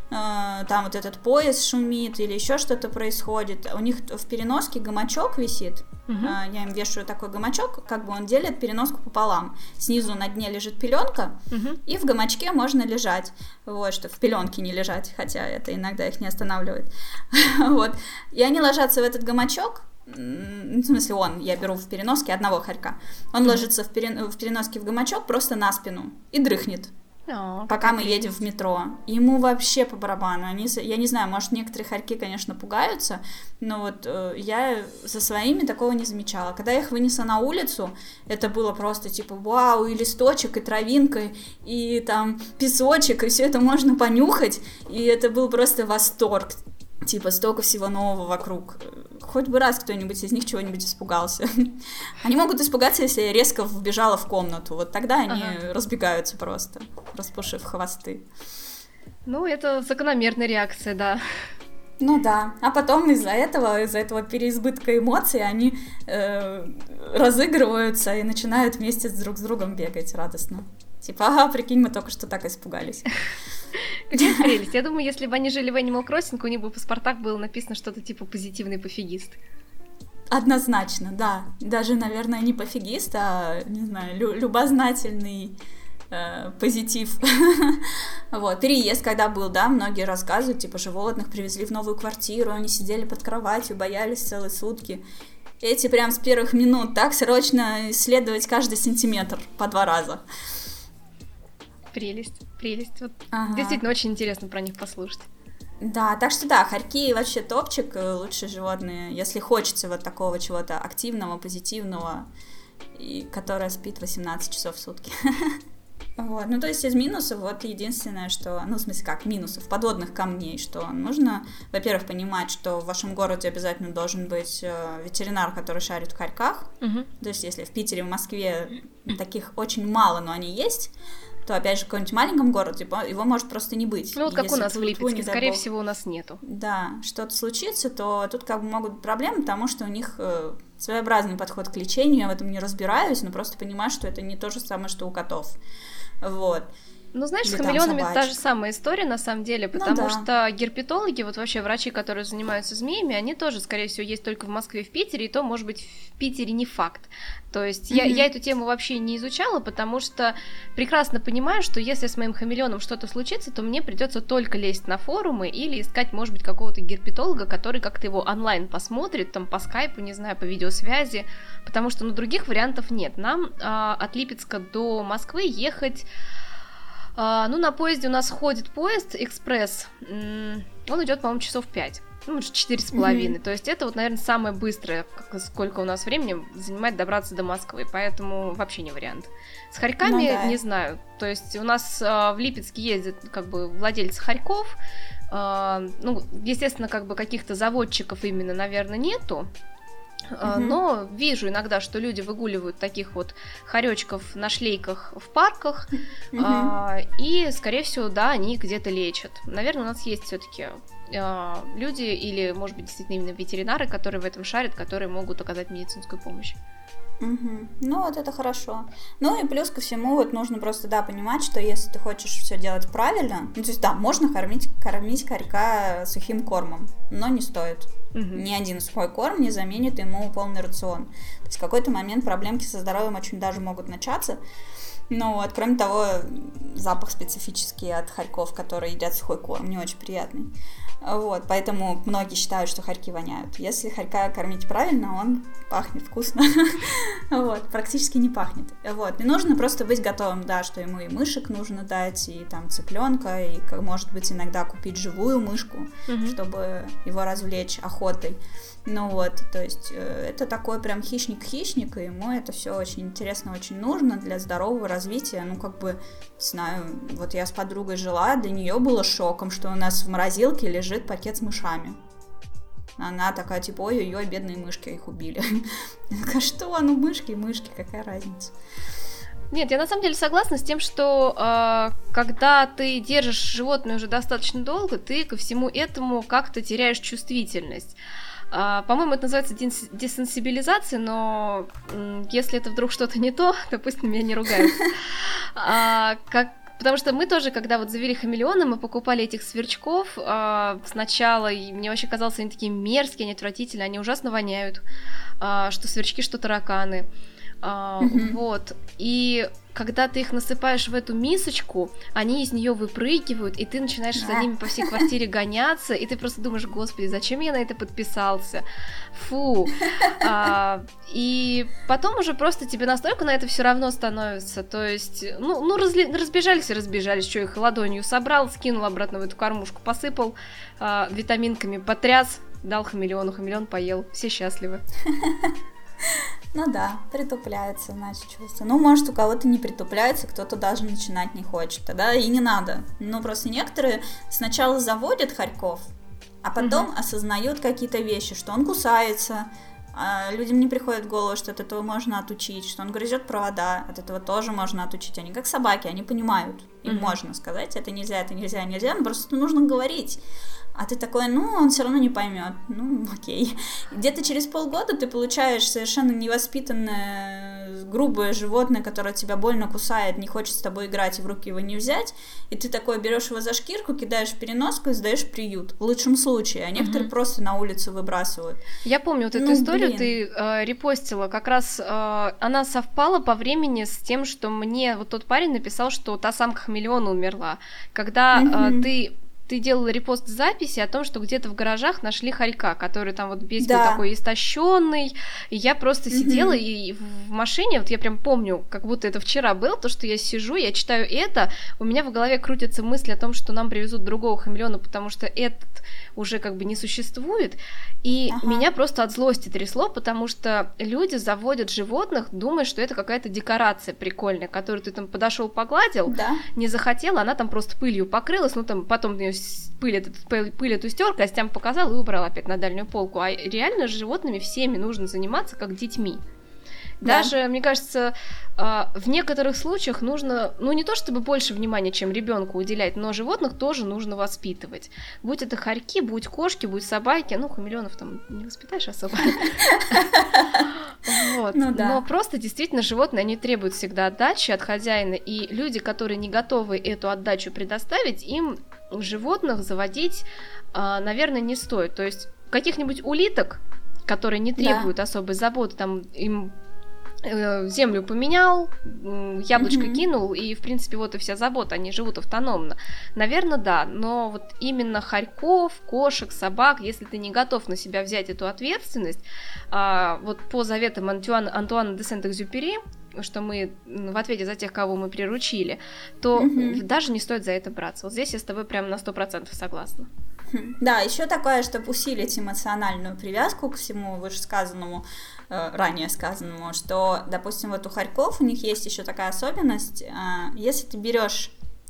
там вот этот пояс шумит или еще что-то происходит. У них в переноске гамачок висит. Uh-huh. Я им вешаю такой гамачок, как бы он делит переноску пополам. Снизу на дне лежит пеленка, uh-huh. и в гамачке можно лежать. Вот, что в пеленке не лежать, хотя это иногда их не останавливает. Вот. И они ложатся в этот гамачок. В смысле, он, я беру в переноске одного хорька. Он uh-huh. ложится в, перен... в переноске в гамачок просто на спину и дрыхнет. Oh, пока мы едем в метро. Ему вообще по барабану. Они, я не знаю, может, некоторые хорьки, конечно, пугаются, но вот э, я со своими такого не замечала. Когда я их вынесла на улицу, это было просто типа вау, и листочек, и травинка, и там песочек, и все это можно понюхать, и это был просто восторг. Типа, столько всего нового вокруг. Хоть бы раз кто-нибудь из них чего-нибудь испугался. Они могут испугаться, если я резко вбежала в комнату. Вот тогда они ага. разбегаются просто, распушив хвосты. Ну, это закономерная реакция, да. Ну да. А потом из-за этого, из-за этого переизбытка эмоций они э, разыгрываются и начинают вместе друг с другом бегать радостно. Типа, ага, прикинь, мы только что так испугались. Какая прелесть. Я думаю, если бы они жили в Animal Crossing, у них бы в паспортах было написано что-то типа «позитивный пофигист». Однозначно, да. Даже, наверное, не пофигист, а, не знаю, лю- любознательный э, позитив. Вот. Переезд, когда был, да, многие рассказывают, типа, животных привезли в новую квартиру, они сидели под кроватью, боялись целые сутки. Эти прям с первых минут так срочно исследовать каждый сантиметр по два раза. Прелесть, прелесть. Вот ага. Действительно очень интересно про них послушать. Да, так что да, хорьки вообще топчик, лучшие животные, если хочется вот такого чего-то активного, позитивного, и которое спит восемнадцать часов в сутки. Вот, ну то есть из минусов вот единственное, что, ну в смысле как минусов, подводных камней, что нужно, во-первых, понимать, что в вашем городе обязательно должен быть э, ветеринар, который шарит в хорьках. Uh-huh. То есть если в Питере, в Москве таких очень мало, но они есть, то, опять же, в каком-нибудь маленьком городе его может просто не быть. Ну, вот как у нас в Липецке, скорее всего, у нас нету. Да, что-то случится, то тут как бы могут быть проблемы, потому что у них э, своеобразный подход к лечению, я в этом не разбираюсь, но просто понимаю, что это не то же самое, что у котов. Вот. Ну, знаешь, или с хамелеонами та же самая история, на самом деле, потому ну, да. что герпетологи, вот вообще врачи, которые занимаются змеями, они тоже, скорее всего, есть только в Москве и в Питере, и то, может быть, в Питере не факт. То есть mm-hmm. я, я эту тему вообще не изучала, потому что прекрасно понимаю, что если с моим хамелеоном что-то случится, то мне придется только лезть на форумы или искать, может быть, какого-то герпетолога, который как-то его онлайн посмотрит, там, по скайпу, не знаю, по видеосвязи, потому что, ну, других вариантов нет. Нам а, от Липецка до Москвы ехать... Uh, ну, на поезде у нас ходит поезд экспресс, он идет, по-моему, часов пять, ну, четыре с половиной, то есть это вот, наверное, самое быстрое, сколько у нас времени занимает добраться до Москвы, поэтому вообще не вариант. С хорьками ну, да. не знаю, то есть у нас uh, в Липецке ездят как бы владельцы хорьков, uh, ну, естественно, как бы каких-то заводчиков именно, наверное, нету. Uh-huh. Но вижу иногда, что люди выгуливают таких вот хоречков на шлейках в парках, uh-huh. а, и, скорее всего, да, они где-то лечат. Наверное, у нас есть все-таки а, люди или, может быть, действительно именно ветеринары, которые в этом шарят, которые могут оказать медицинскую помощь. Угу. Ну, вот это хорошо. Ну и плюс ко всему, вот нужно просто, да, понимать, что если ты хочешь все делать правильно, ну, то есть, да, можно кормить, кормить хорька сухим кормом, но не стоит. Угу. Ни один сухой корм не заменит ему полный рацион. То есть в какой-то момент проблемки со здоровьем очень даже могут начаться. Ну вот, кроме того, запах специфический от хорьков, которые едят сухой корм, не очень приятный. Вот, поэтому многие считают, что хорьки воняют. Если хорька кормить правильно, он пахнет вкусно. Вот, практически не пахнет. Вот, и нужно просто быть готовым, да, что ему и мышек нужно дать, и там цыпленка, и, может быть, иногда купить живую мышку, mm-hmm. чтобы его развлечь охотой. Ну вот, то есть это такой прям хищник-хищник, и ему это все очень интересно, очень нужно для здорового развития. Ну, как бы, не знаю, вот я с подругой жила, для нее было шоком, что у нас в морозилке лежит пакет с мышами. Она такая, типа, ой-ой-ой, бедные мышки, их убили. Я такая, что? Ну, мышки, мышки, какая разница? Нет, я на самом деле согласна с тем, что э, когда ты держишь животное уже достаточно долго, ты ко всему этому как-то теряешь чувствительность. Uh, по-моему, это называется десенсибилизация, но м- если это вдруг что-то не то, то пусть на меня не ругаются. Uh, как Потому что мы тоже, когда вот завели хамелеона, мы покупали этих сверчков э, сначала, и мне вообще казалось, они такие мерзкие, они отвратительные, они ужасно воняют, э, что сверчки, что тараканы. Uh, mm-hmm. Вот, и когда ты их насыпаешь в эту мисочку, они из нее выпрыгивают, и ты начинаешь за ними по всей квартире гоняться, и ты просто думаешь, господи, зачем я на это подписался? Фу. uh, И потом уже просто тебе настолько на это все равно становится, то есть, ну, ну разли... разбежались и разбежались, что их ладонью собрал, скинул обратно в эту кормушку, посыпал uh, витаминками, потряс, дал хамелеону, хамелеон поел, все счастливы. Ну да, притупляется, значит, чувство. Ну, может, у кого-то не притупляется, кто-то даже начинать не хочет, тогда и не надо. Ну, просто некоторые сначала заводят хорьков, а потом угу. осознают какие-то вещи, что он кусается, а людям не приходит в голову, что от этого можно отучить, что он грызет провода, от этого тоже можно отучить. Они как собаки, они понимают, им угу. можно сказать, это нельзя, это нельзя, нельзя, но просто нужно говорить. А ты такой, ну, он все равно не поймет. Ну, окей. Где-то через полгода ты получаешь совершенно невоспитанное, грубое животное, которое тебя больно кусает, не хочет с тобой играть и в руки его не взять. И ты такой берешь его за шкирку, кидаешь в переноску и сдаешь в приют. В лучшем случае. А некоторые mm-hmm. просто на улицу выбрасывают. Я помню вот эту ну, историю, блин. ты э, репостила. Как раз э, она совпала по времени с тем, что мне вот тот парень написал, что та самка хамелеона умерла. Когда mm-hmm. э, ты... Ты делала репост записи о том, что где-то в гаражах нашли хорька, который там вот весь да. был такой истощенный. И я просто mm-hmm. сидела и в машине, вот я прям помню, как будто это вчера было, то, что я сижу, я читаю это, у меня в голове крутятся мысли о том, что нам привезут другого хамелеона, потому что этот уже как бы не существует. И ага. меня просто от злости трясло, потому что люди заводят животных, думая, что это какая-то декорация прикольная, которую ты там подошел, погладил, да. не захотел, она там просто пылью покрылась, ну там потом ее пыль, этот, пыль, пыль эту стер, костям показал и убрал опять на дальнюю полку. А реально с животными всеми нужно заниматься как детьми. Да. Даже, мне кажется, в некоторых случаях нужно, ну не то чтобы больше внимания, чем ребенку уделять, но животных тоже нужно воспитывать. Будь это хорьки, будь кошки, будь собаки, ну хамелеонов там не воспитаешь особо. Вот. Ну, да. Но просто действительно животные, они требуют всегда отдачи от хозяина, и люди, которые не готовы эту отдачу предоставить, им животных заводить, наверное, не стоит. То есть каких-нибудь улиток, которые не требуют да. особой заботы, там им землю поменял, яблочко mm-hmm. кинул, и, в принципе, вот и вся забота, они живут автономно. Наверное, да, но вот именно хорьков, кошек, собак, если ты не готов на себя взять эту ответственность, а, вот по заветам Антуана, Антуана де Сент-Экзюпери, что мы в ответе за тех, кого мы приручили, то mm-hmm. даже не стоит за это браться. Вот здесь я с тобой прям на сто процентов согласна. Да, еще такое, чтобы усилить эмоциональную привязку к всему вышесказанному, э, ранее сказанному, что, допустим, вот у хорьков у них есть еще такая особенность, э, если ты берешь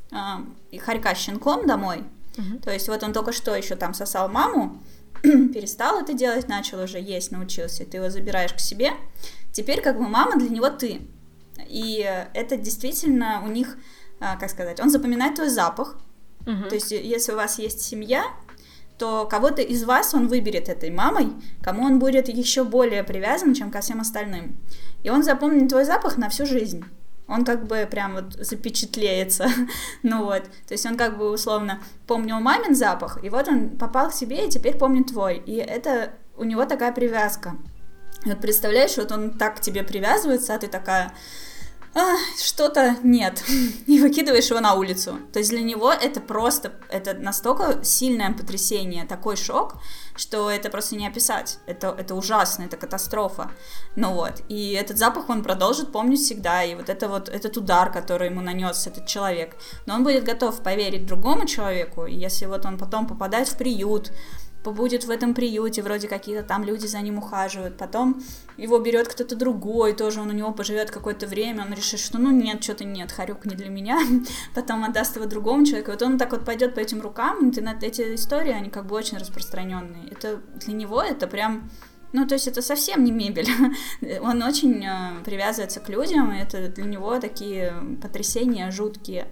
э, хорька щенком домой, uh-huh. то есть вот он только что еще там сосал маму, перестал это делать, начал уже есть, научился, ты его забираешь к себе, теперь как бы мама для него ты, и это действительно у них, э, как сказать, он запоминает твой запах, uh-huh. то есть если у вас есть семья, то кого-то из вас он выберет этой мамой, кому он будет еще более привязан, чем ко всем остальным. И он запомнит твой запах на всю жизнь. Он как бы прям вот запечатлеется. Ну вот, то есть он как бы условно помнил мамин запах, и вот он попал к себе и теперь помнит твой. И это у него такая привязка. И вот представляешь, вот он так к тебе привязывается, а ты такая... А, что-то нет, и выкидываешь его на улицу. То есть для него это просто, это настолько сильное потрясение, такой шок, что это просто не описать. Это, это ужасно, это катастрофа. Ну вот, и этот запах он продолжит помнить всегда, и вот это вот этот удар, который ему нанес этот человек. Но он будет готов поверить другому человеку, и если вот он потом попадает в приют, побудет в этом приюте, вроде какие-то там люди за ним ухаживают, потом его берет кто-то другой, тоже он у него поживет какое-то время, он решит, что ну нет, что-то нет, хорек не для меня, потом отдаст его другому человеку, вот он так вот пойдет по этим рукам, интернет, эти истории, они как бы очень распространенные, это для него это прям, ну то есть это совсем не мебель, он очень э, привязывается к людям, и это для него такие потрясения жуткие.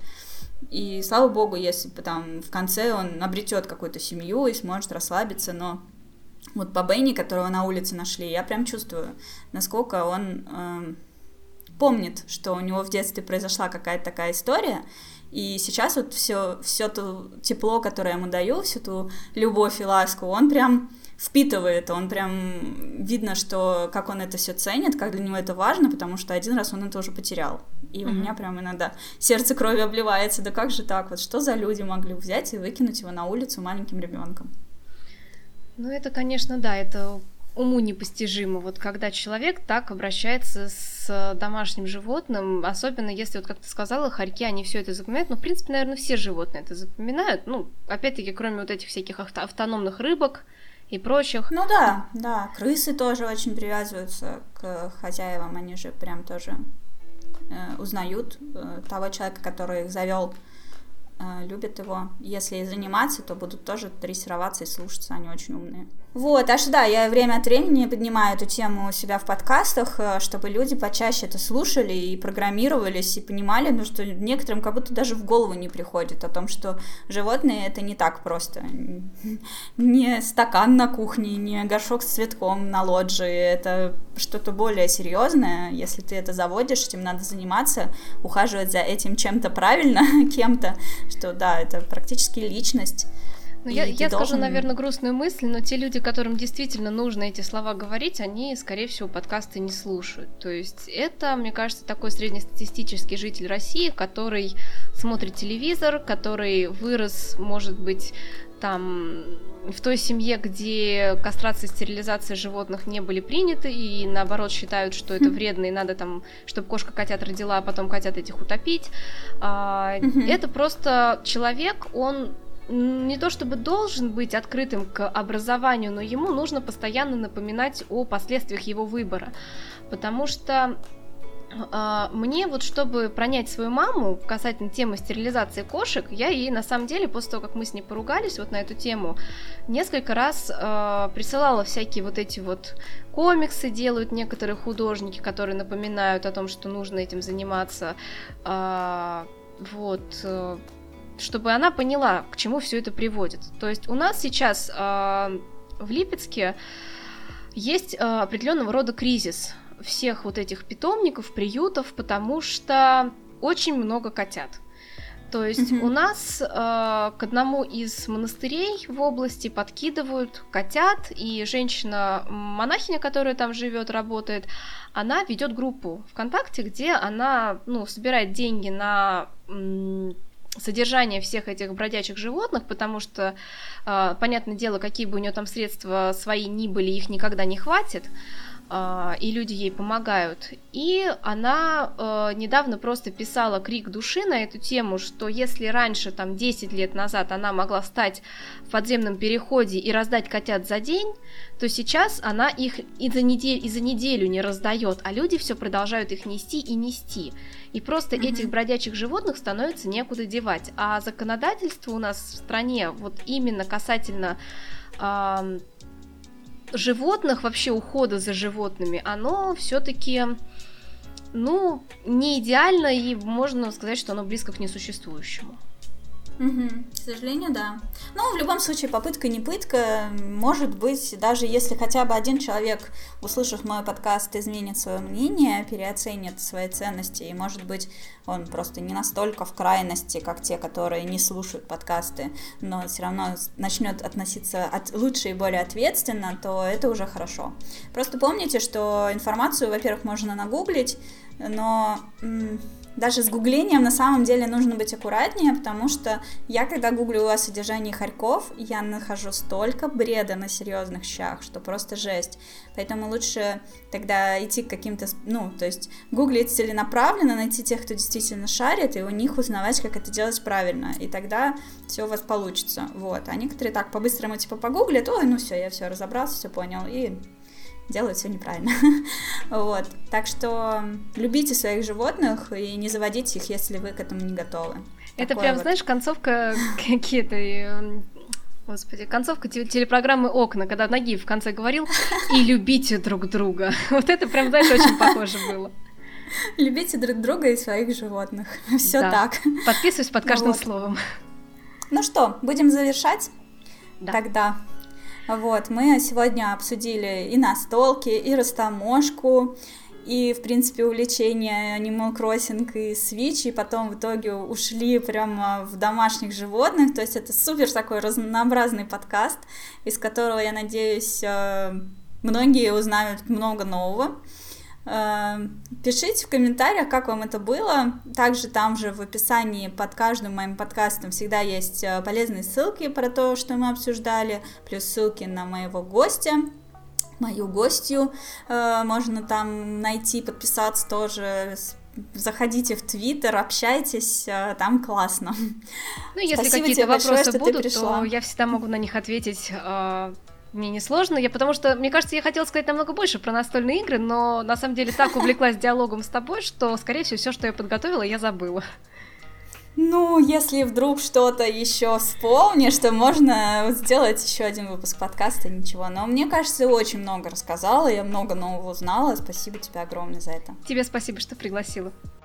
И слава богу, если там в конце он обретет какую-то семью и сможет расслабиться, но вот по Бенни, которого на улице нашли, я прям чувствую, насколько он э, помнит, что у него в детстве произошла какая-то такая история, И сейчас вот все, все то тепло, которое я ему даю, всю ту любовь и ласку, он прям впитывает, он прям видно, что как он это все ценит, как для него это важно, потому что один раз он это уже потерял. И mm-hmm. у меня прям иногда сердце кровью обливается, да как же так, вот что за люди могли взять и выкинуть его на улицу маленьким ребенком? Ну это, конечно, да, это уму непостижимо, вот когда человек так обращается с домашним животным, особенно если, вот как ты сказала, хорьки, они все это запоминают, но, в принципе, наверное, все животные это запоминают, ну, опять-таки, кроме вот этих всяких автономных рыбок и прочих. Ну да, да, крысы тоже очень привязываются к хозяевам, они же прям тоже э, узнают э, того человека, который их завел, э, любят его. Если и заниматься, то будут тоже дрессироваться и слушаться, они очень умные. Вот, а что да, я время от времени поднимаю эту тему у себя в подкастах, чтобы люди почаще это слушали и программировались, и понимали, ну, что некоторым как будто даже в голову не приходит о том, что животные это не так просто. Не стакан на кухне, не горшок с цветком на лоджии, это что-то более серьезное. Если ты это заводишь, этим надо заниматься, ухаживать за этим чем-то правильно, кем-то, что да, это практически личность. Ну, я, я должен... скажу, наверное, грустную мысль, но те люди, которым действительно нужно эти слова говорить, они, скорее всего, подкасты не слушают. То есть это, мне кажется, такой среднестатистический житель России, который смотрит телевизор, который вырос, может быть, там в той семье, где кастрация и стерилизация животных не были приняты, и наоборот считают, что это вредно, и надо там, чтобы кошка котят родила, а потом котят этих утопить. Mm-hmm. Это просто человек, он не то чтобы должен быть открытым к образованию, но ему нужно постоянно напоминать о последствиях его выбора, потому что э, мне вот, чтобы пронять свою маму касательно темы стерилизации кошек, я ей на самом деле, после того, как мы с ней поругались вот на эту тему, несколько раз э, присылала всякие вот эти вот комиксы, делают некоторые художники, которые напоминают о том, что нужно этим заниматься, э, вот... Э, чтобы она поняла, к чему все это приводит. То есть у нас сейчас э, в Липецке есть э, определенного рода кризис всех вот этих питомников, приютов, потому что очень много котят. То есть mm-hmm. у нас э, к одному из монастырей в области подкидывают котят, и женщина-монахиня, которая там живет, работает, она ведет группу ВКонтакте, где она, ну, собирает деньги на... М- содержание всех этих бродячих животных, потому что, э, понятное дело, какие бы у нее там средства свои ни были, их никогда не хватит, э, и люди ей помогают. И она э, недавно просто писала крик души на эту тему, что если раньше, там, десять лет назад она могла встать в подземном переходе и раздать котят за день, то сейчас она их и за неделю, и за неделю не раздает, а люди все продолжают их нести и нести. И просто mm-hmm. этих бродячих животных становится некуда девать. А законодательство у нас в стране, вот именно касательно э, животных, вообще ухода за животными, оно все-таки, ну, не идеально, и можно сказать, что оно близко к несуществующему. Угу. К сожалению, да. Ну, в любом случае, попытка не пытка. Может быть, даже если хотя бы один человек, услышав мой подкаст, изменит свое мнение, переоценит свои ценности, и, может быть, он просто не настолько в крайности, как те, которые не слушают подкасты, но все равно начнет относиться от... лучше и более ответственно, то это уже хорошо. Просто помните, что информацию, во-первых, можно нагуглить, но... М- Даже с гуглением на самом деле нужно быть аккуратнее, потому что я, когда гуглю о содержании хорьков, я нахожу столько бреда на серьезных щах, что просто жесть. Поэтому лучше тогда идти к каким-то, ну, то есть гуглить целенаправленно, найти тех, кто действительно шарит, и у них узнавать, как это делать правильно, и тогда все у вас получится. Вот. А некоторые так по-быстрому типа погуглят, ой, ну все, я все разобрался, все понял, и... делают все неправильно. Вот. Так что любите своих животных и не заводите их, если вы к этому не готовы. Это Такое прям, вот. Знаешь, концовка какие-то... Господи, концовка телепрограммы «Окна», когда Нагиев в конце говорил «и любите друг друга». Вот это прям, знаешь, очень похоже было. Любите друг друга и своих животных. Все да. так. Подписываюсь под каждым вот. словом. Ну что, будем завершать? Да. Тогда... Вот, мы сегодня обсудили и настолки, и растаможку, и, в принципе, увлечение Animal Crossing и Switch, и потом в итоге ушли прямо в домашних животных, то есть это супер такой разнообразный подкаст, из которого, я надеюсь, многие узнают много нового. Пишите в комментариях, как вам это было. Также там же в описании под каждым моим подкастом всегда есть полезные ссылки про то, что мы обсуждали, плюс ссылки на моего гостя, мою гостью. Можно там найти, подписаться тоже. Заходите в Твиттер, общайтесь, там классно. Ну, если Спасибо какие-то большое, вопросы будут, пришла. то я всегда могу на них ответить. Мне не сложно, я, потому что, мне кажется, я хотела сказать намного больше про настольные игры, но на самом деле так увлеклась диалогом с тобой, что, скорее всего, все, что я подготовила, я забыла. Ну, если вдруг что-то еще вспомнишь, то можно сделать еще один выпуск подкаста, ничего. Но мне кажется, очень много рассказала, я много нового узнала. Спасибо тебе огромное за это. Тебе спасибо, что пригласила.